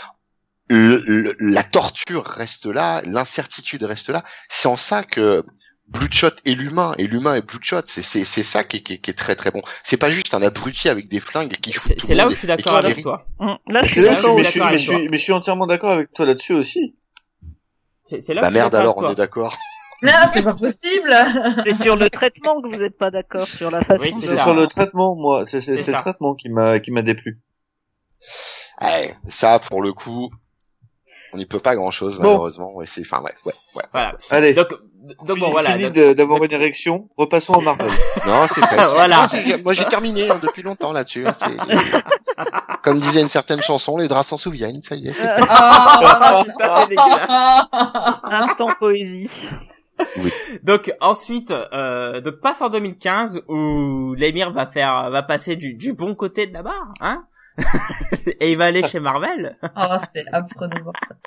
la torture reste là, l'incertitude reste là. C'est en ça que Bloodshot est l'humain, et l'humain est Bloodshot. C'est ça qui est très très bon. C'est pas juste un abruti avec des flingues qui fout tout le monde. C'est là où je suis d'accord avec toi. Là, je suis d'accord. Mais je suis entièrement d'accord avec toi là-dessus aussi. C'est là bah merde, alors on est d'accord. Non, c'est pas possible. C'est sur le traitement que vous êtes pas d'accord, sur la façon. Oui, c'est sur le traitement, moi. C'est le traitement qui m'a déplu. Ouais, ça, pour le coup, on n'y peut pas grand-chose, malheureusement. Ouais, Voilà. Allez. Donc bon, voilà. Fini d'avoir une érection. Repassons à Marvel. Non, c'est fait. Voilà. Moi, j'ai terminé depuis longtemps là-dessus. Comme disait une certaine chanson, les draps s'en souviennent. Ça y est. Instant poésie. Oui. Donc ensuite, donc passe en 2015 où Lemire va passer du bon côté de la barre, hein, et il va aller chez Marvel. Oh, c'est affreux de voir ça.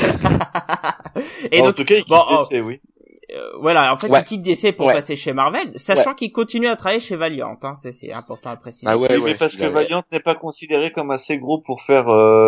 Et en donc, tout cas, il quitte DC, oui. voilà, en fait, Ouais. il quitte DC pour Ouais. passer chez Marvel, sachant qu'il continue à travailler chez Valiant, hein, c'est important à le préciser. Ah ouais, Oui, mais parce que Valiant n'est pas considéré comme assez gros pour faire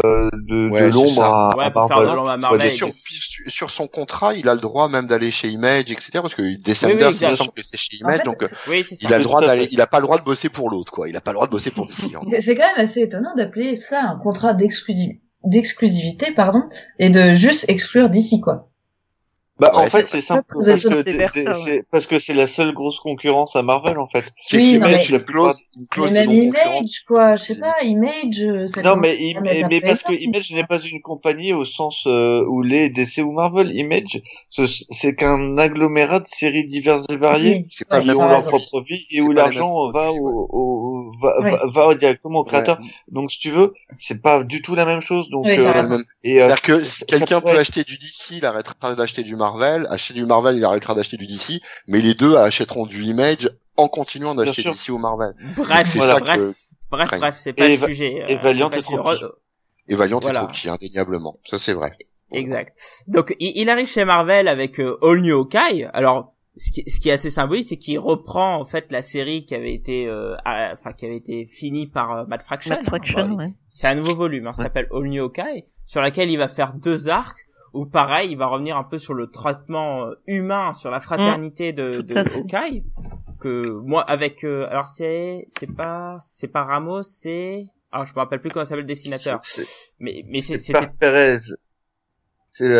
de Ouais, c'est l'ombre ça. à Ouais, pour faire de Marvel. l'ombre à Ouais, Marvel. sur son contrat, il a le droit même d'aller chez Image, etc. Parce que Descenders, exact. il me semble que c'est chez En Image, fait, donc Oui, c'est ça. il a le droit Tout à d'aller, fait. il a pas le droit de bosser pour l'autre, quoi. Il a pas le droit de bosser pour DC. en gros. C'est quand même assez étonnant d'appeler ça un contrat d'exclusivité, pardon, et de juste exclure d'ici, quoi. Bah, Ouais, en fait, c'est c'est simple, Vous parce êtes que, vice-versa, c'est, parce que c'est la seule grosse concurrence à Marvel, en fait. C'est Oui, non, Image, mais- une clause Mais de même non-concurrence. Image, quoi, je sais pas, Image, ça Non, commence mais, à mettre un mais peu parce que énorme. Image n'est pas une compagnie au sens où les DC ou Marvel. Image, c'est qu'un agglomérat de séries diverses et variées Oui, C'est pas ouais, qui le ont même leur raison. propre vie et C'est où pas les l'argent mêmes va produits, va directement au créateur. Ouais. Donc, si tu veux, c'est pas du tout la même chose. Donc, Oui, t'as C'est pas le raison. même. et, C'est-à-dire que ça quelqu'un pourrait peut être- acheter du DC, il arrêtera d'acheter du Marvel, acheter du Marvel, il arrêtera d'acheter du DC, mais les deux achèteront du Image en continuant Bien d'acheter sûr. DC ou Marvel. Bref, C'est Voilà. ça bref, que bref, c'est pas Et le sujet. et Valiant c'est est pas trop le sujet. Et Valiant Voilà. est trop petit, indéniablement. Ça, c'est vrai. Exact. Donc il arrive chez Marvel avec All New Hawkeye. Alors ce qui est assez symbolique, c'est qu'il reprend en fait la série qui avait été qui avait été finie par Matt Fraction. Matt Fraction, Enfin, ouais. c'est un nouveau volume, hein, ça s'appelle All New Hawkeye, sur laquelle il va faire 2 arcs où pareil, il va revenir un peu sur le traitement humain, sur la fraternité de tout à fait. Hawkeye, que moi avec alors c'est pas Ramos, c'est je me rappelle plus comment s'appelle le dessinateur. Mais c'est c'était par Perez. C'est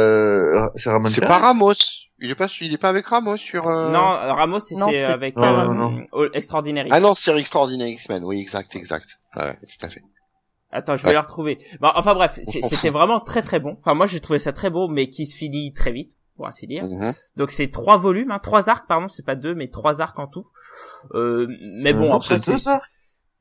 Ramon C'est Perez. pas Ramos. Il est pas avec Ramos sur, Non, Ramos Non, c'est c'est avec pas Ramos. Extraordinary. Ah non, c'est Extraordinary X-Men. Oui, exact. Ouais, tout à fait. Attends, je vais Ouais. la retrouver. Bon, enfin bref, On s'en c'était fout. vraiment très très bon. Enfin moi j'ai trouvé ça très beau, mais qui se finit très vite, pour ainsi dire. Mhm. Donc c'est 3 volumes, hein, 3 arcs pardon, c'est pas 2 mais 3 arcs en tout. Mais bon Non, après c'est deux arcs.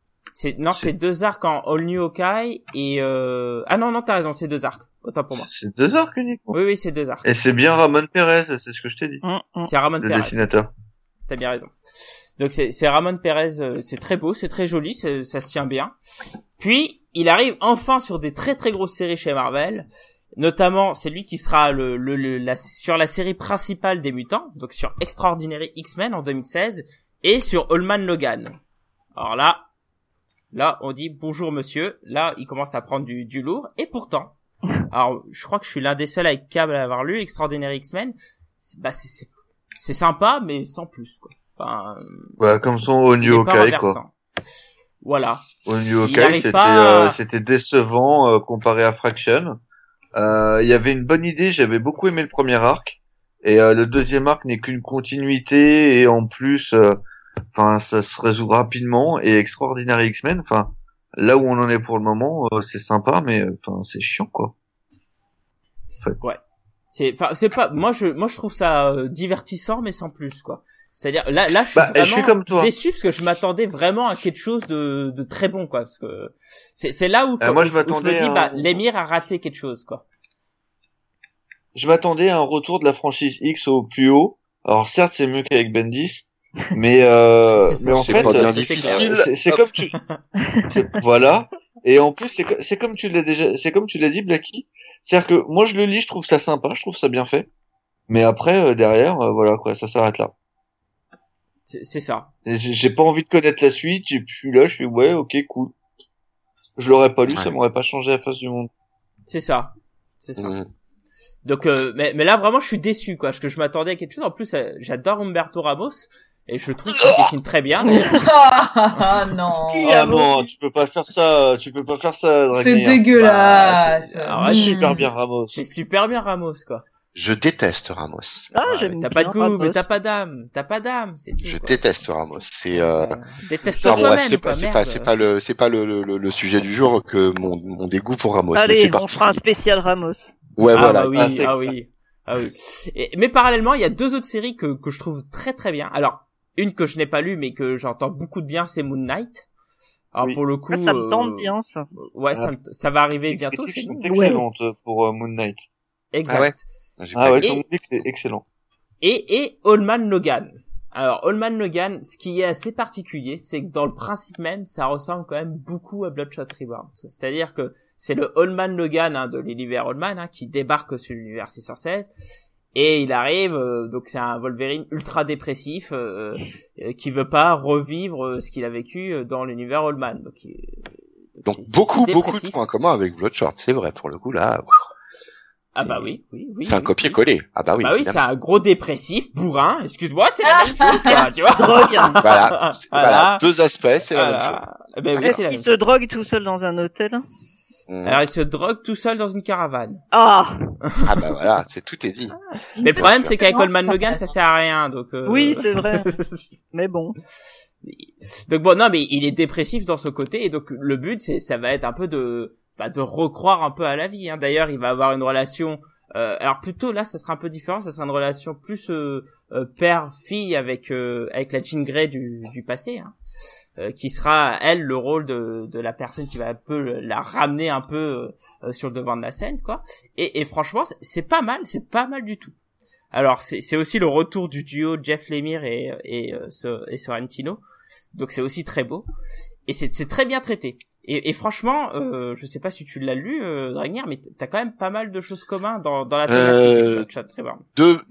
c'est 2 arcs en All New Hawkeye et ah non t'as raison, c'est 2 arcs. Autant pour moi. C'est 2 arcs uniquement. Oui c'est 2 arcs. Et c'est bien Ramon Perez, c'est ce que je t'ai dit. C'est Ramon Le Perez. dessinateur. T'as bien raison. Donc c'est Ramon Perez, c'est très beau, c'est très joli, ça se tient bien. Puis il arrive enfin sur des très très grosses séries chez Marvel, notamment c'est lui qui sera sur la série principale des Mutants, donc sur Extraordinary X-Men en 2016 et sur All Man Logan. Alors là on dit bonjour monsieur, là il commence à prendre du lourd et pourtant, alors je crois que je suis l'un des seuls avec câble à avoir lu Extraordinary X-Men, c'est sympa mais sans plus quoi. Enfin, Ouais, comme son All il New est pas Hawkeye, quoi. renversant. Voilà. All New Il Hawkeye, arrive pas à- c'était décevant comparé à Fraction. Il y avait une bonne idée, j'avais beaucoup aimé le premier arc. Et le deuxième arc n'est qu'une continuité et en plus, enfin, ça se résout rapidement. Et Extraordinary X-Men, enfin, là où on en est pour le moment, c'est sympa, mais enfin, c'est chiant, quoi. C'est pas, moi je trouve ça divertissant mais sans plus quoi. C'est-à-dire là je suis Bah, je vraiment suis comme toi. déçu parce que je m'attendais vraiment à quelque chose de très bon quoi, parce que c'est là où, moi, je où je me m'attendais dis à bah un- l'émir a raté quelque chose quoi. Je m'attendais à un retour de la franchise X au plus haut. Alors certes, c'est mieux qu'avec Bendis, mais en C'est fait, pas bien c'est difficile. c'est comme tu, voilà. Et en plus, c'est comme tu l'as déjà, c'est comme tu l'as dit, Blacky. C'est-à-dire que moi, je le lis, je trouve ça sympa, je trouve ça bien fait. Mais après, derrière, voilà quoi, ça s'arrête là. C'est ça. Et j'ai pas envie de connaître la suite. Je suis là, je suis ouais, ok, cool. Je l'aurais pas lu, ça Ouais. m'aurait pas changé la face du monde. C'est ça. C'est ça. Mhm. Donc mais là vraiment je suis déçu quoi, parce que je m'attendais à quelque chose. En plus j'adore Humberto Ramos et je trouve qu'il dessine très bien. d'ailleurs. Ah non. Ah non, tu peux pas faire ça, Dragneer. C'est dégueulasse. Bah, Ah, c'est- super bien, Ramos. C'est super bien Ramos quoi. Je déteste Ramos. Ah, Ouais, j'aime t'as bien pas de goût, Ramos. mais t'as pas d'âme, c'est tout. Je quoi. déteste Ramos. C'est Déteste-toi enfin, bref, toi-même, quoi, merde. c'est pas le sujet du jour que mon dégoût pour Ramos. me Allez, fait on partie. fera un spécial Ramos. Ouais, voilà. Bah oui, Ah, c'est ah oui, ah oui. Mais parallèlement, il y a 2 autres séries que je trouve très très bien. Alors, une que je n'ai pas lue, mais que j'entends beaucoup de bien, c'est Moon Knight. Alors Oui. pour le coup, Ah, ça me tente bien, ça. Ouais, ça va arriver Les bientôt critiques chez sont nous. excellentes pour Moon Knight. Exact. Ah ouais. J'ai Ah pas ouais, Et- tout le monde dit que c'est excellent. et Old Man Logan. Alors Old Man Logan, ce qui est assez particulier, c'est que dans le principe même, ça ressemble quand même beaucoup à Bloodshot Reborn. C'est-à-dire que c'est le Old Man Logan de l'univers Old Man qui débarque sur l'univers 616. Et il arrive, donc c'est un Wolverine ultra dépressif qui veut pas revivre ce qu'il a vécu dans l'univers Old Man. Donc beaucoup de points communs avec Bloodshot, c'est vrai pour le coup là. Ah bah oui. C'est un copier-coller. Ah bah oui. Bah oui, c'est un gros dépressif, bourrin. Excuse-moi, c'est la même chose, quoi, tu vois. Drogue. Voilà, deux aspects, c'est la même chose. Ben oui, Est-ce qu'il se drogue tout seul dans un hôtel? Alors il se drogue tout seul dans une caravane. Ah bah voilà, tout est dit. Mais le problème c'est qu'avec Old Man Logan ça sert à rien donc. Oui c'est vrai. Mais bon. Donc bon non mais il est dépressif dans ce côté et donc le but ça va être un peu de recroire un peu à la vie. D'ailleurs il va avoir une relation. Alors plutôt là ça sera un peu différent, ça sera une relation plus père-fille avec la Jean Grey du passé. Qui sera elle le rôle de la personne qui va un peu la ramener un peu sur le devant de la scène quoi et franchement c'est pas mal du tout. Alors c'est aussi le retour du duo Jeff Lemire et Sorrentino, donc c'est aussi très beau et c'est très bien traité et franchement je sais pas si tu l'as lu Dragnir, mais t'as quand même pas mal de choses communes dans la thématique très bien.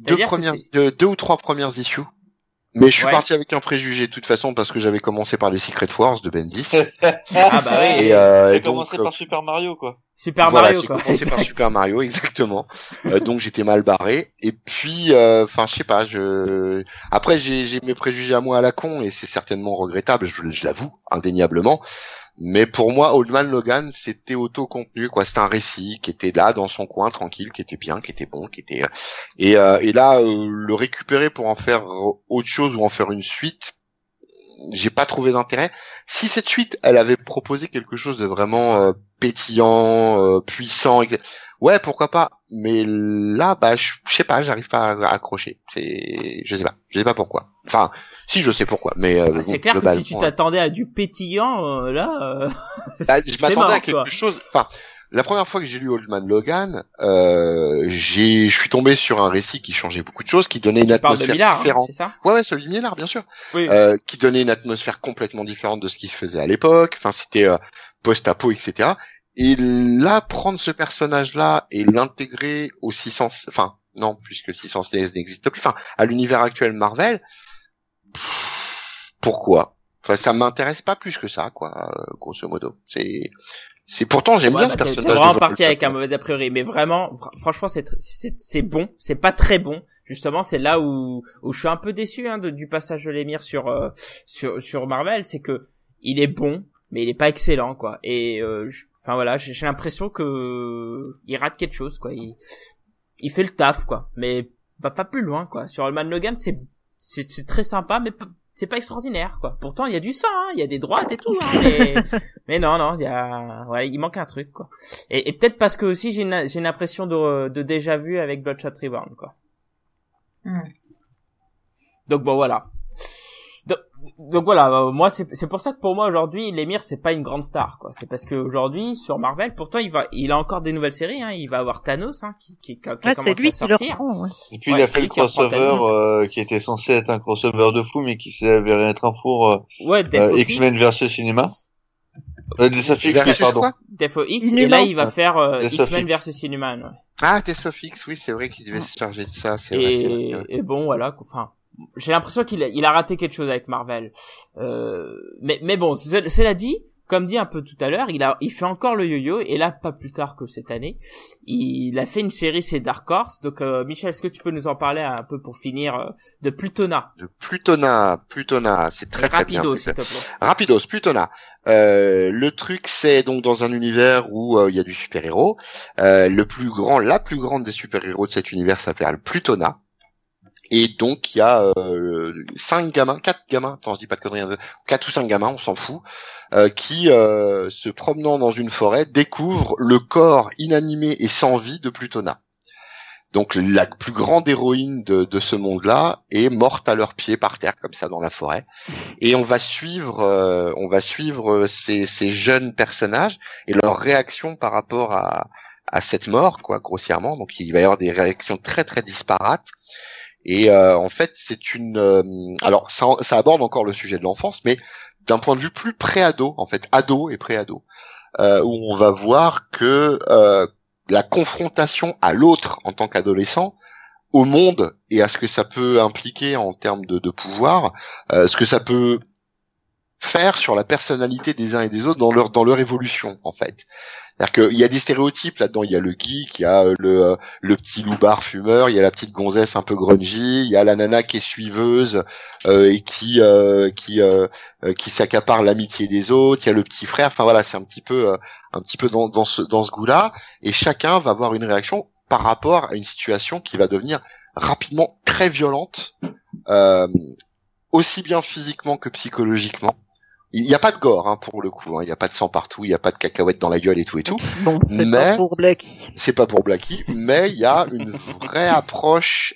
Deux ou trois premières issues. Mais je suis parti avec un préjugé de toute façon parce que j'avais commencé par les Secret Wars de Bendis. Ah bah oui. Et commencé par Super Mario quoi. Mario quoi. J'ai commencé par Super Mario exactement. Donc j'étais mal barré et puis je sais pas, après j'ai mes préjugés à moi à la con et c'est certainement regrettable, je l'avoue indéniablement. Mais pour moi, Old Man Logan, c'était auto-contenu, quoi. C'était un récit qui était là, dans son coin, tranquille, qui était bien, qui était bon, qui était, et là, le récupérer pour en faire autre chose ou en faire une suite, j'ai pas trouvé d'intérêt. Si cette suite, elle avait proposé quelque chose de vraiment pétillant, puissant, ouais, pourquoi pas. Mais là, je sais pas, j'arrive pas à accrocher. Je sais pas pourquoi. Enfin, si je sais pourquoi, mais c'est clair que si tu t'attendais à du pétillant, je m'attendais à quelque chose. Enfin, la première fois que j'ai lu Old Man Logan, je suis tombé sur un récit qui changeait beaucoup de choses, qui donnait une atmosphère différente. C'est ça ouais, celui de Millard, bien sûr. Oui. Qui donnait une atmosphère complètement différente de ce qui se faisait à l'époque. Enfin, c'était post-apo, etc. Et là, prendre ce personnage-là et l'intégrer au 600, enfin, non, puisque le 616 n'existe plus, enfin, à l'univers actuel Marvel, pourquoi? Enfin, ça m'intéresse pas plus que ça, quoi, grosso modo. C'est pourtant j'aime bien ce personnage. C'est vraiment parti avec un mauvais a priori, mais vraiment, franchement, c'est bon, c'est pas très bon. Justement, c'est là où je suis un peu déçu du passage de Lemire sur Marvel, c'est que il est bon, mais il est pas excellent, quoi. Et enfin voilà, j'ai l'impression que il rate quelque chose, quoi. Il fait le taf, quoi, mais va pas plus loin, quoi. Sur Old Man Logan, c'est très sympa, mais c'est pas extraordinaire, quoi. Pourtant, il y a du sang, il y a des droites et tout, mais non, il manque un truc, quoi. Et peut-être parce que aussi j'ai une impression de déjà vu avec Bloodshot Reborn, quoi. Donc bon, voilà. Donc voilà, moi c'est pour ça que pour moi aujourd'hui Lemire c'est pas une grande star, quoi. C'est parce que aujourd'hui sur Marvel, pourtant il a encore des nouvelles séries, il va avoir Thanos qui commence à sortir. Et puis il a fait le crossover qui était censé être un crossover de fou mais qui s'est avéré être un four X-Men versus Cinéma. Death of X, pardon. Death of X, et là il va faire X-Men versus Inhuman. Ouais. Ah, Death of X, oui, c'est vrai qu'il devait se charger de ça, c'est vrai. Et bon, voilà, enfin, j'ai l'impression qu'il a raté quelque chose avec Marvel. Mais bon, cela dit, comme dit un peu tout à l'heure, il fait encore le yo-yo, et là, pas plus tard que cette année, il a fait une série, c'est Dark Horse. Donc, Michel, est-ce que tu peux nous en parler un peu pour finir de Plutona? De Plutona, c'est très très bien. Rapidos, s'il te plaît. Rapidos, Plutona. Le truc, c'est donc dans un univers où il y a du super-héros. La plus grande des super-héros de cet univers s'appelle Plutona. Et donc il y a 4 gamins, attends je dis pas de conneries, 4 ou 5 gamins, on s'en fout, qui se promenant dans une forêt découvrent le corps inanimé et sans vie de Plutona. Donc la plus grande héroïne de ce monde-là est morte à leurs pieds par terre comme ça dans la forêt. Et on va suivre ces jeunes personnages et leur réaction par rapport à cette mort, quoi, grossièrement. Donc il va y avoir des réactions très très disparates. Et en fait, c'est alors ça aborde encore le sujet de l'enfance, mais d'un point de vue plus pré-ado, en fait, ado et pré-ado, où on va voir que la confrontation à l'autre en tant qu'adolescent, au monde et à ce que ça peut impliquer en termes de pouvoir, ce que ça peut faire sur la personnalité des uns et des autres dans leur évolution, en fait. C'est-à-dire qu'il y a des stéréotypes là-dedans. Il y a le geek, il y a le petit loupard fumeur, il y a la petite gonzesse un peu grungy, il y a la nana qui est suiveuse et qui s'accapare l'amitié des autres. Il y a le petit frère. Enfin voilà, c'est un petit peu dans ce goût-là. Et chacun va avoir une réaction par rapport à une situation qui va devenir rapidement très violente, aussi bien physiquement que psychologiquement. Il n'y a pas de gore, hein, pour le coup, hein. Il n'y a pas de sang partout, il n'y a pas de cacahuètes dans la gueule et tout. Bon, c'est pas pour Blackie. C'est pas pour Blackie, mais il y a une vraie approche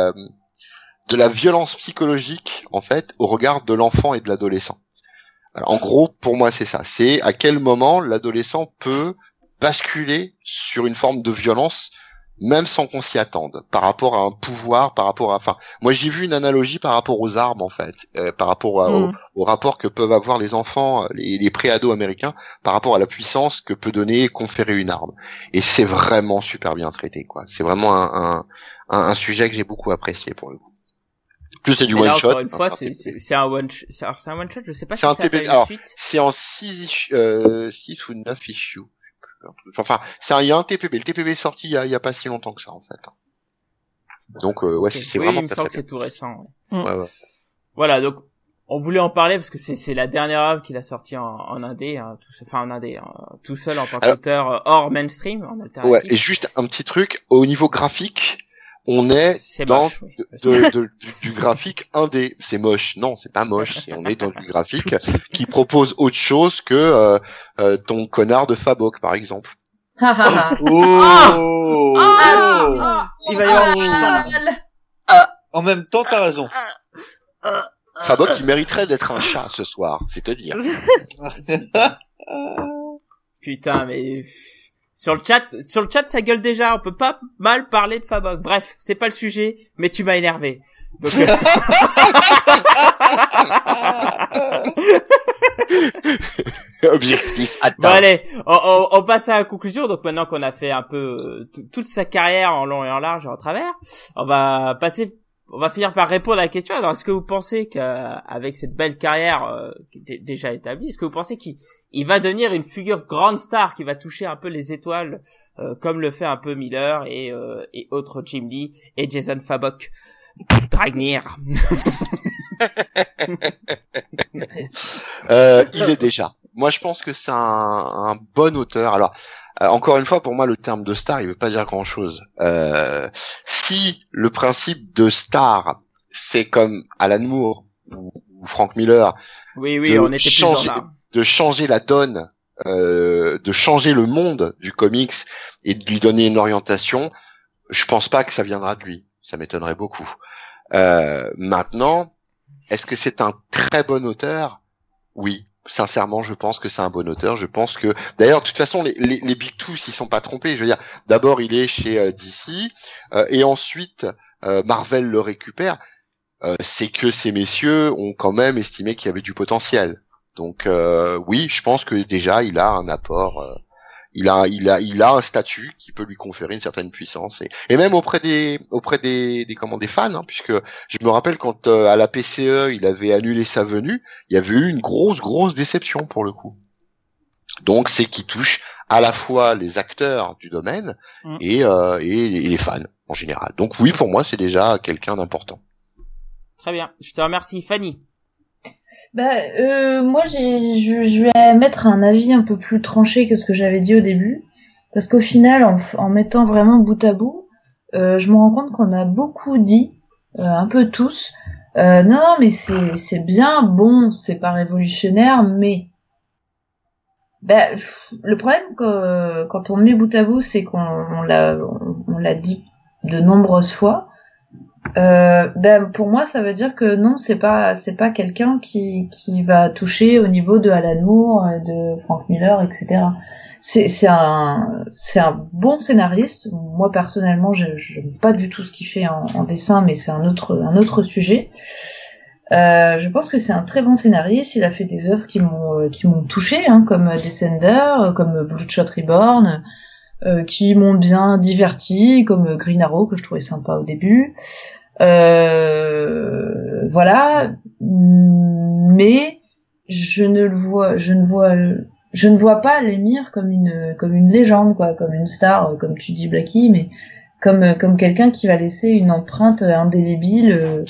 de la violence psychologique, en fait, au regard de l'enfant et de l'adolescent. Alors, en gros, pour moi, c'est ça. C'est à quel moment l'adolescent peut basculer sur une forme de violence, même sans qu'on s'y attende, par rapport à un pouvoir, enfin, moi j'ai vu une analogie par rapport aux armes, en fait, par rapport au rapport que peuvent avoir les enfants, les pré-ados américains, par rapport à la puissance que peut donner, conférer une arme. Et c'est vraiment super bien traité, quoi. C'est vraiment un sujet que j'ai beaucoup apprécié, pour le coup. Plus c'est du one shot. Encore une fois, c'est un one shot, je sais pas si c'est TPB. Alors, c'est en 6 ou 9 issues. Enfin, il y a un TPB. Le TPB est sorti il y a pas si longtemps que ça, en fait. Donc, ouais, c'est vraiment il me semble que c'est tout récent. Ouais. Voilà, donc, on voulait en parler parce que c'est la dernière œuvre qu'il a sortie en indé, hein, tout seul en tant qu'auteur hors mainstream, en alternative. Ouais, et juste un petit truc, au niveau graphique, on est dans du graphique indé. C'est moche. Non, c'est pas moche. On est dans du graphique qui propose autre chose que ton connard de Fabok, par exemple. Il va y avoir En même temps, t'as raison. Fabok, il mériterait d'être un chat ce soir, c'est te dire. Putain, mais sur le chat, ça gueule déjà. On peut pas mal parler de Fabok. Bref, c'est pas le sujet, mais tu m'as énervé. Donc... Objectif atteint. Bon allez, on passe à la conclusion. Donc maintenant qu'on a fait un peu toute sa carrière en long et en large et en travers, on va finir par répondre à la question. Alors, est-ce que vous pensez qu'avec cette belle carrière qui est déjà établie, est-ce que vous pensez qu'il va devenir une figure grande star qui va toucher un peu les étoiles comme le fait un peu Miller et autres Jim Lee et Jason Fabok? Dragnir. Il est déjà. Moi, je pense que c'est un bon auteur. Alors, encore une fois, pour moi, le terme de star, il veut pas dire grand-chose. Si le principe de star, c'est comme Alan Moore ou Frank Miller, oui, on était de changer la donne, de changer le monde du comics et de lui donner une orientation, je pense pas que ça viendra de lui. Ça m'étonnerait beaucoup. Maintenant, est-ce que c'est un très bon auteur? Oui. Sincèrement, je pense que c'est un bon auteur. Je pense que, d'ailleurs, de toute façon, les Big Two s'y sont pas trompés. Je veux dire, d'abord, il est chez DC, et ensuite, Marvel le récupère. C'est que ces messieurs ont quand même estimé qu'il y avait du potentiel. Donc, oui, je pense que déjà, il a un apport. Il a un statut qui peut lui conférer une certaine puissance et même auprès des fans, hein, puisque je me rappelle quand à la PCE il avait annulé sa venue, il y avait eu une grosse déception pour le coup. Donc c'est qui touche à la fois les acteurs du domaine et les fans en général. Donc oui, pour moi c'est déjà quelqu'un d'important. Très bien, je te remercie. Fanny. Moi, je vais mettre un avis un peu plus tranché que ce que j'avais dit au début, parce qu'au final, en mettant vraiment bout à bout, je me rends compte qu'on a beaucoup dit, un peu tous, non, mais c'est bien, bon, c'est pas révolutionnaire, mais le problème quand on met bout à bout, c'est qu'on l'a dit de nombreuses fois. Pour moi ça veut dire que non, c'est pas quelqu'un qui va toucher au niveau de Alan Moore, de Frank Miller, etc. c'est un bon scénariste. Moi personnellement, j'aime pas du tout ce qu'il fait en dessin, mais c'est un autre sujet. Je pense que c'est un très bon scénariste. Il a fait des œuvres qui m'ont touché, hein, comme Descender, comme Bloodshot Reborn, qui m'ont bien diverti, comme Green Arrow que je trouvais sympa au début. Voilà, mais je ne vois pas Lemire comme une légende, quoi, comme une star, comme tu dis Blacky, mais comme quelqu'un qui va laisser une empreinte indélébile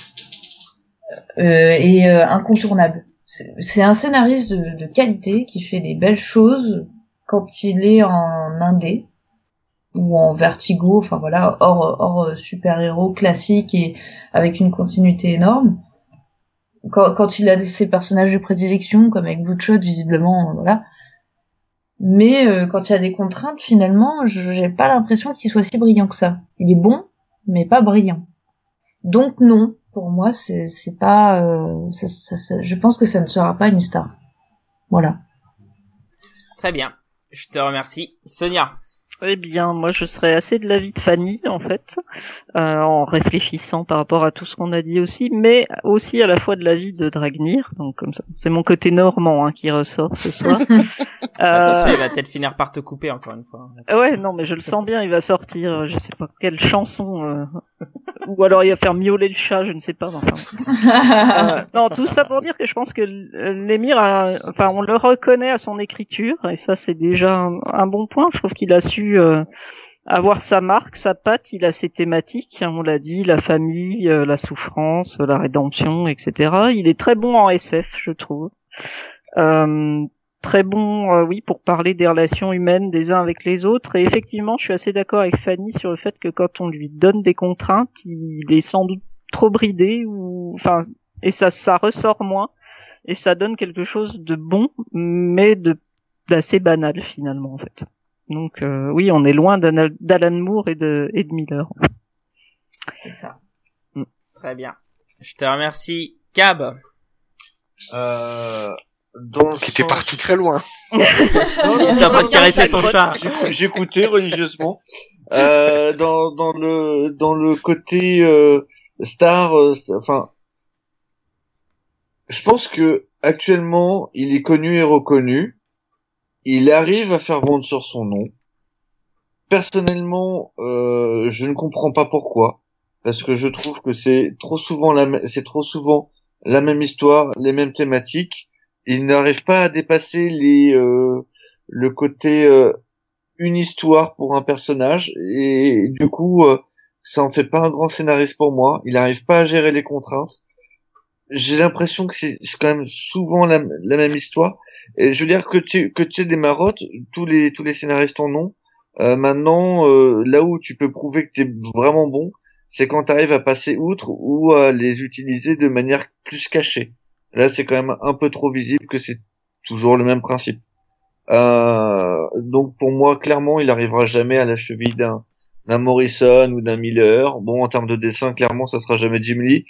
et incontournable. C'est un scénariste de qualité qui fait des belles choses quand il est en indé ou en Vertigo, enfin voilà, hors super-héros classique et avec une continuité énorme. Quand il a ses personnages de prédilection, comme avec Bloodshot, visiblement, voilà. Mais quand il y a des contraintes, finalement, j'ai pas l'impression qu'il soit si brillant que ça. Il est bon, mais pas brillant. Donc non, pour moi, c'est pas. Je pense que ça ne sera pas une star. Voilà. Très bien. Je te remercie, Sonia. Eh bien, moi, je serais assez de l'avis de Fanny, en fait, en réfléchissant par rapport à tout ce qu'on a dit aussi, mais aussi à la fois de l'avis de Dragnir. Donc, comme ça, c'est mon côté normand qui ressort ce soir. Attention, il va peut-être finir par te couper encore une fois. Ouais, non, mais je le sens bien. Il va sortir, je sais pas quelle chanson, ou alors il va faire miauler le chat, je ne sais pas. Enfin, non, tout ça pour dire que je pense que Lemire, on le reconnaît à son écriture, et ça, c'est déjà un bon point. Je trouve qu'il a su avoir sa marque, sa patte, il a ses thématiques, on l'a dit, la famille, la souffrance, la rédemption, etc. Il est très bon en SF, je trouve. Très bon, oui, pour parler des relations humaines des uns avec les autres. Et effectivement, je suis assez d'accord avec Fanny sur le fait que quand on lui donne des contraintes, il est sans doute trop bridé, et ça ressort moins, et ça donne quelque chose de bon, mais d'assez banal finalement en fait. Donc oui, on est loin d'Alan Moore et de Miller. C'est ça. Très bien. Je te remercie, Cab. Qui était parti très loin. Il est en train de caresser son chat. J'écoutais religieusement. Dans le côté star, enfin, je pense que actuellement il est connu et reconnu. Il arrive à faire vendre sur son nom. Personnellement, je ne comprends pas pourquoi, parce que je trouve que c'est trop souvent la même histoire, les mêmes thématiques. Il n'arrive pas à dépasser le côté une histoire pour un personnage, et du coup, ça en fait pas un grand scénariste pour moi. Il n'arrive pas à gérer les contraintes. J'ai l'impression que c'est quand même souvent la même histoire. Et je veux dire que tu aies des marottes, tous les scénaristes en ont. Maintenant, là où tu peux prouver que tu es vraiment bon, c'est quand tu arrives à passer outre ou à les utiliser de manière plus cachée. Là, c'est quand même un peu trop visible que c'est toujours le même principe. Donc pour moi, clairement, il arrivera jamais à la cheville d'un Morrison ou d'un Miller. Bon, en termes de dessin, clairement, ça sera jamais Jim Lee.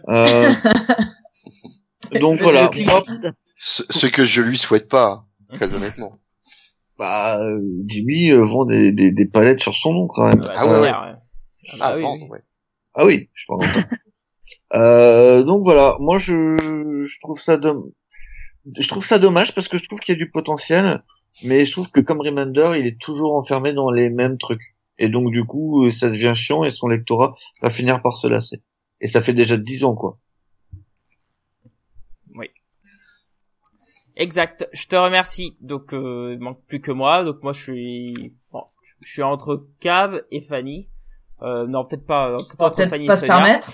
Donc voilà. Ce que je lui souhaite pas, très honnêtement. Bah, Jimmy vend des palettes sur son nom quand même. Ouais. Ah oui, je pense. Donc voilà, moi je trouve ça dommage parce que je trouve qu'il y a du potentiel, mais je trouve que comme Remender, il est toujours enfermé dans les mêmes trucs. Et donc du coup, ça devient chiant et son lectorat va finir par se lasser. Et ça fait déjà 10 ans, quoi. Oui. Exact. Je te remercie. Donc, il manque plus que moi. Donc moi, je suis entre Cab et Fanny. Non, peut-être pas. Entre Fanny pas et se Sonia. permettre.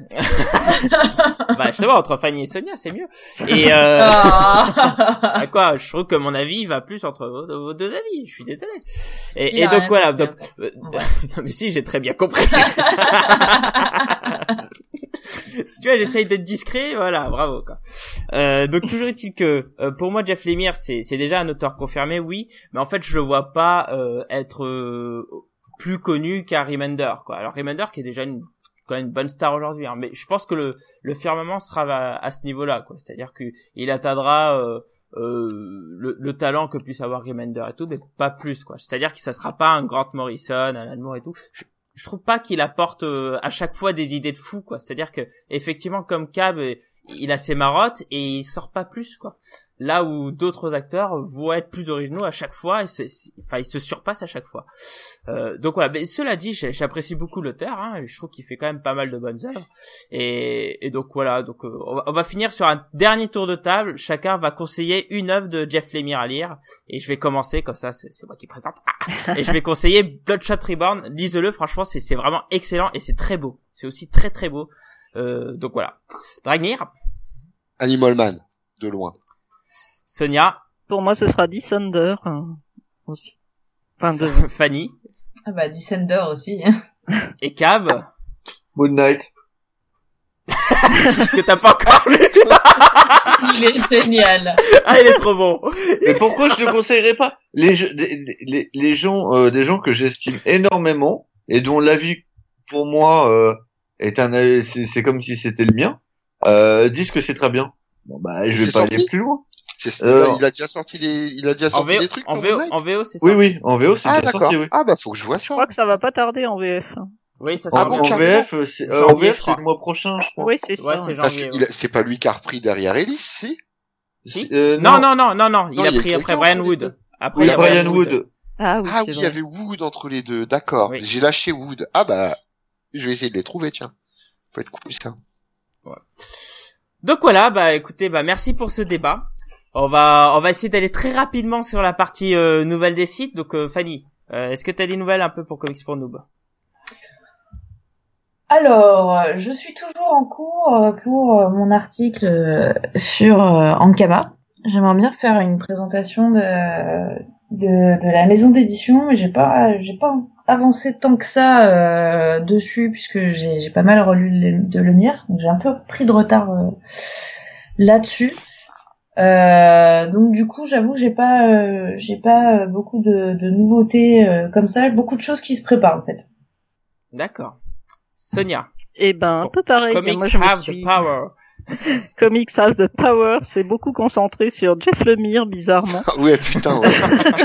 Bah justement, entre Fanny et Sonia, c'est mieux. Et quoi, je trouve que mon avis va plus entre vos deux avis. Je suis désolé. Et donc voilà. Donc, non mais si, j'ai très bien compris. Tu vois, j'essaye d'être discret, voilà, bravo quoi. Donc toujours est-il que pour moi Jeff Lemire c'est déjà un auteur confirmé, oui, mais en fait je le vois pas être plus connu qu'un Remender quoi. Alors Remender qui est déjà quand même une bonne star aujourd'hui, hein, mais je pense que le firmament sera à ce niveau-là quoi. C'est-à-dire que il atteindra le talent que puisse avoir Remender et tout, mais pas plus, quoi. C'est-à-dire que ça sera pas un Grant Morrison, Alan Moore et tout. Je trouve pas qu'il apporte à chaque fois des idées de fou, quoi. C'est-à-dire que effectivement, comme Cab, il a ses marottes et il sort pas plus, quoi. Là où d'autres acteurs vont être plus originaux à chaque fois, ils se surpassent à chaque fois. Donc voilà. Mais cela dit, j'apprécie beaucoup l'auteur, hein. Je trouve qu'il fait quand même pas mal de bonnes œuvres. Et donc voilà. Donc on va finir sur un dernier tour de table. Chacun va conseiller une œuvre de Jeff Lemire à lire. Et je vais commencer comme ça. C'est moi qui présente. Et je vais conseiller Bloodshot Reborn. Lisez-le. Franchement, c'est vraiment excellent et c'est très beau. C'est aussi très très beau. Donc voilà. Dragnir. Animal Man, de loin. Sonia. Pour moi, ce sera Descender aussi. Enfin, Fanny. Ah bah, Descender aussi. Et Cab. Moon Knight. Que t'as pas encore lu. Il est génial. Ah, il est trop bon. Et pourquoi je ne conseillerais pas les gens, des gens que j'estime énormément et dont l'avis pour moi est c'est comme si c'était le mien, disent que c'est très bien. Bon bah, je vais pas aller plus loin. Il a déjà sorti des trucs en VO, c'est ça. Oui, en VO, c'est déjà sorti, oui. Ah bah, faut que je vois ça. Je crois que ça va pas tarder en VF. Oui, ça en VF, c'est le mois prochain, je crois. Oui, c'est ça. Ouais, c'est Parce janvier. que c'est pas lui qui a repris derrière Ellis, si? Si? Non. Non, il a pris après Brian Wood. Après, il y a Brian Wood. Ah oui, il y avait Wood entre les deux, d'accord. Oui. J'ai lâché Wood. Ah bah, je vais essayer de les trouver, tiens. Ça peut être cool, ça. Ouais. Donc voilà, bah écoutez, bah merci pour ce débat. On va essayer d'aller très rapidement sur la partie nouvelles des sites. Donc Fanny, est-ce que t'as des nouvelles un peu pour Comics pour Noob? Alors, je suis toujours en cours pour mon article sur Ankama. J'aimerais bien faire une présentation de la maison d'édition, mais j'ai pas avancé tant que ça dessus puisque j'ai pas mal relu de Lemire, donc j'ai un peu pris de retard là-dessus. Donc du coup, j'avoue, j'ai pas beaucoup de nouveautés comme ça, beaucoup de choses qui se préparent en fait. D'accord. Sonia. Eh ben, un peu pareil. Comics Moi, je me have suis... the power. Comics Have the Power, c'est beaucoup concentré sur Jeff Lemire, bizarrement. Ouais, putain, ouais.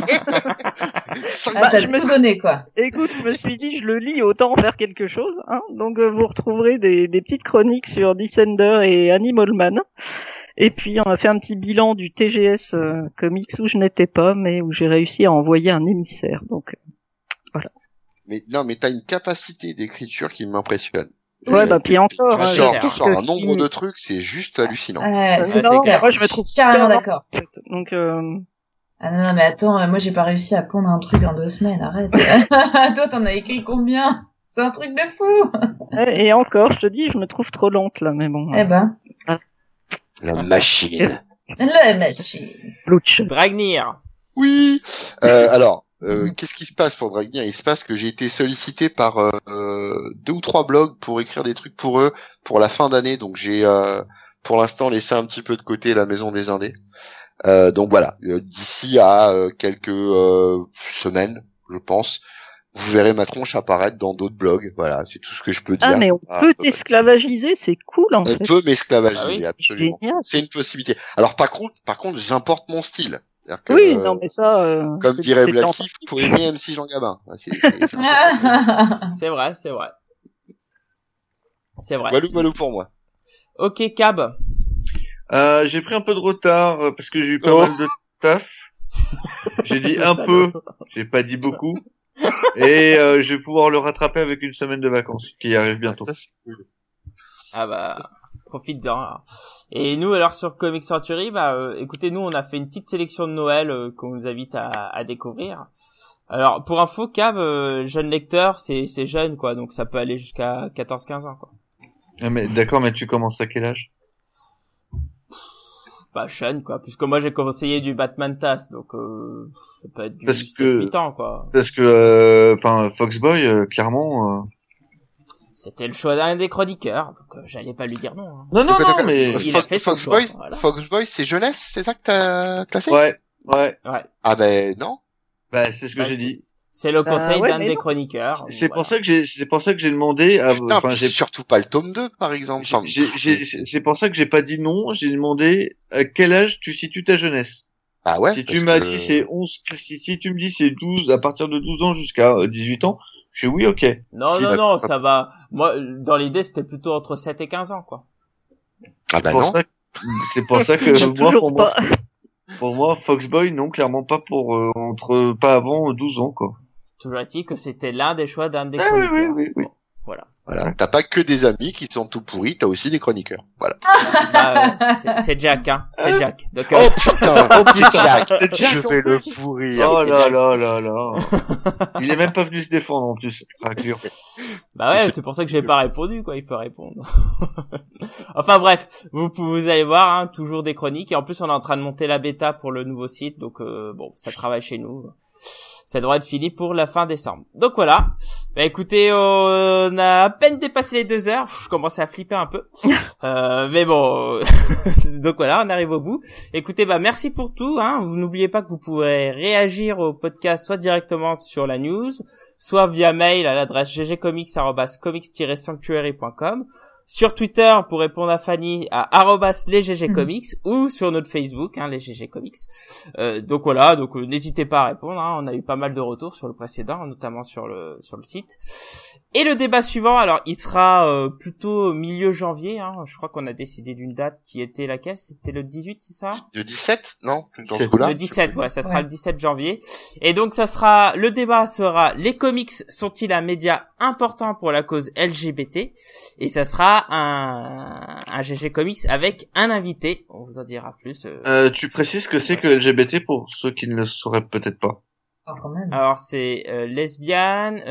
T'as tout donné, quoi. Écoute, je me suis dit, je le lis, autant en faire quelque chose, hein. Donc, vous retrouverez des petites chroniques sur Descender et Animal Man. Et puis, on a fait un petit bilan du TGS Comics où je n'étais pas, mais où j'ai réussi à envoyer un émissaire. Donc, voilà. Mais non, mais t'as une capacité d'écriture qui m'impressionne. Ouais, bah, puis encore. Tu hein, sors un nombre de trucs, c'est juste hallucinant. C'est non, clair. Moi, je me trouve carrément super d'accord. en fait. Donc, Ah non, mais attends, moi j'ai pas réussi à pondre un truc en 2 semaines, arrête. Toi, t'en as écrit combien? C'est un truc de fou. et encore, je te dis, je me trouve trop lente, là, mais bon. Eh ben, La machine. la machine. Louch. Dragnir. Oui. Alors, qu'est-ce qui se passe pour Dragnir? Il se passe que j'ai été sollicité par 2 ou 3 blogs pour écrire des trucs pour eux pour la fin d'année. Donc j'ai pour l'instant laissé un petit peu de côté la maison des indés. Donc voilà, d'ici à quelques semaines, je pense, vous verrez ma tronche apparaître dans d'autres blogs. Voilà, c'est tout ce que je peux dire. Ah, mais on peut t'esclavagiser, c'est cool, en On fait. peut m'esclavagiser, Ah oui, absolument. génial. C'est une possibilité. Alors par contre, j'importe mon style. C'est-à-dire que, Oui, non, mais ça, comme c'est- dirait c'est Blacky, fantastique. faut aimer MC Jean Gabin. C'est vrai, c'est vrai. C'est vrai. Walou pour moi. Ok, Cab. J'ai pris un peu de retard parce que j'ai eu pas Oh. mal de taf. J'ai dit un peu, j'ai pas dit beaucoup. Et je vais pouvoir le rattraper avec une semaine de vacances qui arrive bientôt. Ça, c'est cool. Ah bah, profites-en. Et nous, alors, sur Comic Century, bah, écoutez, nous, on a fait une petite sélection de Noël qu'on vous invite à découvrir. Alors, pour info, Cab, jeune lecteur, c'est jeune, quoi, donc ça peut aller jusqu'à 14-15 ans, quoi. Ah, mais d'accord, mais tu commences à quel âge? Bah, jeune, quoi, puisque moi, j'ai conseillé du Batman TAS, donc ça peut être du Parce 7-8 ans, quoi. Parce que Foxboy, clairement. C'était le choix d'un des chroniqueurs, donc j'allais pas lui dire non. Hein. Non, mais Il a fait son Foxboy, choix, voilà. Foxboy, c'est jeunesse, c'est ça que t'as classé? ouais. Ouais. Ah ben non. Bah c'est ce que Bah, j'ai dit. C'est le conseil ouais, d'un mais des non. chroniqueurs. C'est Voilà. pour ça que j'ai demandé à, Putain, enfin, puis j'ai surtout pas le tome 2, par exemple. Enfin, c'est pour ça que j'ai pas dit non, j'ai demandé à quel âge tu situes ta jeunesse. Ah ouais. Si parce tu m'as que- dit c'est 11, si tu me dis c'est 12, à partir de 12 ans jusqu'à 18 ans, je fais oui, ok. Non, Si, non, bah, non, ça va. Moi, dans l'idée, c'était plutôt entre 7 et 15 ans, quoi. Ah bah Pour non. ça que- c'est pour ça que moi, Toujours pas. pour moi, Foxboy, non, clairement pas pas avant 12 ans, quoi. Toujours est-il que c'était l'un des choix d'un des Ah oui, chroniqueurs. oui. Voilà. Voilà. T'as pas que des amis qui sont tout pourris, t'as aussi des chroniqueurs. Voilà. Bah, c'est Jack, hein. C'est Jack. Donc, Oh putain, c'est Jack. C'est Jack, Je en vais le plus. pourrir. Oh c'est là bien. là là là. Il est même pas venu se défendre en plus, raclure. bah ouais, c'est pour ça que j'ai pas répondu, quoi. Il peut répondre. Enfin bref, vous allez voir, hein, toujours des chroniques. Et en plus, on est en train de monter la bêta pour le nouveau site. Donc, bon, ça travaille chez nous. Ça devrait être fini pour la fin décembre. Donc voilà. Bah écoutez, on a à peine dépassé les 2 heures. Je commence à flipper un peu. Mais bon. Donc voilà, on arrive au bout. Écoutez, bah merci pour tout. Hein. Vous n'oubliez pas que vous pouvez réagir au podcast soit directement sur la news, soit via mail à l'adresse ggcomics@comics-sanctuary.com. Sur Twitter pour répondre à Fanny à @lesggcomics ou sur notre Facebook, hein, les GG Comics. Donc voilà, donc n'hésitez pas à répondre. Hein, on a eu pas mal de retours sur le précédent, notamment sur le site. Et le débat suivant, alors il sera plutôt milieu janvier. Hein, je crois qu'on a décidé d'une date qui était laquelle? C'était le 18, c'est ça? Le 17, non? Dans ce C'est coup-là? Le 17, ouais, ça sera Ouais. le 17 janvier. Et donc le débat sera les comics sont-ils un média important pour la cause LGBT? Et ça sera un GG Comics avec un invité. On vous en dira plus. Tu précises que c'est que LGBT pour ceux qui ne le sauraient peut-être pas. Oh, quand même. Alors c'est lesbienne.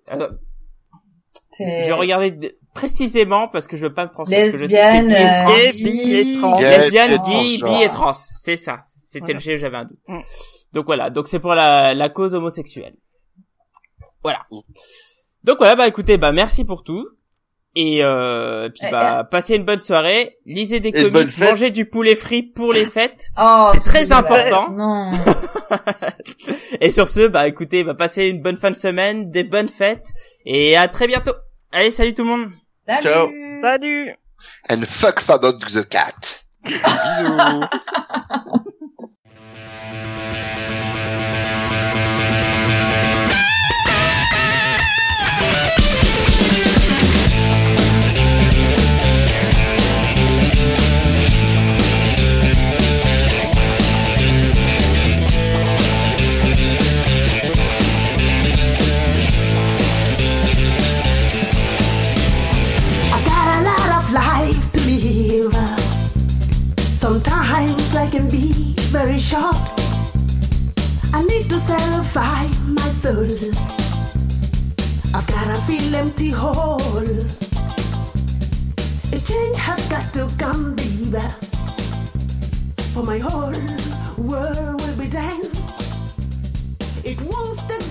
C'est Je vais regarder précisément parce que je veux pas me transformer. lesbienne, bi et trans. Gay, Lesbienne, trans, gay, genre. bi et trans. C'est ça. C'était Voilà. le G, j'avais un doute. Mm. Donc voilà. Donc c'est pour la cause homosexuelle. Voilà. Donc voilà, bah écoutez, bah merci pour tout. Et puis bah passez une bonne soirée, lisez des Et bonne comics, fête. mangez du poulet frit pour les fêtes. Oh, C'est très dégueulasse. important. Non. Et sur ce, bah écoutez, bah passez une bonne fin de semaine, des bonnes fêtes et à très bientôt. Allez, salut tout le monde. Salut. Ciao. Salut. And fuck about the cat. Bisous. I got a lot of life to live. Sometimes life can be very short. I need to satisfy my soul. I've got a feel empty hole. A change has got to come, baby. For my whole world will be done. It wants to